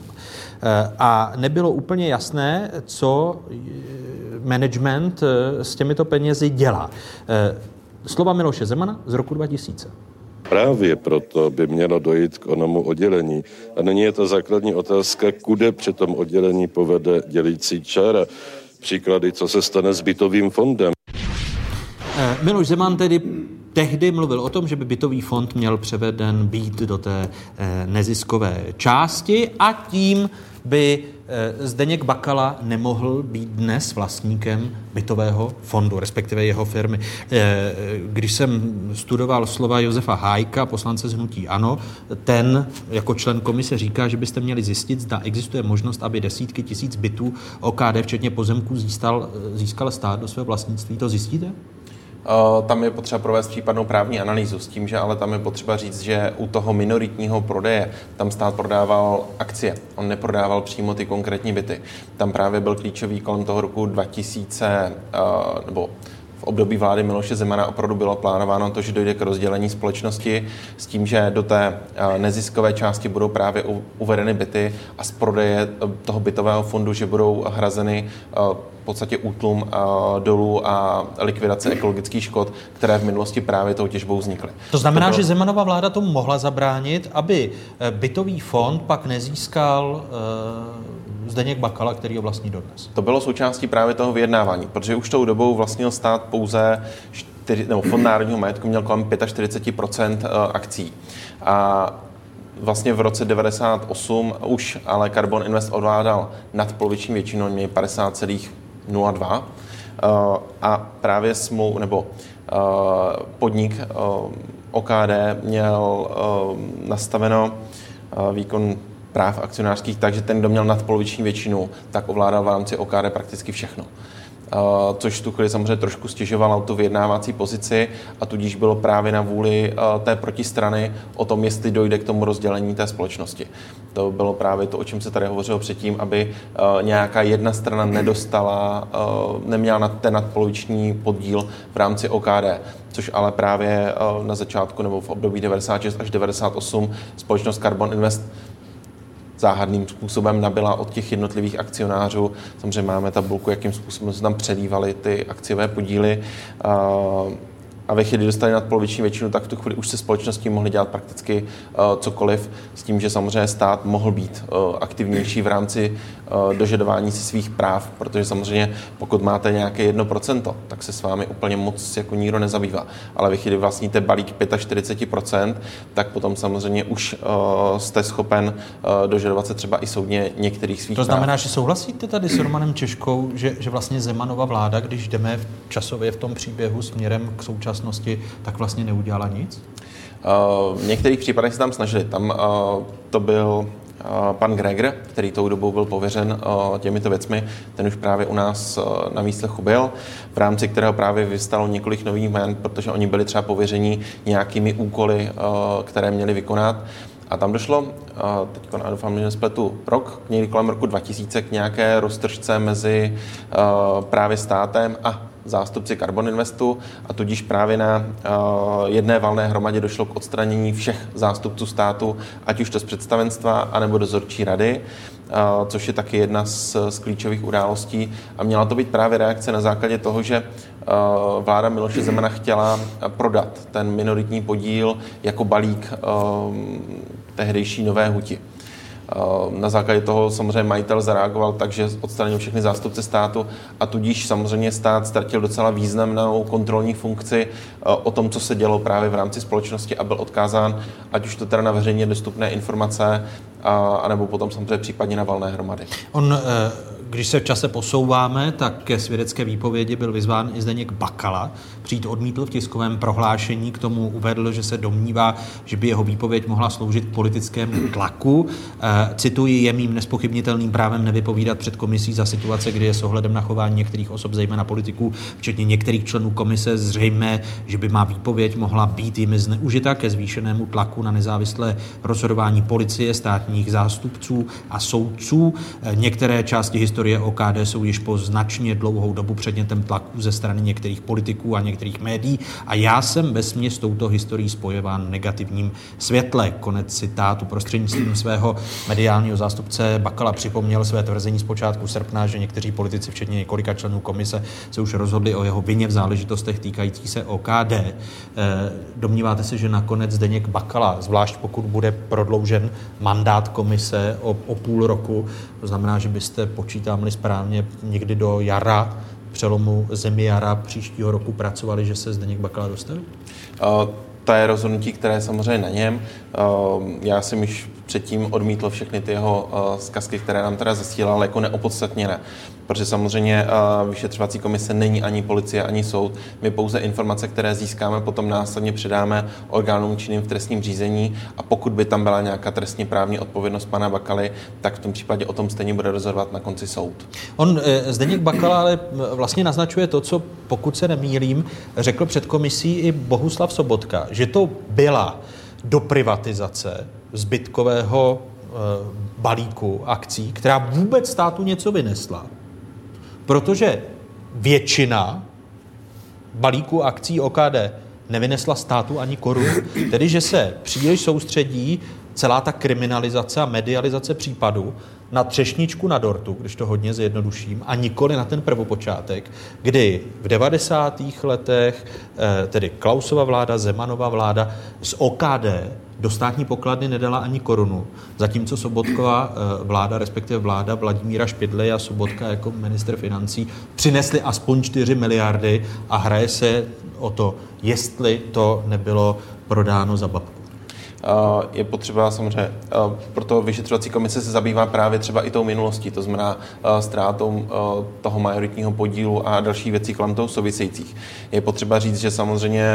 A nebylo úplně jasné, co management s těmito penězi dělá. Slova Miloše Zemana z roku dva tisíce. Právě proto by mělo dojít k onomu oddělení. A není je to základní otázka, kude při tom oddělení povede dělící čára. Příklady, co se stane s bytovým fondem. Miloš Zeman tedy tehdy mluvil o tom, že by bytový fond měl převeden být do té neziskové části a tím by Zdeněk Bakala nemohl být dnes vlastníkem bytového fondu, respektive jeho firmy. Když jsem studoval slova Josefa Hájka, poslance z hnutí ANO, ten jako člen komise říká, že byste měli zjistit, zda existuje možnost, aby desítky tisíc bytů O K D, včetně pozemků, získal, získal stát do svého vlastnictví. To zjistíte? Tam je potřeba provést případnou právní analýzu s tím, že ale tam je potřeba říct, že u toho minoritního prodeje tam stát prodával akcie. On neprodával přímo ty konkrétní byty. Tam právě byl klíčový kolem toho roku dva tisíce, nebo v období vlády Miloše Zemana opravdu bylo plánováno to, že dojde k rozdělení společnosti s tím, že do té neziskové části budou právě uvedeny byty a z prodeje toho bytového fondu, že budou hrazeny v podstatě útlum dolů a likvidace ekologických škod, které v minulosti právě tou těžbou vznikly. To znamená, to bylo... že Zemanova vláda tomu mohla zabránit, aby bytový fond pak nezískal uh, Zdeněk Bakala, který ho vlastní dodnes. To bylo součástí právě toho vyjednávání, protože už tou dobou vlastnil stát pouze čtyři, nebo Fond národního majetku měl kolem čtyřicet pět procent akcí. A vlastně v roce devadesát osm už ale Carbon Invest ovládal nadpoloviční většinou, měli padesát celá nula dva a právě smlouv, nebo podnik O K D měl nastaveno výkon práv akcionářských, takže ten, kdo měl nadpoloviční většinu, tak ovládal v rámci O K D prakticky všechno. Uh, což v tu chvíli samozřejmě trošku stěžovalo tu vyjednávací pozici a tudíž bylo právě na vůli uh, té protistrany o tom, jestli dojde k tomu rozdělení té společnosti. To bylo právě to, o čem se tady hovořilo předtím, aby uh, nějaká jedna strana nedostala, uh, neměla nad ten nadpoloviční podíl v rámci O K D, což ale právě uh, na začátku nebo v období devadesát šest až devadesát osm společnost Carbon Invest záhadným způsobem nabyla od těch jednotlivých akcionářů. Samozřejmě máme tabulku, jakým způsobem se tam přelívaly ty akciové podíly. A ve chvíli, kdy dostali nadpoloviční většinu, tak v tu chvíli už se společností mohli dělat prakticky uh, cokoliv, s tím, že samozřejmě stát mohl být uh, aktivnější v rámci uh, dožadování si svých práv, protože samozřejmě pokud máte nějaké jedno procento, tak se s vámi úplně moc jako nikdo nezabývá. Ale ve chvíli vlastníte balík čtyřicet pět procent, tak potom samozřejmě už uh, jste schopen uh, dožadovat se třeba i soudně některých svých práv. To znamená, že souhlasíte tady s Romanem Češkou, že, že vlastně Zemanova vláda, když jdeme v časově v tom příběhu směrem k současnosti, tak vlastně neudělala nic? Uh, v některých případech se tam snažili. Tam uh, to byl uh, pan Gregor, který tou dobou byl pověřen uh, těmito věcmi. Ten už právě u nás uh, na výslechu byl, v rámci kterého právě vystalo několik nových jmen, protože oni byli třeba pověření nějakými úkoly, uh, které měli vykonat. A tam došlo, teď doufám, že nespletu, rok, někdy kolem roku dva tisíce k nějaké roztržce mezi uh, právě státem a zástupci Carbon Investu a tudíž právě na uh, jedné valné hromadě došlo k odstranění všech zástupců státu, ať už to z představenstva, anebo dozorčí rady, uh, což je taky jedna z, z klíčových událostí. A měla to být právě reakce na základě toho, že uh, vláda Miloše Zemana chtěla prodat ten minoritní podíl jako balík uh, tehdejší Nové huti. Na základě toho samozřejmě majitel zareagoval tak, že odstranil všechny zástupce státu a tudíž samozřejmě stát ztratil docela významnou kontrolní funkci o tom, co se dělo právě v rámci společnosti a byl odkázán, ať už to teda na veřejně dostupné informace, a, anebo potom samozřejmě případně na valné hromady. On, když se v čase posouváme, tak ke svědecké výpovědi byl vyzván i Zdeněk Bakala. Přijít odmítl v tiskovém prohlášení, k tomu uvedl, že se domnívá, že by jeho výpověď mohla sloužit k politickému tlaku. E, cituji, je mým nespochybnitelným právem nevypovídat před komisí za situace, kdy je s ohledem na chování některých osob, zejména politiků, včetně některých členů komise, zřejmé, že by má výpověď mohla být jimi zneužita ke zvýšenému tlaku na nezávislé rozhodování policie, státních zástupců a soudců. E, některé části historie O K D jsou již po značně dlouhou dobu předmětem tlaku ze strany některých politiků a některých médií a já jsem vesměs s touto historií spojován negativním světle. Konec citátu. Prostřednictvím svého mediálního zástupce Bakala připomněl své tvrzení z počátku srpna, že někteří politici, včetně několika členů komise, se už rozhodli o jeho vině v záležitostech týkajících se O K D. Domníváte se, že nakonec Zdeněk Bakala, zvlášť pokud bude prodloužen mandát komise o, o půl roku, to znamená, že byste počítali správně někdy do jara, přelomu zimy jara příštího roku pracovali, že se Zdeněk Bakala dostaví? Uh, to je rozhodnutí, které je samozřejmě na něm. Uh, já jsem již předtím odmítl všechny ty jeho uh, zkazky, které nám teda zasílal jako neopodstatněné. Protože samozřejmě uh, vyšetřovací komise není ani policie, ani soud. My pouze informace, které získáme, potom následně předáme orgánům činným v trestním řízení a pokud by tam byla nějaká trestně právní odpovědnost pana Bakaly, tak v tom případě o tom stejně bude rozhodovat na konci soud. On, Zdeněk Bakala, ale vlastně naznačuje to, co, pokud se nemýlím, řekl před komisí i Bohuslav Sobotka, že to byla doprivatizace zbytkového e, balíku akcí, která vůbec státu něco vynesla. Protože většina balíku akcí O K D nevynesla státu ani korunu. Tedy, že se příliš soustředí celá ta kriminalizace a medializace případu na třešničku na dortu, když to hodně zjednoduším, a nikoli na ten prvopočátek, kdy v devadesátých letech, tedy Klausova vláda, Zemanova vláda, z O K D do státní pokladny nedala ani korunu, zatímco Sobotkova vláda, respektive vláda Vladimíra Špidly a Sobotka jako ministr financí přinesli aspoň čtyři miliardy a hraje se o to, jestli to nebylo prodáno za babku. Je potřeba samozřejmě, proto vyšetřovací komise se zabývá právě třeba i tou minulostí, to znamená ztrátou toho majoritního podílu a dalších věcí kolem toho souvisejících. Je potřeba říct, že samozřejmě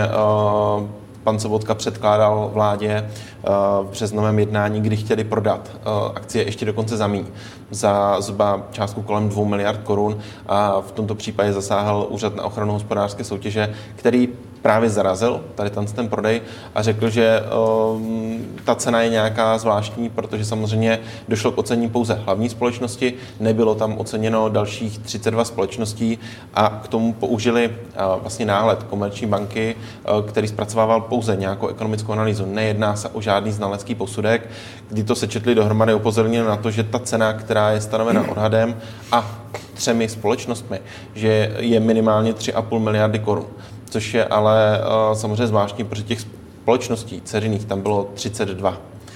pan Sobotka předkládal vládě v březnovém jednání, kdy chtěli prodat akcie ještě dokonce za míň, za zhruba částku kolem dvou miliard korun a v tomto případě zasáhl Úřad na ochranu hospodářské soutěže, který právě zarazil tady ten prodej a řekl, že um, ta cena je nějaká zvláštní, protože samozřejmě došlo k ocenění pouze hlavní společnosti, nebylo tam oceněno dalších třicet dva společností a k tomu použili uh, vlastně náhled Komerční banky, uh, který zpracovával pouze nějakou ekonomickou analýzu. Nejedná se o žádný znalecký posudek, kdy to sečetli dohromady, upozornili na to, že ta cena, která je stanovena odhadem a třemi společnostmi, že je minimálně tři a půl miliardy korun. Což je ale uh, samozřejmě zvláštní, protože těch společností dceřiných tam bylo třicet dva.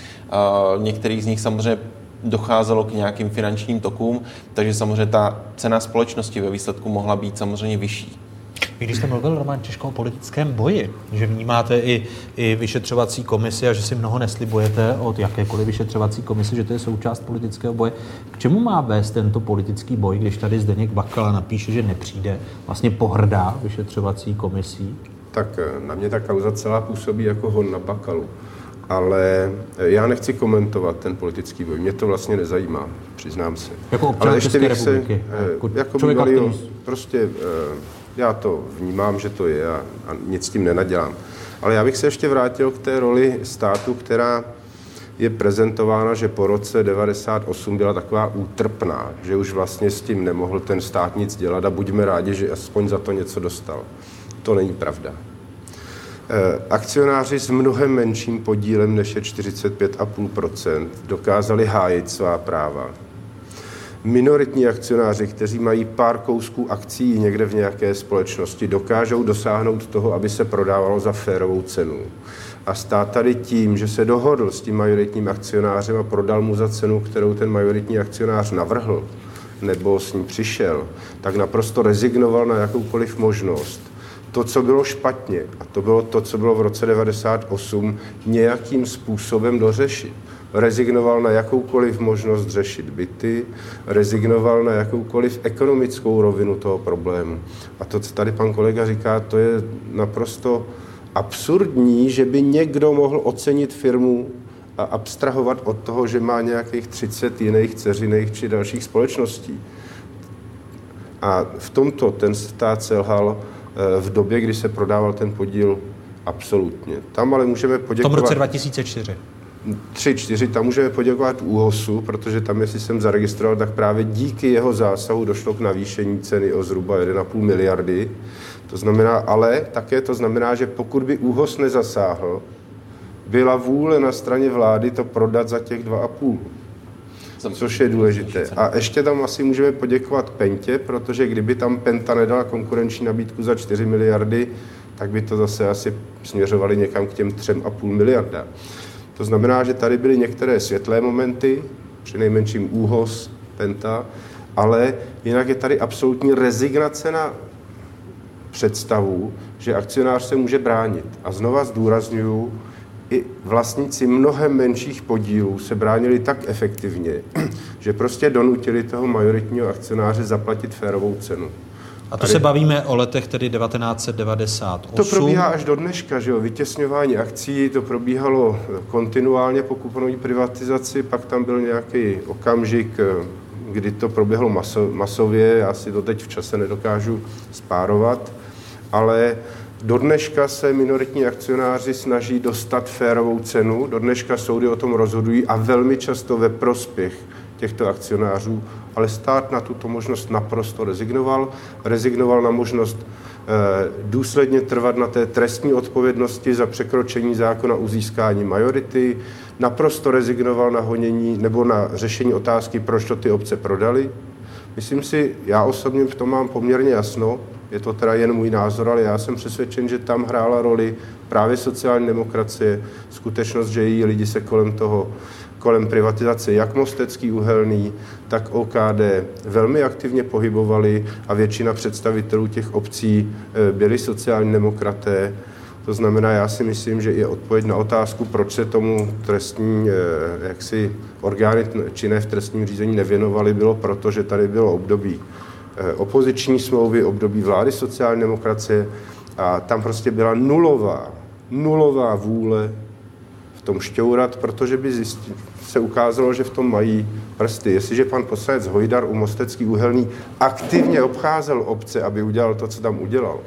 Uh, některých z nich samozřejmě docházelo k nějakým finančním tokům, takže samozřejmě ta cena společnosti ve výsledku mohla být samozřejmě vyšší. Když jste mluvil, Roman Češko, o politickém boji, že vnímáte i, i vyšetřovací komisi a že si mnoho neslibujete od jakékoliv vyšetřovací komise, že to je součást politického boje. K čemu má vést tento politický boj, když tady Zdeněk Bakala napíše, že nepřijde, vlastně pohrdá vyšetřovací komisí? Tak na mě ta kauza celá působí jako hon na Bakalu. Ale já nechci komentovat ten politický boj. Mě to vlastně nezajímá, přiznám se. Jako občan České republiky? Jako, jako bývalý, prostě já to vnímám, že to je a, a nic s tím nenadělám. Ale já bych se ještě vrátil k té roli státu, která je prezentována, že po roce devadesát osm byla taková útrpná, že už vlastně s tím nemohl ten stát nic dělat a buďme rádi, že aspoň za to něco dostal. To není pravda. Akcionáři s mnohem menším podílem než je čtyřicet pět celá pět procenta dokázali hájit svá práva. minoritní akcionáři, kteří mají pár kousků akcií někde v nějaké společnosti, dokážou dosáhnout toho, aby se prodávalo za férovou cenu. A stát tady tím, že se dohodl s tím majoritním akcionářem a prodal mu za cenu, kterou ten majoritní akcionář navrhl, nebo s ním přišel, tak naprosto rezignoval na jakoukoliv možnost. To, co bylo špatně, a to bylo to, co bylo v roce devadesát osm, nějakým způsobem dořešit. Rezignoval na jakoukoliv možnost řešit byty, rezignoval na jakoukoliv ekonomickou rovinu toho problému. A to, co tady pan kolega říká, to je naprosto absurdní, že by někdo mohl ocenit firmu a abstrahovat od toho, že má nějakých třicet jiných dceřiných či dalších společností. A v tomto ten stát selhal v době, kdy se prodával ten podíl absolutně. Tam ale můžeme poděkovat... V tom roce dva tisíce čtyři. Tři, čtyři, tam můžeme poděkovat ÚOHSu, protože tam, jestli jsem zaregistroval, tak právě díky jeho zásahu došlo k navýšení ceny o zhruba jedna celá pět miliardy. To znamená, ale také to znamená, že pokud by ÚOHS nezasáhl, byla vůle na straně vlády to prodat za těch dva a půl. Což je důležité. A ještě tam asi můžeme poděkovat Pentě, protože kdyby tam Penta nedala konkurenční nabídku za čtyři miliardy, tak by to zase asi směřovali někam k těm třem a půl miliarda. To znamená, že tady byly některé světlé momenty, přinejmenším ÚOHS, Penta, ale jinak je tady absolutní rezignace na představu, že akcionář se může bránit. A znova zdůrazňuju, i vlastníci mnohem menších podílů se bránili tak efektivně, že prostě donutili toho majoritního akcionáře zaplatit férovou cenu. A to Tady... se bavíme o letech tedy devatenáct set devadesát osm. To probíhá až do dneška, že jo, vytěsňování akcií, to probíhalo kontinuálně po kuponové privatizaci, pak tam byl nějaký okamžik, kdy to proběhlo maso, masově, já si to teď v čase nedokážu spárovat, ale do dneška se minoritní akcionáři snaží dostat férovou cenu, do dneška soudy o tom rozhodují a velmi často ve prospěch těchto akcionářů, ale stát na tuto možnost naprosto rezignoval. Rezignoval na možnost eh, důsledně trvat na té trestní odpovědnosti za překročení zákona o získání majority, naprosto rezignoval na honění nebo na řešení otázky, proč to ty obce prodali. Myslím si, já osobně v tom mám poměrně jasno, je to teda jen můj názor, ale já jsem přesvědčen, že tam hrála roli právě sociální demokracie, skutečnost, že její lidi se kolem toho, kolem privatizace, jak Mostecký uhelný, tak O K D velmi aktivně pohybovali a většina představitelů těch obcí byli sociální demokraté. To znamená, já si myslím, že je odpověď na otázku, proč se tomu trestní, jaksi orgány činné v trestním řízení nevěnovaly, bylo proto, že tady bylo období opoziční smlouvy, období vlády sociální demokracie a tam prostě byla nulová, nulová vůle v tom šťourat, protože by zjistí, se ukázalo, že v tom mají prsty. Jestliže pan poslanec Hojdar u Mostecký uhelný aktivně obcházel obce, aby udělal to, co tam udělal,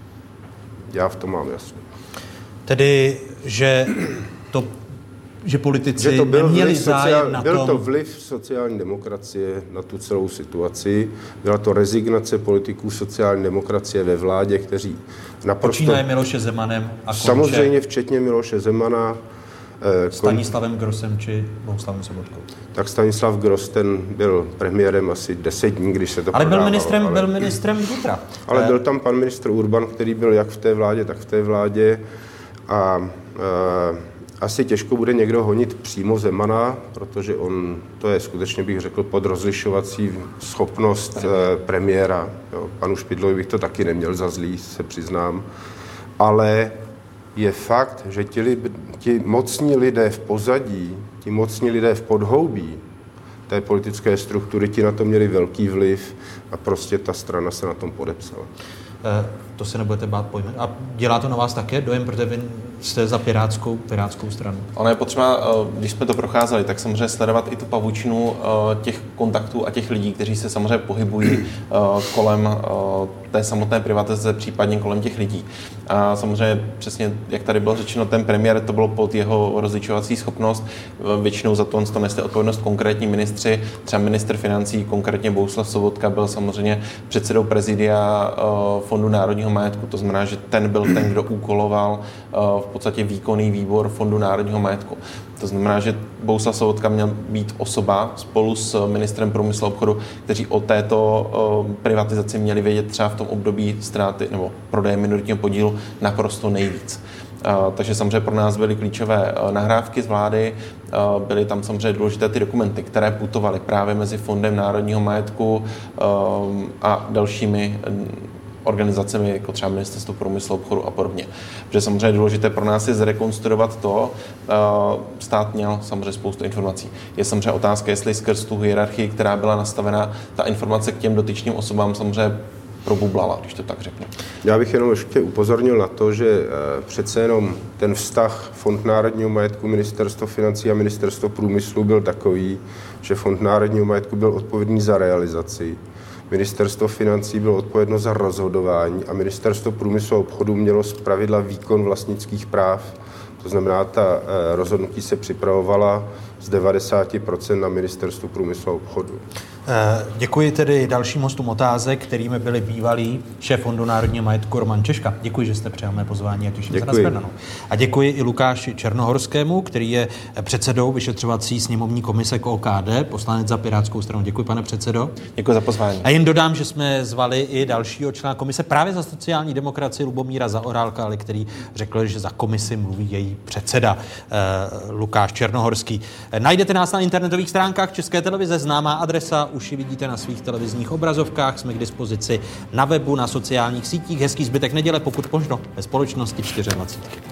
já v tom mám jasno. Tedy, že to že politici že to byl neměli sociál, zájem na byl tom... Byl to vliv sociální demokracie na tu celou situaci. Byla to rezignace politiků sociální demokracie ve vládě, kteří naprosto... Počínaje Miloše Zemanem a konče... Samozřejmě včetně Miloše Zemana. Eh, Stanislavem Grossem či Bohuslavem Sobotkou. Tak Stanislav Gross, ten byl premiérem asi deset dní, když se to ale prodávalo. Byl ministrem, ale byl ministrem vnitra. Ale byl tam pan ministr Urban, který byl jak v té vládě, tak v té vládě. A... Eh, Asi těžko bude někdo honit přímo Zemana, protože on, to je skutečně, bych řekl, pod rozlišovací schopnost premiéra. premiéra. Jo, panu Špidlovi bych to taky neměl za zlý, se přiznám. Ale je fakt, že ti, li, ti mocní lidé v pozadí, ti mocní lidé v podhoubí té politické struktury, ti na to měli velký vliv a prostě ta strana se na tom podepsala. Eh, to se nebudete bát pojmenovat. A dělá to na vás také dojem, protože vy jste za pirátskou, pirátskou stranu? Ono je potřeba, když jsme to procházeli, tak samozřejmě sledovat i tu pavučinu těch kontaktů a těch lidí, kteří se samozřejmě pohybují kolem té samotné privatizace, případně kolem těch lidí. A samozřejmě přesně, jak tady bylo řečeno, ten premiér, to bylo pod jeho rozličovací schopnost. Většinou za to, to nesli odpovědnost konkrétní ministři. Třeba ministr financí, konkrétně Bohuslav Sobotka, byl samozřejmě předsedou prezidia Fondu národního majetku. To znamená, že ten byl ten, kdo úkoloval v v podstatě výkonný výbor Fondu národního majetku. To znamená, že Bohuslav Sobotka měl být osoba spolu s ministrem průmyslu a obchodu, kteří o této privatizaci měli vědět třeba v tom období ztráty nebo prodeje minoritního podílu naprosto nejvíc. Uh, takže samozřejmě pro nás byly klíčové uh, nahrávky z vlády, uh, byly tam samozřejmě důležité ty dokumenty, které putovaly právě mezi Fondem národního majetku uh, a dalšími uh, organizacemi, jako třeba Ministerstvo průmyslu, obchodu a podobně. Protože samozřejmě důležité pro nás je zrekonstruovat to, uh, stát měl samozřejmě spoustu informací. Je samozřejmě otázka, jestli skrz tu hierarchii, která byla nastavena, ta informace k těm dotyčným osobám samozřejmě probublala, když to tak řeknu. Já bych jenom ještě upozornil na to, že přece jenom ten vztah Fond národního majetku, Ministerstvo financí a Ministerstvo průmyslu byl takový, že Fond národního majetku byl odpovědný za realizaci, Ministerstvo financí bylo odpovědno za rozhodování a Ministerstvo průmyslu a obchodu mělo zpravidla výkon vlastnických práv. To znamená, ta rozhodnutí se připravovala z devadesát procent na Ministerstvu průmyslu a obchodu. Děkuji tedy dalším hostům otázek, kterými byli bývalý šéf Fondu národního majetku Roman Češka. Děkuji, že jste přijal mé pozvání a těším se na shledanou. A děkuji i Lukáši Černohorskému, který je předsedou vyšetřovací sněmovní komise k O K D, poslanec za Pirátskou stranu. Děkuji, pane předsedo. Děkuji za pozvání. A jen dodám, že jsme zvali i dalšího člena komise právě za sociální demokracii Lubomíra Zaorálka, ale který řekl, že za komisi mluví její předseda eh, Lukáš Černohorský. Najdete nás na internetových stránkách České televize, známá adresa, už ji vidíte na svých televizních obrazovkách, jsme k dispozici na webu, na sociálních sítích. Hezký zbytek neděle, pokud možno ve společnosti dvacet čtyři.